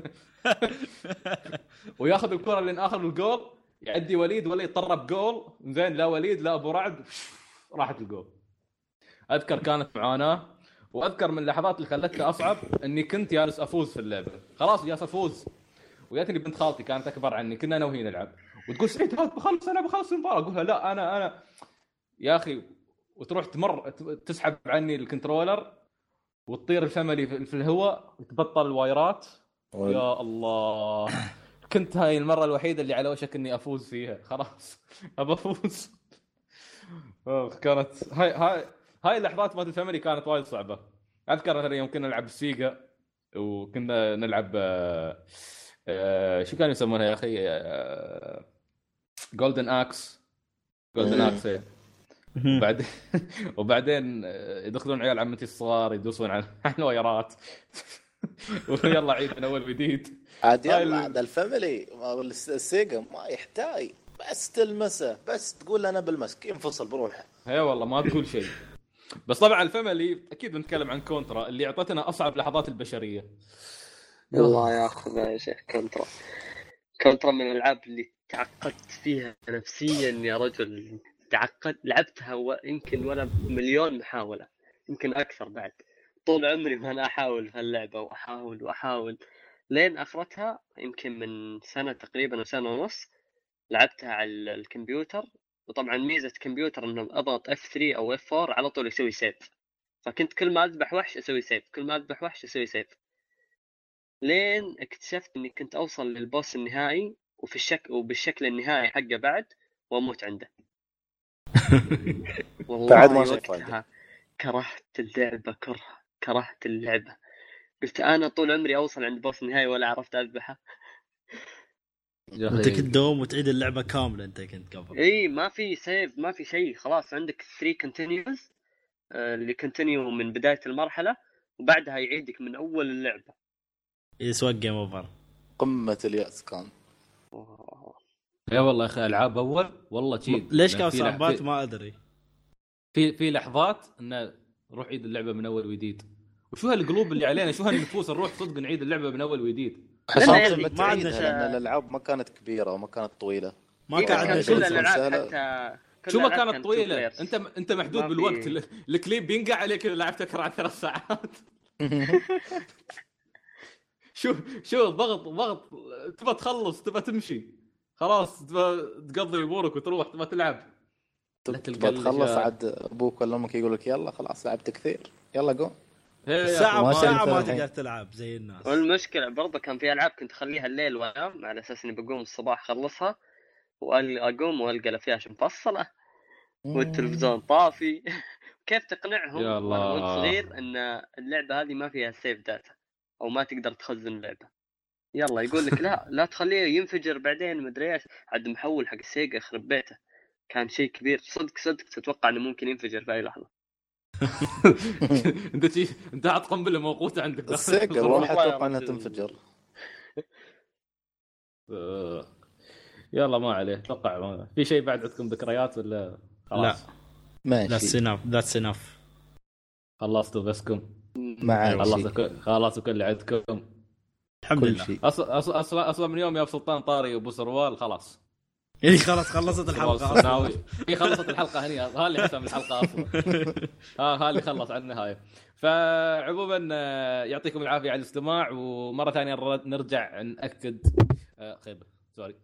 [SPEAKER 1] وياخذ الكره لين اخر الجول يعدي وليد ولا يطرب جول. زين لا وليد لا ابو رعد راحت الجول. اذكر كانت معاناه. واذكر من اللحظات اللي خلتها اصعب اني كنت جالس افوز في اللعبه خلاص جالس افوز وياتني بنت خالتي كانت اكبر عني كنا انا وهي نلعب وتقول سعيد هات بخلص المباراه. اقولها لا انا يا اخي وتروح تسحب عني الكنترولر وتطير الفاميلي في الهواء وتبطل الوايرات. يا الله كنت هاي المره الوحيده اللي على وشك اني افوز فيها، خلاص ابى افوز. كانت هاي اللحظات مالت الفاميلي كانت وايد صعبه. اذكر مثلا يوم كنا نلعب سيجا وكنا نلعب شو كانوا يسمونها يا اخي، جولدن اكس وبعدين يدخلون عيال عمتي الصغار يدوسون على الوايرات ويلا عيد من اول جديد.
[SPEAKER 3] عاد يلا هذا الفاميلي السيجا ما يحتاج بس تلمسه، بس تقول انا بالمسك ينفصل بروحه.
[SPEAKER 1] هي والله ما تقول شيء. بس طبعا الفاميلي اكيد بنتكلم عن كونترا اللي اعطتنا اصعب لحظات البشريه.
[SPEAKER 4] الله ياخذ يا شيخ كونترا من الالعاب اللي تعقدت فيها نفسيا يا رجل. تعقدت، لعبتها يمكن ولا مليون محاوله، يمكن اكثر بعد. طول عمري ما انا احاول في اللعبه واحاول لين اخرتها. يمكن من سنه تقريبا او سنه ونص لعبتها على الكمبيوتر. وطبعا ميزه الكمبيوتر انه اضغط F3 او F4 على طول يسوي سيف، فكنت كل ما اذبح وحش اسوي سيف، كل ما اذبح وحش اسوي سيف، لين اكتشفت اني كنت اوصل للبوس النهائي وبالشكل النهائي حقه بعد واموت عنده.
[SPEAKER 3] بعد ما
[SPEAKER 4] وقتها كرهت اللعبه. قلت انا طول عمري اوصل عند بوس النهائي ولا عرفت اذبحه.
[SPEAKER 2] انت كنت دوم وتعيد اللعبه كامله. انت كنت قبل
[SPEAKER 4] اي ما في سيف ما في شيء، خلاص عندك 3 كونتينيوز اللي كونتينيو من بدايه المرحله وبعدها يعيدك من اول اللعبه.
[SPEAKER 2] يسوى جيم اوفر.
[SPEAKER 3] قمه الياس كان.
[SPEAKER 1] يا والله يا اخي العاب اول والله شيء.
[SPEAKER 2] ليش كان صعوبات ما ادري.
[SPEAKER 1] في لحظات انه نروح عيد اللعبه من اول وجديد. وشو هالقلوب اللي علينا، شو هالنفوس نروح صدق نعيد اللعبه من اول وجديد.
[SPEAKER 3] ما عندنا لان الالعاب ما كانت كبيره وما كانت طويله.
[SPEAKER 2] ما كان عندنا
[SPEAKER 4] كل الالعاب حتى
[SPEAKER 1] شو ما كانت طويله. انت محدود بالوقت. الكليب بينقع عليك اذا لعبت اكثر عن 3 ساعات. شو ضغط تبى تخلص، تبى تمشي خلاص، تبى تقضي امورك وتروح تبى تلعب،
[SPEAKER 3] تبى تخلص عاد ابوك ولا امك يقول لك يلا خلاص لعبت كثير يلا قوم.
[SPEAKER 2] ساعه ما تقدر تلعب زي الناس.
[SPEAKER 4] والمشكله برضه كان في العاب كنت اخليها الليل وانام على اساس اني بقوم الصباح اخلصها واقوم والقى الفلاش مفصله والتلفزيون طافي. كيف تقنعهم وانا صغير ان اللعبه هذه ما فيها سيف داتا او ما تقدر تخزن اللعبه؟ يلا يقول لك لا تخليه ينفجر بعدين مدري ايش. عاد محول حق السيجا يخرب بيته، كان شيء كبير صدق تتوقع انه ممكن ينفجر في اي لحظه.
[SPEAKER 1] انت حاط قنبله موقوته عندك
[SPEAKER 3] السيجا والله اتوقع انها تنفجر.
[SPEAKER 1] يلا ما عليه. اتوقع في شيء بعد عندكم ذكريات ولا خلاص؟
[SPEAKER 2] لا
[SPEAKER 3] ماشي
[SPEAKER 2] that's enough.
[SPEAKER 1] خلصتوا بسكم
[SPEAKER 3] معاك
[SPEAKER 1] خلاص وكل اللي عندكم
[SPEAKER 2] الحمد لله.
[SPEAKER 1] اصلا من يوم يا ابو سلطان طاري وابو سروال خلاص
[SPEAKER 2] يعني خلاص خلصت الحلقه.
[SPEAKER 1] خلصت الحلقه هني. ها اللي حسم الحلقه اصلا. ها اللي خلص على النهايه. فعموما يعطيكم العافيه على الاستماع. ومره ثانيه نرجع ناكد خيبه سوري.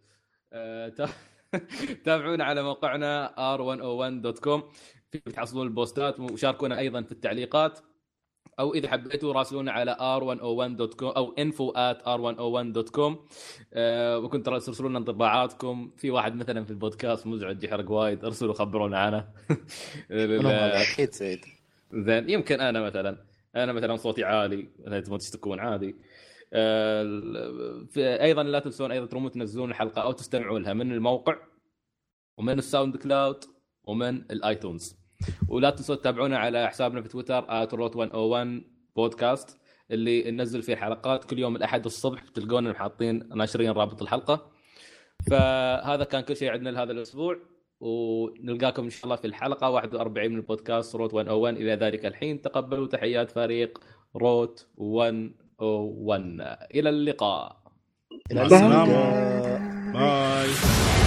[SPEAKER 1] تابعونا على موقعنا r101.com تحصلون البوستات وشاركونا ايضا في التعليقات، او اذا حبيتوا راسلونا على r101.com او info@r101.com. وكنت ترسلوا لنا انطباعاتكم. في واحد مثلا في البودكاست مزعج يحرق وايد، ارسلوا خبرونا عنه.
[SPEAKER 3] اكيد سعيد.
[SPEAKER 1] زين يمكن انا مثلا صوتي عالي، اذا تبغون تشتكون عادي. ايضا لا تنسون ايضا تروموا تنزلون الحلقه او تستمعوا لها من الموقع ومن الساوند كلاود ومن الايتونز. ولا تنسوا تتابعونا على حسابنا في تويتر @rot101 بودكاست اللي ننزل فيه حلقات كل يوم الأحد الصبح. تلقونا محاطين ناشرين رابط الحلقة. فهذا كان كل شيء عندنا لهذا الأسبوع، ونلقاكم إن شاء الله في الحلقة 41 من البودكاست روت 101. إلى ذلك الحين تقبلوا تحيات فريق روت 101. إلى اللقاء.
[SPEAKER 2] السلام. باي.